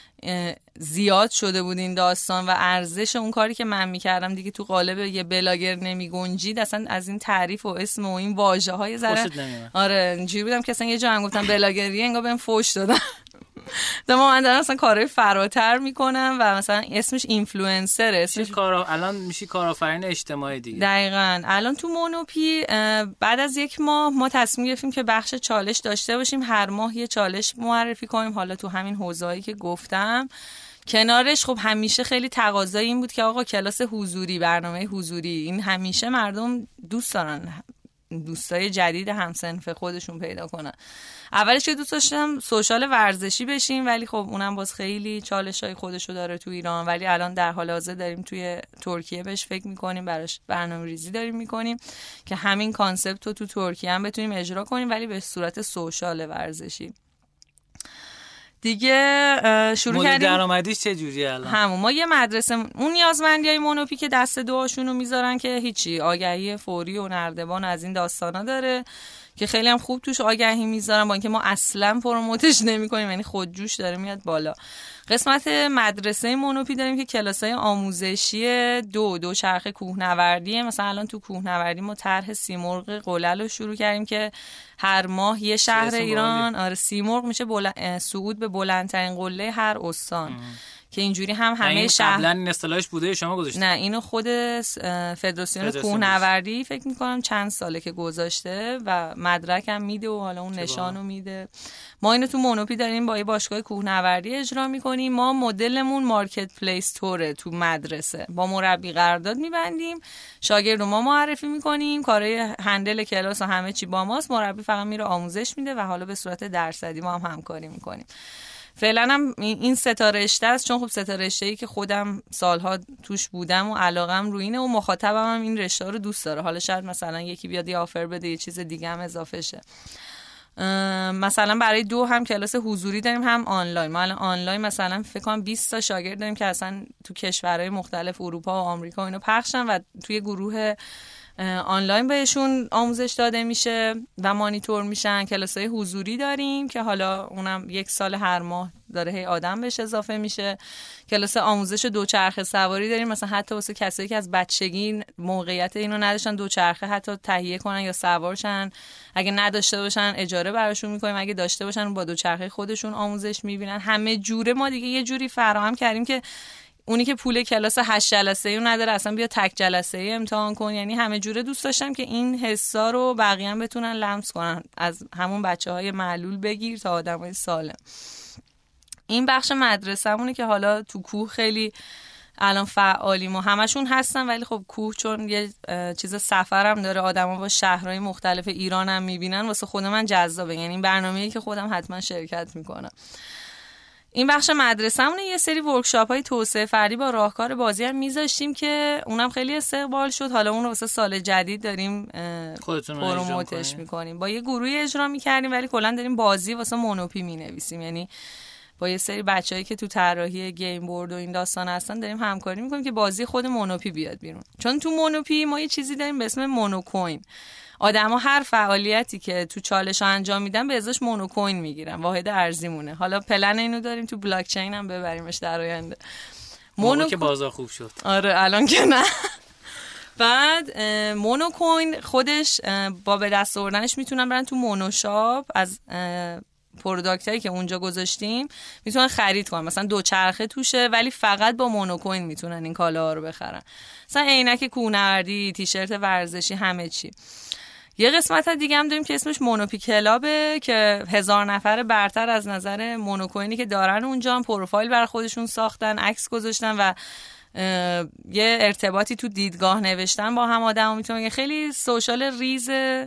زیاد شده بود این داستان و ارزش اون کاری که من میکردم دیگه تو قالب یه بلاگر نمیگنجید، اصلا از این تعریف و اسم و این واژه های ذره آره اینجوری بودم که اصلا یه جا هم گفتم بلاگری انگار بهم فوش دادن. دما من دارم مثلا کارهای فراتر میکنم و مثلا اسمش اینفلوئنسره، اسمش کارا الان میشی کارآفرین اجتماعی دیگه. دقیقاً. الان تو مونوپی بعد از یک ماه ما تصمیم گرفتیم که بخش چالش داشته باشیم، هر ماه یه چالش معرفی کنیم، حالا تو همین حوزه‌ای که گفتم. کنارش خب همیشه خیلی تقاضای این بود که آقا کلاس حضوری، برنامه حضوری، این همیشه مردم دوست دارن دوستای جدید همسنف خودشون پیدا کنن. اولش که دوست داشتم سوشال ورزشی بشیم، ولی خب اونم باز خیلی چالشای خودشو داره تو ایران، ولی الان در حال حاضر داریم توی ترکیه بهش فکر میکنیم، براش برنامه‌ریزی داریم میکنیم که همین کانسپت رو تو ترکیه هم بتونیم اجرا کنیم ولی به صورت سوشال ورزشی. دیگه شروع کردیم. مدل درآمدیش چه جوریه الان؟ همون ما یه مدرسه، اون نیازمندیای مونوپی که دست دوهاشونو میذارن که هیچی، آگهی فوری و نردبان از این داستانا داره که خیلی هم خوب توش آگهی میذارن با اینکه ما اصلا پروموتش نمی‌کنیم، یعنی خودجوش داره میاد بالا. قسمت مدرسه مونوپی داریم که کلاسای آموزشی دو دو چرخه کوهنوردیه. مثلا الان تو کوهنوردی ما طرح سیمرغ قلل رو شروع کردیم که هر ماه یه شهر ایران آره سیمرغ میشه بلند... صعود به بلندترین قله هر استان ام. که اینجوری هم همه شهر قبلا این اصطلاحش بوده شما گذاشتید؟ نه، اینو خود فدراسیون کوهنوردی فکر می‌کنم چند ساله که گذاشته و مدرک هم میده و حالا اون نشانو میده. ما اینو تو مونوپی داریم با یه باشگاه کوهنوردی اجرا می‌کنیم. ما مدلمون مارکت پلیس توره، تو مدرسه با مربی قرارداد می‌بندیم، شاگرد رو ما معرفی می‌کنیم، کارهای هندل کلاس و همه چی با ماست، مربی فقط میره آموزش میده و حالا به صورت درصدی ما هم همکاری می‌کنیم. فعلا هم این سه تا رشته است، چون خب سه تا رشته‌ای که خودم سالها توش بودم و علاقم روی اینه و مخاطبم هم این رشته رو دوست داره. حالا شاید مثلا یکی بیاد یه آفر بده یه چیز دیگه هم اضافه شه. مثلا برای دو هم کلاس حضوری داریم هم آنلاین. ما الان آنلاین مثلا فکر کنم بیست تا شاگرد داریم که اصلا تو کشورهای مختلف اروپا و آمریکا اینو پخشن و توی گروه آنلاین بهشون آموزش داده میشه و مانیتور میشن. کلاسای حضوری داریم که حالا اونم یک سال هر ماه داره هی آدم بهش اضافه میشه. کلاس آموزش دوچرخه سواری داریم، مثلا حتی واسه کسایی که از بچگی موقعیت اینو نداشتن دوچرخه حتی تهیه کنن یا سوارشن، اگه نداشته باشن اجاره براشون میکنیم، اگه داشته باشن با دوچرخه خودشون آموزش میبینن. همه جوره ما دیگه یه جوری فراهم کردیم که اونی که پول کلاس هشت جلسه‌ای رو نداره اصلا بیا تک جلسه‌ای امتحان کن. یعنی همه جوره دوست داشتم که این حسا رو بقیه هم بتونن لمس کنن، از همون بچه‌های معلول بگیر تا آدمای سالم. این بخش مدرسه‌مونه که حالا تو کوه خیلی الان فعالیم و همشون هستن، ولی خب کوه چون یه چیز سفرم داره، آدما با شهرهای مختلف ایران هم میبینن، واسه خود من جذابه. یعنی این برنامه‌ای که خودم حتما شرکت میکنم. این بخش مدرسه‌مون یه سری ورکشاپ‌های توسعه فردی با راهکار بازی هم میذاشتیم که اونم خیلی استقبال شد. حالا اون رو واسه سال جدید داریم پروموتش میکنیم. با یه گروهی اجرا میکردیم، ولی کلا داریم بازی واسه مونوپی مینویسیم. یعنی با یه سری بچه‌ای که تو طراحی گیم بورد و این داستان هستن داریم همکاری میکنیم که بازی خود مونوپی بیاد بیرون. چون تو مونوپی ما یه چیزی داریم به اسم مونوکوین. آدما هر فعالیتی که تو چالش انجام میدن به ازاش مونوکوین میگیرن، واحد ارزیمونه. حالا پلن اینو داریم تو بلاک چین هم ببریمش در آینده. مونو که بازار خوب شد. آره الان که نه. بعد مونوکوین خودش با به دست آوردنش میتونن برن تو مونوشاپ، از پروداکتایی که اونجا گذاشتیم میتونن خرید کنن. مثلا دوچرخه توشه، ولی فقط با مونوکوین میتونن این کالاها رو بخرن. مثلا عینک کوهنوردی، تیشرت ورزشی، همه چی. یه قسمت دیگه هم داریم که اسمش مونوپی کلابه که هزار نفر برتر از نظر مونوکوینی که دارن اونجا هم پروفایل برای خودشون ساختن، عکس گذاشتن و یه ارتباطی تو دیدگاه نوشتن با هم آدم. میتونن خیلی سوشال ریز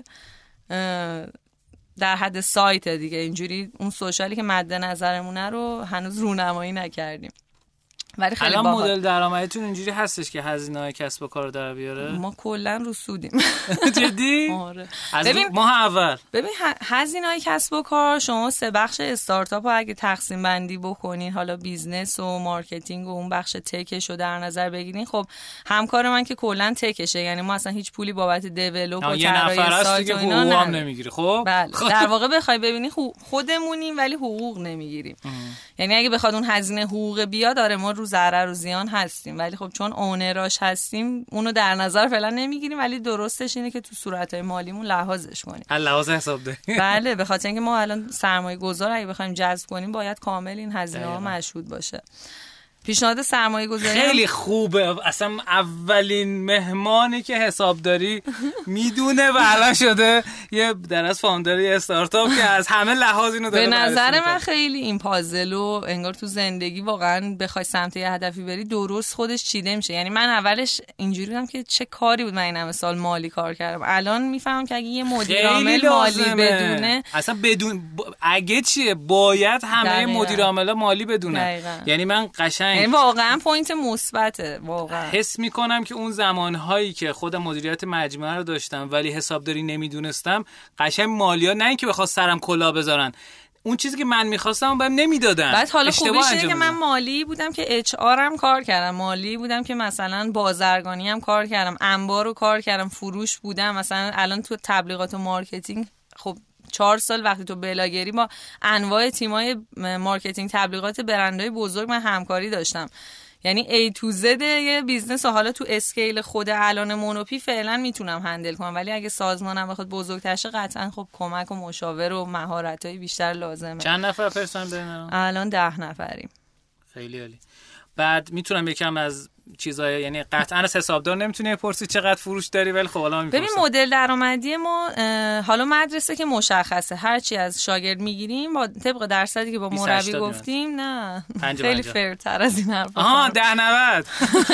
در حد سایت دیگه. اینجوری اون سوشالی که مد نظرمونه رو هنوز رونمایی نکردیم، ولی خیلی الان باحال. مدل درآمدیتون اینجوری هستش که هزینه‌های کسب و کار در بیاره؟ ما کلا رو سودیم. جدی؟ آره. از ماه اول ببین هزینه‌های کسب و کار شما سه بخش استارتاپ رو اگه تقسیم بندی بکنین، حالا بیزنس و مارکتینگ و اون بخش تکش رو در نظر بگیرین، خب همکار من که کلا تکشه، یعنی ما اصلا هیچ پولی بابت دیولپ و طراحی سایت و اینا حقوق هم نمیگیری. خب بله. در واقع بخوای ببینی خودمونیم ولی حقوق نمیگیریم. یعنی اگه بخواد اون هزینه حقوق بیاد، داره ما رو ضرر و زیان هستیم، ولی خب چون اونراش هستیم اونو در نظر فعلا نمیگیریم، ولی درستش اینه که تو صورت‌های مالیمون لحاظش کنیم. لحاظ حسابداری. بله، به خاطر اینکه ما الان سرمایه گذار اگه بخوایم جذب کنیم باید کامل این هزینه‌ها مشهود باشه. پیشنهاد سرمایه گذاری خیلی خوبه. اصلا اولین مهمانی که حسابداری میدونه و الان شده یه در از فاوندری استارتاپ که از همه لحاظ اینو داره. به نظر من خیلی این پازلو انگار تو زندگی واقعا بخوای سمت یه هدفی بری درست خودش چیده میشه. یعنی من اولش اینجوری بودم که چه کاری بود من این همه سال مالی کار کردم، الان میفهمم که اگه یه مدیر عامل مالی بدونه، اصلا بدون ب... اگه چیه باید همه مدیر عامل مالی بدونه. یعنی من قشنگ یعنی واقعا پوینت مثبته. واقعا حس میکنم که اون زمانهایی که خودم مدیریت مجموعه رو داشتم ولی حسابداری نمیدونستم، قشنگ مالیا نه اینکه بخواد سرم کلاه بذارن، اون چیزی که من میخواستم بهم نمیدادن. بعد حالا خوبیش اینه که من مالی بودم که اچ آر هم کار کردم، مالی بودم که مثلا بازرگانی هم کار کردم، انبار رو کار کردم، فروش بودم. مثلا الان تو تبلیغات و مارکتینگ خب چهار سال وقتی تو بلاگری با انواع تیمای مارکتینگ تبلیغات برندهای بزرگ من همکاری داشتم. یعنی ای تو زد یه بیزنس و حالا تو اسکیل خود الان مونوپی فعلا میتونم هندل کنم، ولی اگه سازمانم بخواد بزرگتر شه قطعا خب کمک و مشاور و مهارت‌های بیشتر لازمه. چند نفر پرسنل دارین الان؟ ده نفریم. خیلی عالی. بعد میتونم یکم از چیزای، یعنی قطعا از حسابدار نمیتونی بپرسی چقدر فروش داری، ولی خب حالا میپرسم. ببین مدل درآمدی ما حالا مدرسه که مشخصه، هر چی از شاگرد میگیریم با طبق درصدی که با مربی گفتیم، نه خیلی فرتر از این حرفا. آها ده نود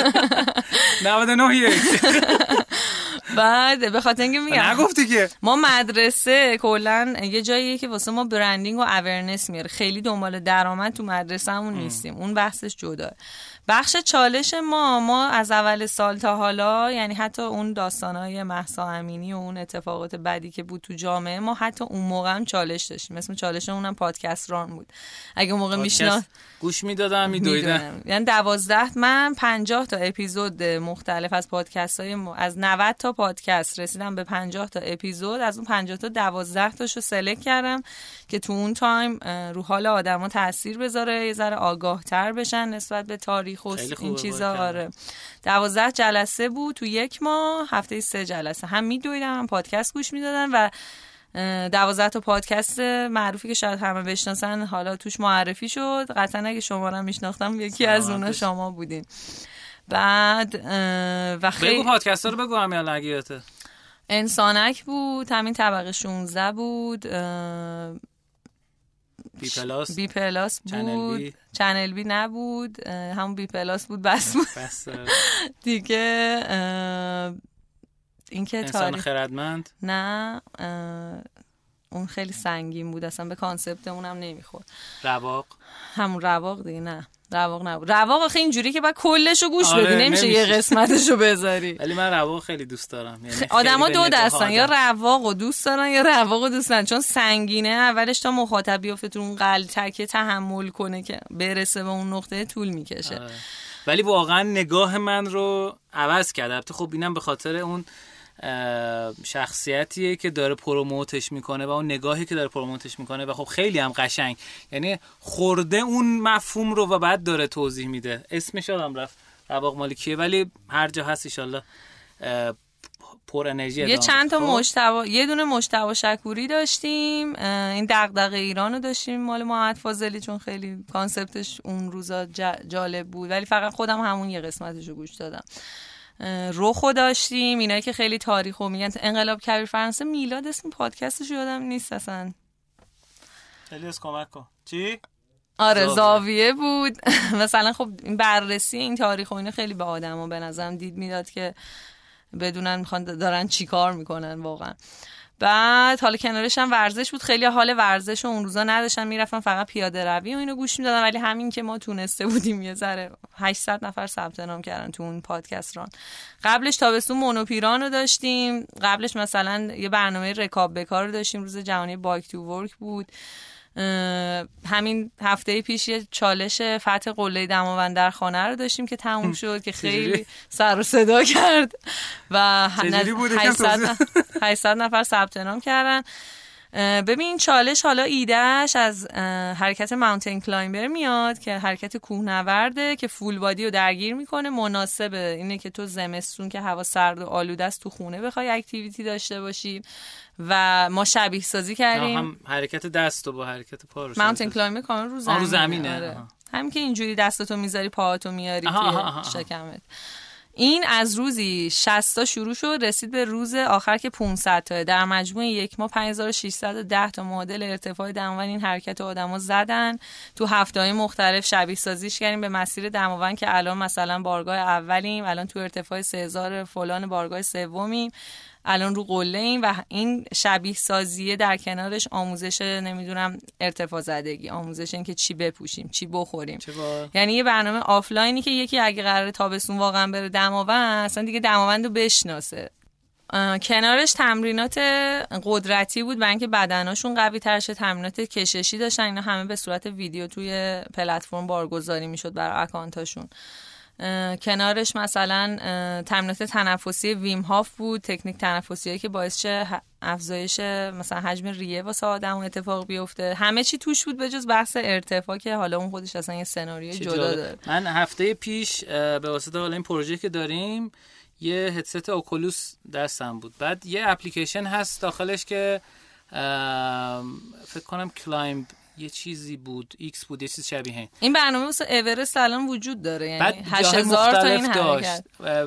نود و نه یک. بعد به خاطر اینکه میگم نگفتی که ما مدرسه کلا یه جاییه که واسه ما برندینگ و اورننس میاره، خیلی دنبال درآمد تو مدرسه‌مون نیستیم، اون بحثش جدا. بخش چالش ما ما از اول سال تا حالا، یعنی حتی اون داستانای مهسا امینی و اون اتفاقات بدی که بود تو جامعه ما، حتی اون موقع هم چالش داشتیم. اسم چالش اونم پادکست ران بود. اگه اون موقع میشنا گوش میدادم میدویدم، یعنی دوازده من پنجاه تا اپیزود مختلف از پادکست های م... از نود تا پادکست رسیدم به پنجاه تا اپیزود. از اون پنجاه تا دوازده تاشو سلکت کردم که تو اون تایم رو حال آدما تاثیر بذاره، یه ذره آگاه‌تر بشن نسبت به تاریخ و این چیزا. آره دوازده جلسه بود تو یک ماه، هفته سه جلسه هم میدویدم هم پادکست گوش میدادن و دوازده تا پادکست معروفی که شاید همه بشناسن حالا توش معرفی شد. قطعا اگه شما رو میشناختم یکی از اونا شما بودین. بعد و خیلی بگو پادکست رو بگو همین اگه انسانک بود، همین طبقه شانزده بود، بی پلاس بی پلاس بود، چنل بی نبود، همون بی پلاس بود بس بود. بس دیگه این که انسان تاریخ خردمند نه، اون خیلی سنگین بود، اصلا به کانسپتمون هم نمیخورد. رواق همون رواق دیگه نه، رواق نبود. رواق آخه اینجوری که بعد کلشو گوش آره، بدی، نمیشه نمیشه. یه قسمتشو بذاری. ولی من رواق خیلی دوست دارم. یعنی آدما دو دستن، یا رواقو دوست دارن یا رواقو دوست ندارن، چون سنگینه. اولش تا مخاطب بیفته تو اون قلتکه تحمل کنه که برسه به اون نقطه طول میکشه. آره. ولی واقعا نگاه من رو عوض کرد. البته خب اینم به خاطر اون شخصیتیه که داره پروموتش میکنه و اون نگاهی که داره پروموتش میکنه و خب خیلی هم قشنگ، یعنی خورده اون مفهوم رو و بعد داره توضیح میده. اسمش یادم رفت رواق مالکیه، ولی هر جا هست ایشالله پر انرژی. یه چند تا مجتبی، یه دونه مجتبی شکوری داشتیم، این دغدغه ایرانو داشتیم مال محمد فاضلی، چون خیلی کانسپتش اون روزا جالب بود، ولی فقط خودم همون یه قسمتشو گوش دادم. روخو داشتیم، اینایی که خیلی تاریخو میگن. انقلاب کبیر فرانسه، میلاد اسم پادکستش یادم نیست اصلا. الیاس کمک کن. چی؟ آره زاویه, زاویه بود. مثلا خب این بررسی این تاریخ و اینو خیلی به آدمو به نظرم دید میداد که بدونن میخوان دارن چی کار میکنن واقعا. بعد حالا کنارش هم ورزش بود، خیلی حال ورزش اون روزا نداشتن، میرفتن فقط پیاده روی و اینو گوش میدادن. ولی همین که ما تونسته بودیم یه ذره هشتصد نفر ثبت نام کردن تو اون پادکست ران. قبلش تابستون مونوپیران رو داشتیم، قبلش مثلا یه برنامه رکاب بکار رو داشتیم، روز جهانی بایک تو ورک بود. همین هفته پیش یه چالش فتح قله دماوند در خانه رو داشتیم که تموم شد که خیلی سر و صدا کرد و هشتصد نفر ثبت نام کردن. ببین چالش حالا ایدهش از حرکت ماونتین کلایمبر میاد که حرکت کوهنورده که فول بادی رو درگیر میکنه. مناسبه اینه که تو زمستون که هوا سرد و آلوده است تو خونه بخوای اکتیویتی داشته باشی و ما شبیه سازی کردیم. هم حرکت دست و با حرکت پا رو. ماونتین کلایمبر کامل رو زمینه. رو زمینه. آره. همین که اینجوری دستتو میذاری پاهاتو میاری توی شکمت. این از روزی شصت تا شروع شد، رسید به روز آخر که پانصد تا. در مجموع یک ماه پنج هزار و ششصد و ده تا معادل ارتفاع دماوند این حرکت آدما زدن. تو هفته‌های مختلف شبیه سازیش کردیم به مسیر دماوند که الان مثلا بارگاه اولیم، الان تو ارتفاع سه هزار فلان بارگاه سومیم، الان رو قله ایم. و این شبیه سازیه در کنارش آموزش نمیدونم ارتفاع زدگی، آموزش این که چی بپوشیم چی بخوریم. یعنی یه برنامه آفلاینی که یکی اگه قراره تابستون واقعا بره دماوند اصلا دیگه دماوند رو بشناسه. کنارش تمرینات قدرتی بود برای اینکه بدناشون قوی تر شه، تمرینات کششی داشتن، اینا همه به صورت ویدیو توی پلتفرم بارگذاری میشد برای اکانتاشون. کنارش مثلا تمرینات تنفسی ویم هاف بود، تکنیک تنفسیایی که باعث شه افزایش مثلا حجم ریه واسه آدم اتفاق بیفته. همه چی توش بود به جز بحث ارتفاع که حالا اون خودش اصلا یه سناریوی جدا داره. من هفته پیش به واسطه حالا این پروژه که داریم یه هدست اوکولوس دستم بود، بعد یه اپلیکیشن هست داخلش که فکر کنم کلایمب یه چیزی بود، ایکس بود، یه چیز شبیه این برنامه واسه اورست الان وجود داره، یعنی هشت هزار تا این داشت.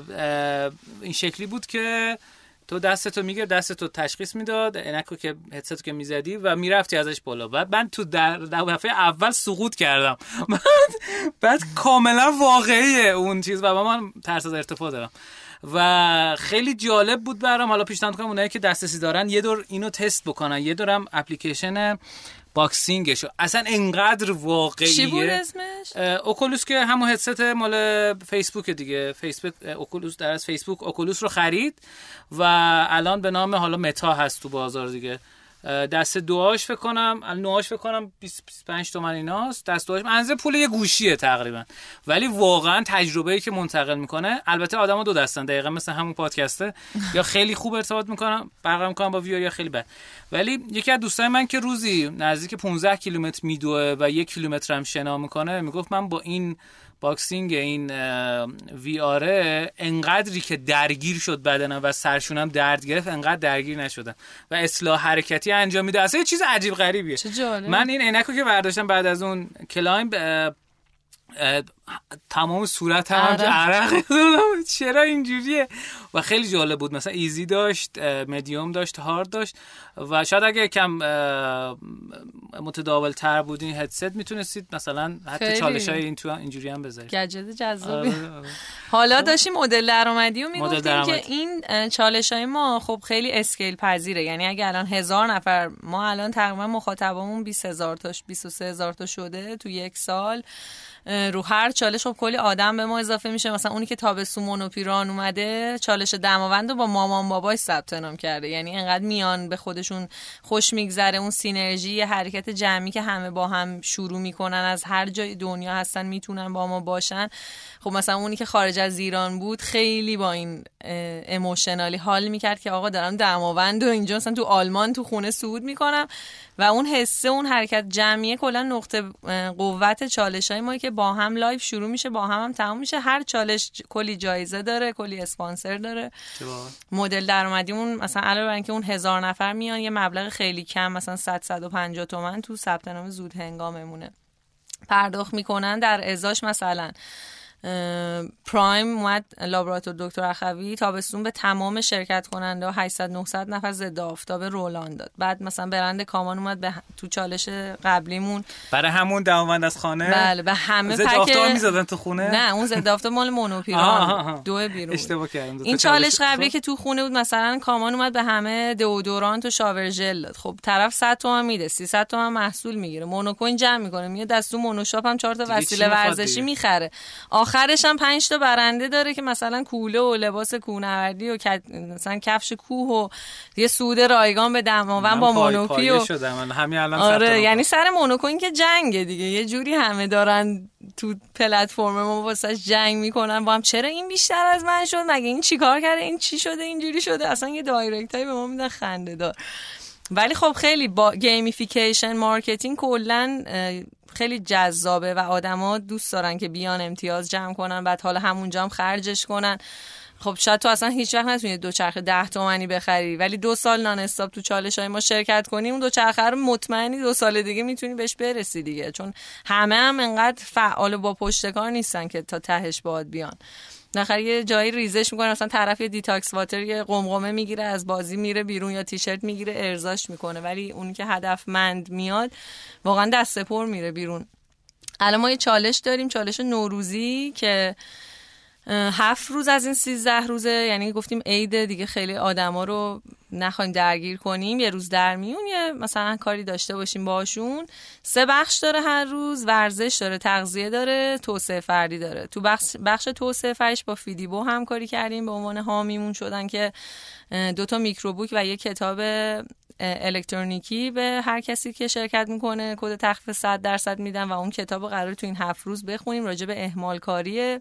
این شکلی بود که تو دستتو میگیر، دستتو تشخیص میداد، عینکو که هدستو که میزدی و میرفتی ازش بالا. بعد من تو در دفعه اول سقوط کردم. بعد بعد کاملا واقعیه اون چیز و من ترس از ارتفاع دارم و خیلی جالب بود برام. حالا پیشنهاد می‌کنم اونایی که دسترسی دارن یه دور اینو تست بکنن، یه دورم اپلیکیشن باکسینگشو. اصلا انقدر واقعیه. چی بود اسمش؟ اوکولوس که همون هدست مال فیسبوک دیگه. فیسبوک اوکولوس در از فیسبوک اوکولوس رو خرید و الان به نام حالا متا هست تو بازار دیگه. دست دوهاش فکر کنم نوهاش فکر کنم بیست بیست و پنج تومن ایناست. دست دوهاش اندازه پول یه گوشیه تقریبا، ولی واقعا تجربه‌ای که منتقل میکنه. البته آدما دو دستن دقیقاً مثل همون پادکسته، یا خیلی خوب ارتباط میکنن برقرار میکنن با ویو یا خیلی بد. ولی یکی از دوستای من که روزی نزدیک پانزده کیلومتر میدوه و یک کیلومتر هم شنا میکنه میگفت من با این باکسینگ این وی آره انقدری که درگیر شد بدنم و سرشونم درد گرفت انقدر درگیر نشدم و اصلاح حرکتی انجام میده. اصلا یه چیز عجیب غریبیه. چه جالب. من این عینکو که برداشتم بعد از اون کلایمب تمام صورت هم عرق دادم چرا اینجوریه و خیلی جالب بود. مثلا ایزی داشت، مدیوم داشت، هارد داشت و شاید اگه کم متداول تر بودین هدست میتونستید مثلا حتی چالش های این تو اینجوری هم بذارید. گجت جذابی. آره آره. حالا داشتیم مدل درآمدی رو میگفتیم که این چالش های ما خب خیلی اسکیل پذیره. یعنی اگه الان هزار نفر، ما الان تقریبا مخاطبمون بیست هزار تاش بیست و سه هزار تا شده تو یک سال، رو هر چالش خب کلی آدم به ما اضافه میشه. مثلا اونی که تابستون مونوپیران اومده چالش دماوند رو با مامان باباش ثبت نام کرده. یعنی انقدر میان به خودشون خوش میگذره، اون سینرژی، حرکت جمعی که همه با هم شروع میکنن، از هر جای دنیا هستن میتونن با ما باشن. خب مثلا اونی که خارج از ایران بود خیلی با این ایموشنالی حال میکرد که آقا دارم دماوند و اینجا مثلا تو آلمان تو خونه صعود میکنم و اون حسه، اون حرکت جمعیه کلا نقطه قوت چالشای ما که با هم لایف شروع میشه، با هم هم تموم میشه. هر چالش کلی جایزه داره، کلی اسپانسر داره. مدل درآمدیمون مثلا علاوه بر اینکه اون هزار نفر میان یه مبلغ خیلی کم مثلا صد صد و پنجاه تومن تو ثبت نام زود هنگاممونه پرداخت میکنن. در ازاش مثلا پرایم اومد، لابراتور دکتر اخوی تابستون به تمام شرکت کننده هشتصد نهصد نفر ضد آفتاب رولان داد. بعد مثلا برند کامان اومد به تو چالش قبلیمون برای همون دماوند از خانه، بله، به همه ضد آفتاب میزدن تو خونه. نه اون ضد آفتاب مال مونوپیران دو بیرون. اشتباه کردم. این چالش قبلی که تو خونه بود مثلا کامان اومد به همه دئودورانت و شاور ژل داد. خب طرف صد تومن میده، سیصد تومن محصول میگیره، مونوکوین جمع میکنه، میاد دستو مونوشاپ هم چهار تا وسیله ورزشی میخره. آخرش هم پنج تا برنده داره که مثلا کوله و لباس کوهنوردی و مثلا کفش کوه و یه سود رایگان به دماوند با مونوکی و همین الان. آره یعنی سر مونوکوین که جنگه دیگه، یه جوری همه دارن تو پلتفرم ما واسش جنگ میکنن با هم. چرا این بیشتر از من شد؟ مگه این چیکار کرده؟ این چی شده؟ اینجوری شده؟ اصلا یه دایرکتایی به ما میدن خنده دار. ولی خب خیلی با گیمیفیکیشن مارکتینگ کلا خیلی جذابه و آدما دوست دارن که بیان امتیاز جمع کنن، بعد حالا همونجا هم خرجش کنن. خب شاید تو اصلا هیچ وقت نتونی دوچرخه ده تومانی بخری، ولی دو سال نان استاپ تو چالش‌های ما شرکت کنی، اون دوچرخه رو مطمئنی دو سال دیگه میتونی بهش برسی دیگه، چون همه هم انقدر فعال و با پشتکار نیستن که تا تهش باید بیان. نخری یه جایی ریزش میکنه، مثلا طرف یه دیتاکس واتر یه قمقمه میگیره از بازی میره بیرون یا تیشرت میگیره ارزاش میکنه، ولی اون که هدفمند میاد واقعا دست پر میره بیرون. الان ما یه چالش داریم، چالش نوروزی که هفت روز از این سیزده روزه، یعنی گفتیم عید دیگه خیلی آدما رو نخوایم درگیر کنیم، یه روز در میون یه مثلا کاری داشته باشیم باشون. سه بخش داره هر روز، ورزش داره، تغذیه داره، توسعه فردی داره. تو بخش بخش توسعه فردیش با فیدیبو همکاری کردیم، به عنوان حامیمون شدن که دو تا میکروبوک و یک کتاب الکترونیکی به هر کسی که شرکت میکنه کد تخفیف صد درصد میدن و اون کتابو قراره تو این هفت روز بخونیم. راجع به اهمال کاری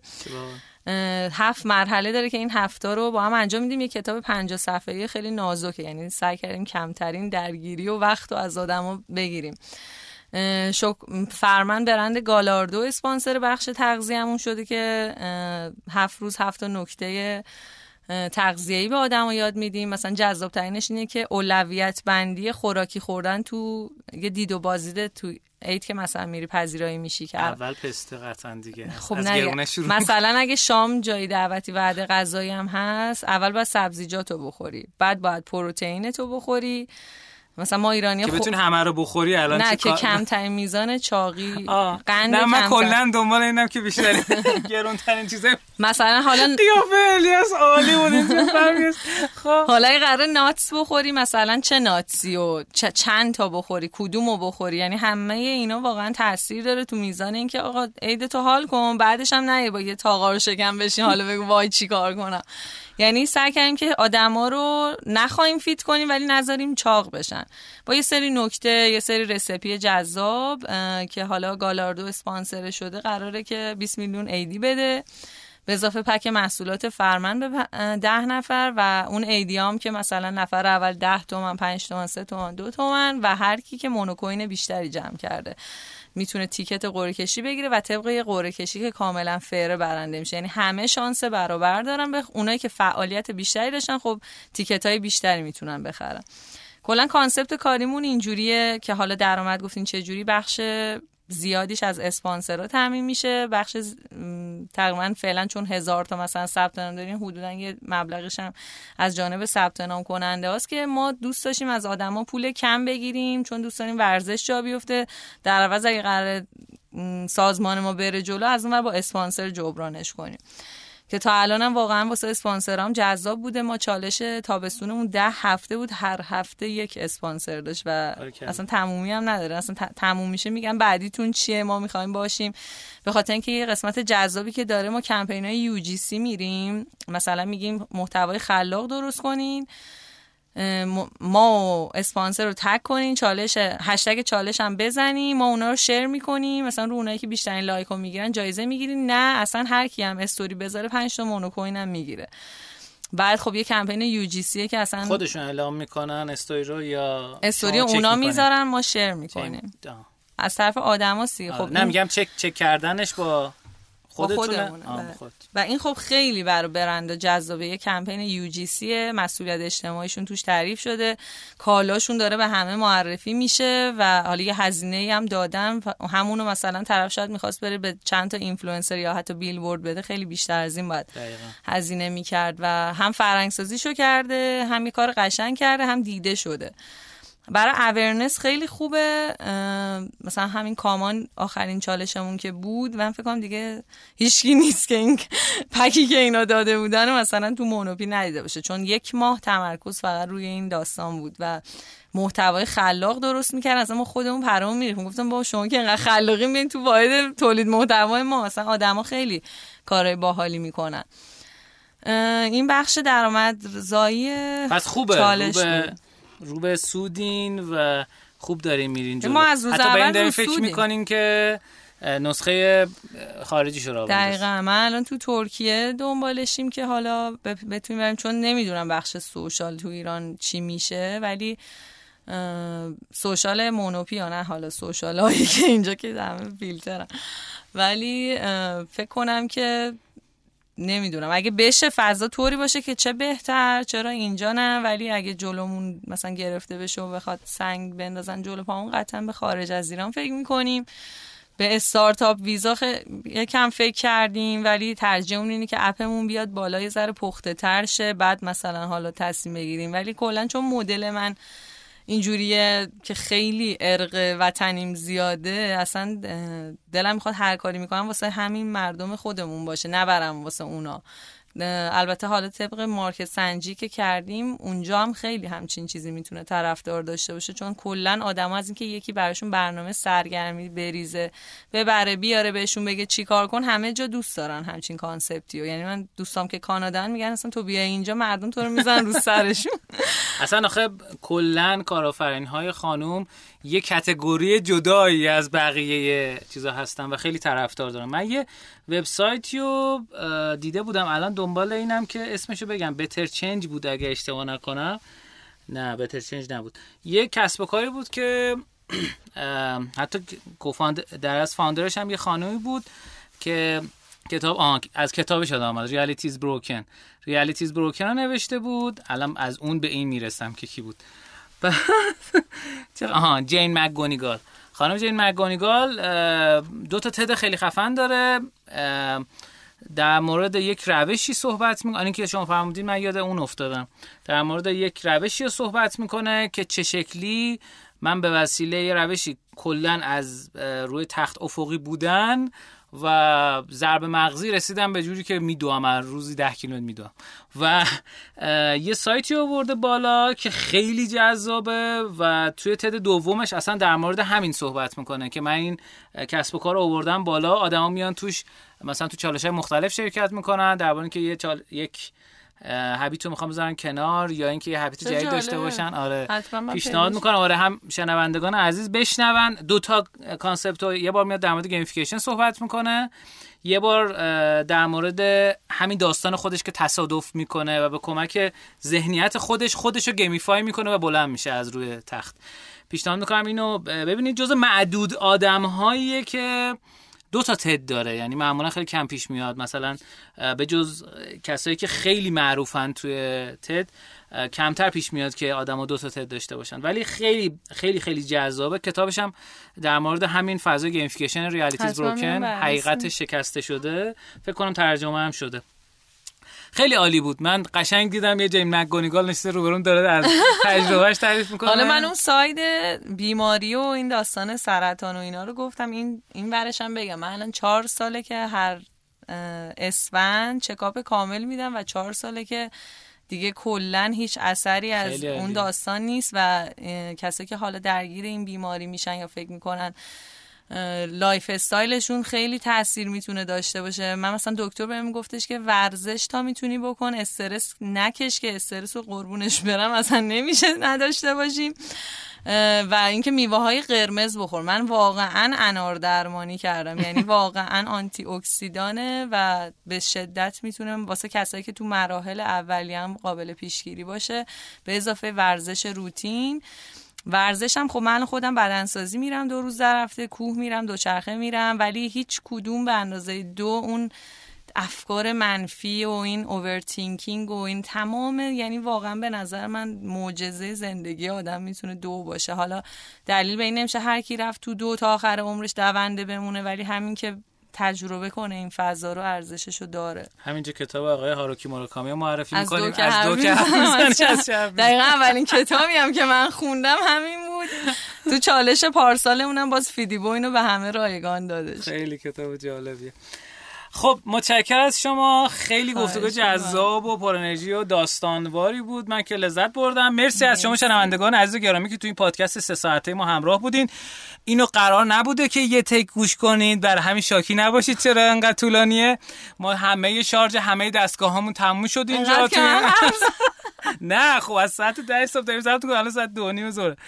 هفت مرحله داره که این هفتا رو با هم انجام میدیم. یه کتاب پنجاه صفحه‌ای خیلی نازکه، یعنی سعی کردیم کمترین درگیری و وقت رو از آدما بگیریم. شک... فرمن برند گالاردو اسپانسر بخش تغذیه‌مون شده که هفت روز هفت نکته تغذیه‌ای به آدمو یاد میدیم. مثلا جذاب ترینش اینه که اولویت بندی خوراکی خوردن تو یه دید و بازدید تو عید که مثلا میری پذیرایی میشی که اول پسته قطعا دیگه خب از گرونه شروع. مثلا اگه شام جایی دعوتی وعده غذایی هم هست، اول باید سبزیجاتو بخوری، بعد باید پروتئینتو بخوری. مثلا ما ایرانی که بتونی خو... همه رو بخوری. الان نه چه که کار... کمترین میزان چاقی قند. نه من کلا دنبال اینم که بیشتر گرونترین چیزا مثلا حالا قیافه الیاس عالی بود اینجا فهمیس. خب حالا اگه قراره ناتس بخوری، مثلا چه ناتسی و چه چند تا بخوری، کدومو بخوری، یعنی همه اینا واقعا تاثیر داره تو میزان اینکه آقا عید تو حال کن، بعدش هم نه با یه تاقا رو شکم بشین حالا بگو وای چیکار کنم. یعنی سعی کردیم که آدما رو نخوایم فیت کنیم ولی نذاریم چاق بشن، با یه سری نکته، یه سری رسیپی جذاب که حالا گالاردو اسپانسر شده قراره که بیست میلیون ایدی بده به اضافه پک محصولات فرمن به ده نفر و اون ایدیام که مثلا نفر اول ده تومن، پنج تومن، سه تومن، دو تومن و هر کی که مونوکوین بیشتری جمع کرده میتونه تیکت قرعه کشی بگیره و طبق یه قرعه کشی که کاملا فیر برنده میشه. یعنی همه شانس برابر دارن، به اونایی که فعالیت بیشتری داشتن خب تیکتای بیشتری میتونن بخرن. کلا کانسپت کاریمون اینجوریه که حالا درآمد گفتین چه جوری، بخش زیادیش از اسپانسرها تامین میشه. بخش تقریبا فعلا چون هزار تا مثلا ثبت نام داریم، حدودا یه مبلغش هم از جانب ثبت نام کننده هاست که ما دوست داشتیم از آدما پول کم بگیریم، چون دوست داریم ورزش جا بیفته. در عوض اگه قرار سازمان ما بره جلو، از اون ور با اسپانسر جبرانش کنیم، که تا الان هم واقعا واسه اسپانسرام جذاب بوده. ما چالش تابستونمون ده هفته بود، هر هفته یک اسپانسر داشت و okay. اصلا تمومی هم نداره. اصلا تموم میشه میگن بعدیتون چیه، ما میخوایم باشیم. به خاطر اینکه یه قسمت جذابی که داره، ما کمپینای یو جی سی میریم، مثلا میگیم محتوای خلاق درست کنین، ما اسپانسر رو تگ کنین، چالش هشتگ چالش هم بزنین، ما اونا رو شیر میکنیم، مثلا رو اونایی که بیشترین لایک رو میگیرن جایزه میگیرین. نه اصلا هر کی هم استوری بذاره پنج تا مونو کوین هم میگیره. بعد خب یه کمپین یو جی سی که اصلا خودشون اعلام میکنن استوری رو، یا استوری اونا میذارن ما شیر میکنیم از طرف آدماسی. خب نه میگم چک چک کردنش با خودتونه. خود. و این خب خیلی برای برند جذابه. یه کمپین یو جی سی مسئولیت اجتماعیشون توش تعریف شده، کالاشون داره به همه معرفی میشه و حالا یه هزینه‌ای هم دادن. همونو مثلا طرف شاید می‌خواست بره به چند تا اینفلوئنسر یا حتی بیلبورد بده، خیلی بیشتر از این باید هزینه می‌کرد و هم فرهنگ‌سازیشو کرده، هم یه کار قشنگ کرده، هم دیده شده. برای اورنس خیلی خوبه. مثلا همین کامان آخرین چالشمون که بود، من فکر کنم دیگه هیچکی نیست که این پکی که اینا داده بودن مثلا تو مونوپی ندیده باشه، چون یک ماه تمرکز فقط روی این داستان بود و محتوای خلاق درست میکرد. اصلا ما خودمون پرامون میریختیم، گفتم با شما که اینقدر خلاقی میین تو واحد تولید محتوای ما، مثلا آدما خیلی کارهای باحالی میکنن. این بخش درآمدزایی پس خوبه، چالش خوبه. رو به سودین و خوب داریم میرین جلو. ما از روز حتی به این داریم فکر میکنین که نسخه خارجی شو را بندازیم. دقیقاً ما الان تو ترکیه دنبالشیم که حالا بتونیم بریم، چون نمیدونم بخش سوشال تو ایران چی میشه، ولی سوشال مونوپی یا نه حالا سوشال هایی که اینجا که همه فیلترن، ولی فکر کنم که نمیدونم اگه بشه فضا طوری باشه که چه بهتر، چرا اینجا نه. ولی اگه جلومون مثلا گرفته بشه و بخواد سنگ بندازن جلو پامون، قطعا به خارج از ایران فکر میکنیم. به استارتاپ ویزا خ... یکم فکر کردیم، ولی ترجیحمون اینه که اپمون بیاد بالا، یه ذره پخته تر شه، بعد مثلا حالا تصمیم بگیریم. ولی کلا چون مدل من اینجوریه که خیلی ارق وطنیم زیاده، اصلا دلم میخواد هر کاری میکنم واسه همین مردم خودمون باشه، نبرم واسه اونا. البته حالا طبق مارکت سنجی که کردیم، اونجا هم خیلی همچین چیزی میتونه طرفدار داشته باشه، چون کلا آدما از اینکه یکی براشون برنامه سرگرمی بریزه ببره بیاره بهشون بگه چی کار کن، همه جا دوست دارن همچین کانسپتیو. یعنی من دوستام که کانادان میگن اصلا تو بیا اینجا، مردم تو رو میزنن رو سرشون. اصلا آخه کلا کارآفرین‌های خانوم یه کاتگوری جدایی از بقیه چیزا هستن و خیلی طرفدار دارن. من یه وبسایتیو دیده بودم، الان دنبال اینم که اسمشو بگم، بتر چنج بود اگه اشتباه نکنم. نه بتر چنج نبود، یه کسب و کاری بود که حتی کوفاند در از فاوندرش هم یه خانومی بود که کتاب آه از کتابش یادم اومد، ریالیتیز بروکن ریالیتیز بروکن رو نوشته بود. الان از اون به این میرسم که کی بود. آها جین مکگونیگال. خانم جین مکگونیگال دو تا تد خیلی خفن داره، در مورد یک روشی صحبت میکنه. این که شما فرمودین من یاد اون افتادم. در مورد یک روشی صحبت میکنه که چه شکلی من به وسیله یه روشی کلن از روی تخت افقی بودن و ضرب مغزی رسیدم به جوری که میدوام، روزی ده کیلومتر میدوام و یه سایتی آورده بالا که خیلی جذابه و توی تد دومش اصلا در مورد همین صحبت میکنه که من این کسب و کار رو آوردم بالا، آدما میان توش مثلا تو چالش‌های مختلف شرکت میکنن، درباره اینکه یه چال... یک هابیتو میخوام بذارن کنار یا اینکه یه هابیت جدید داشته باشن. آره پیشنهاد میکنم آره هم شنوندگان عزیز بشنون. دو تا کانسپت رو یه بار میاد در مورد گیمفیکیشن صحبت میکنه، یه بار در مورد همین داستان خودش که تصادف میکنه و به کمک ذهنیت خودش خودش رو گیمیفای میکنه و بلند میشه از روی تخت. پیشنهاد میکنم اینو ببینید، جزو معدود آدم‌هاییه که دو تا تد داره، یعنی معمولا خیلی کم پیش میاد، مثلا به جز کسایی که خیلی معروفن توی تد کمتر پیش میاد که آدما دو تا تد داشته باشن، ولی خیلی خیلی خیلی جذابه. کتابش هم در مورد همین فضای گیمفیکیشن ریالیتیز بروکن، حقیقت شکسته شده، فکر کنم ترجمه هم شده. خیلی عالی بود. من قشنگ دیدم یه جای مکگونیگال نشسته روبروم داره از تجربهش تعریف میکنه. حالا من اون ساید بیماری و این داستان سرطان و اینا رو گفتم، این این ورش هم بگم. من الان چهار ساله که هر اسفند چکاپ کامل میدم و چهار ساله که دیگه کلن هیچ اثری از اون داستان نیست و کسایی که حالا درگیر این بیماری میشن یا فکر میکنن لایف استایلشون خیلی تاثیر میتونه داشته باشه. من مثلا دکتر بهم گفتش که ورزش تا میتونی بکن، استرس نکش که استرس رو قربونش برم اصلا نمیشه نداشته باشیم، و اینکه میوه های قرمز بخور. من واقعا انار درمانی کردم، یعنی واقعا آنتی اکسیدانه و به شدت میتونه واسه کسایی که تو مراحل اولیه هم قابل پیشگیری باشه، به اضافه ورزش روتین. ورزشم خب من خودم بدنسازی میرم دو روز در هفته، کوه میرم، دوچرخه میرم، ولی هیچ کدوم به اندازه دو اون افکار منفی و این اوورتینکینگ و این تمام، یعنی واقعا به نظر من معجزه زندگی آدم میتونه دو باشه. حالا دلیل به این نمیشه هر کی رفت تو دو تا آخر عمرش دونده بمونه، ولی همین که تجربه کنه این فضا رو ارزششو داره. همینجا کتاب آقای هاروکی موراکامی معرفی می‌کنیم، از دو که دقیقاً اولین کتابی هم که من خوندم همین بود. تو چالش پارسال اونم باز فیدیبو اینو به همه رایگان دادش. خیلی کتاب جالبیه. خب متشکرم از شما، خیلی گفتگو جذاب و پر انرژی و داستانواری بود، من که لذت بردم. مرسی از شما شنوندگان عزیز و گرامی که تو این پادکست سه ساعته ما همراه بودین. اینو قرار نبوده که یه تک گوش کنید، برای همین شاکی نباشید چرا انقدر طولانیه. ما همه شارژ همه دستگاهامون تموم شد اینجا تو نه خب از ساعت ده صبح داریم ساعت تو الان ساعت دو و نیم ظهر.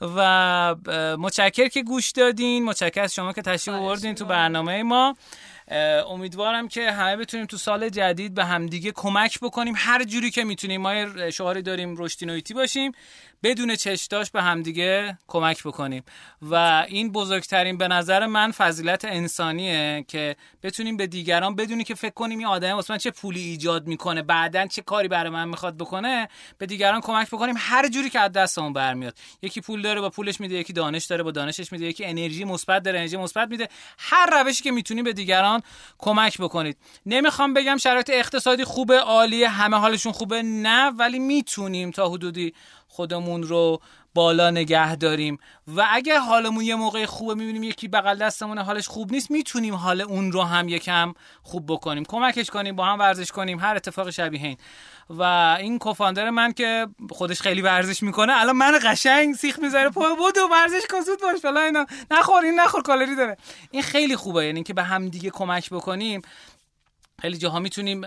و متشکرم که گوش دادین، متشکرم از شما که تشریف آوردین تو برنامه ما. امیدوارم که همه بتونیم تو سال جدید به همدیگه کمک بکنیم هر جوری که میتونیم. ما شعاری داریم رشدی نویتی باشیم، بدون چشداش به همدیگه کمک بکنیم و این بزرگترین به نظر من فضیلت انسانیه که بتونیم به دیگران، بدونی که فکر کنیم این آدم واسه من چه پولی ایجاد میکنه، بعدن چه کاری برای من میخواد بکنه، به دیگران کمک بکنیم هر جوری که از دستمون برمیاد. یکی پول داره با پولش میده، یکی دانش داره با دانشش میده، یکی انرژی مثبت داره انرژی مثبت میده. هر روشی که میتونیم به دیگران کمک بکنید. نمیخوام بگم شرایط اقتصادی خوبه، عالیه، همه حالشون خوبه، نه، ولی میتونیم تا حدودی خودمون رو بالا نگه داریم و اگه حالمون یه موقع خوبه میبینیم یکی بغل دستمون حالش خوب نیست، میتونیم حال اون رو هم یکم خوب بکنیم، کمکش کنیم، با هم ورزش کنیم، هر اتفاق شبیه این. و این کوفاندر من که خودش خیلی ورزش میکنه الان من قشنگ سیخ میذاره پا بودو ورزش کن زود باش فلان اینا، نخور این نخور کالری داره. این خیلی خوبه، یعنی که به هم دیگه کمک بکنیم خیلی جاها میتونیم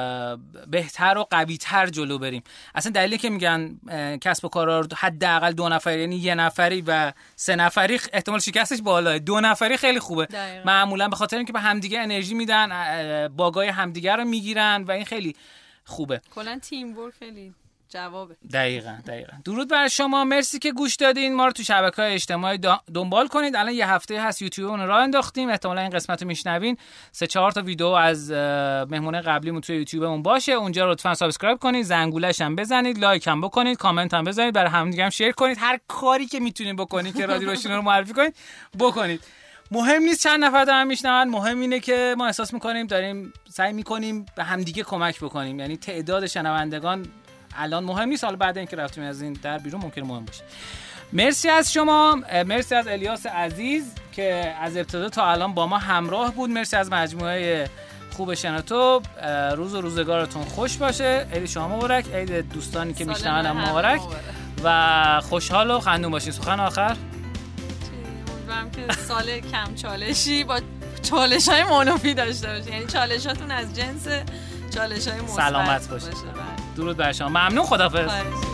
بهتر و قوی‌تر جلو بریم. اصلا دلیلی که میگن کسب و کارا حداقل دو نفر، یعنی یه نفری و سه نفری احتمال شکستش بالاه، دو نفری خیلی خوبه دقیقا. معمولا به خاطر اینکه به همدیگه انرژی میدن، باگای همدیگه رو میگیرن و این خیلی خوبه. کلا تیم ورک خیلی جوابه. دقیقاً دقیقاً. درود بر شما، مرسی که گوش دادین. ما رو تو شبکه‌های اجتماعی دنبال کنید. الان یه هفته هست یوتیوب اون راه انداختیم، احتمالاً این قسمت رو میشنوین، سه چهار تا ویدیو از مهمونه قبلیمون تو یوتیوبمون باشه، اونجا لطفاً سابسکرایب کنید، زنگوله‌ش هم بزنید، لایک هم بکنید، کامنت هم بزنید، برای همدیگه هم شیر کنید، هر کاری که میتونید بکنید که رادیو روشن رو معرفی کنید بکنید. مهم نیست چند نفر دارن میشنون، مهم اینه که ما احساس میکنیم داریم سعی میکنیم به همدیگه کمک بکنیم، یعنی تعداد شنوندگان الان مهم نیست، حالا بعد اینکه رفتیم از این در بیرون ممکنه مهم باشه. مرسی از شما، مرسی از الیاس عزیز که از ابتدا تا الان با ما همراه بود، مرسی از مجموعه خوب شنوتو. روز و روزگارتون خوش باشه، عید شما مبارک، عید دوستانی که میشنون مبارک و خوشحال و خندون باشین. سخن آخر امیدوارم که سال کم چالشی با چالش‌های منفی داشته باشین، یعنی چالشاتون از جنس چالش‌های مثبت سلامت باشه. درود بر شما، ممنون، خداحافظ.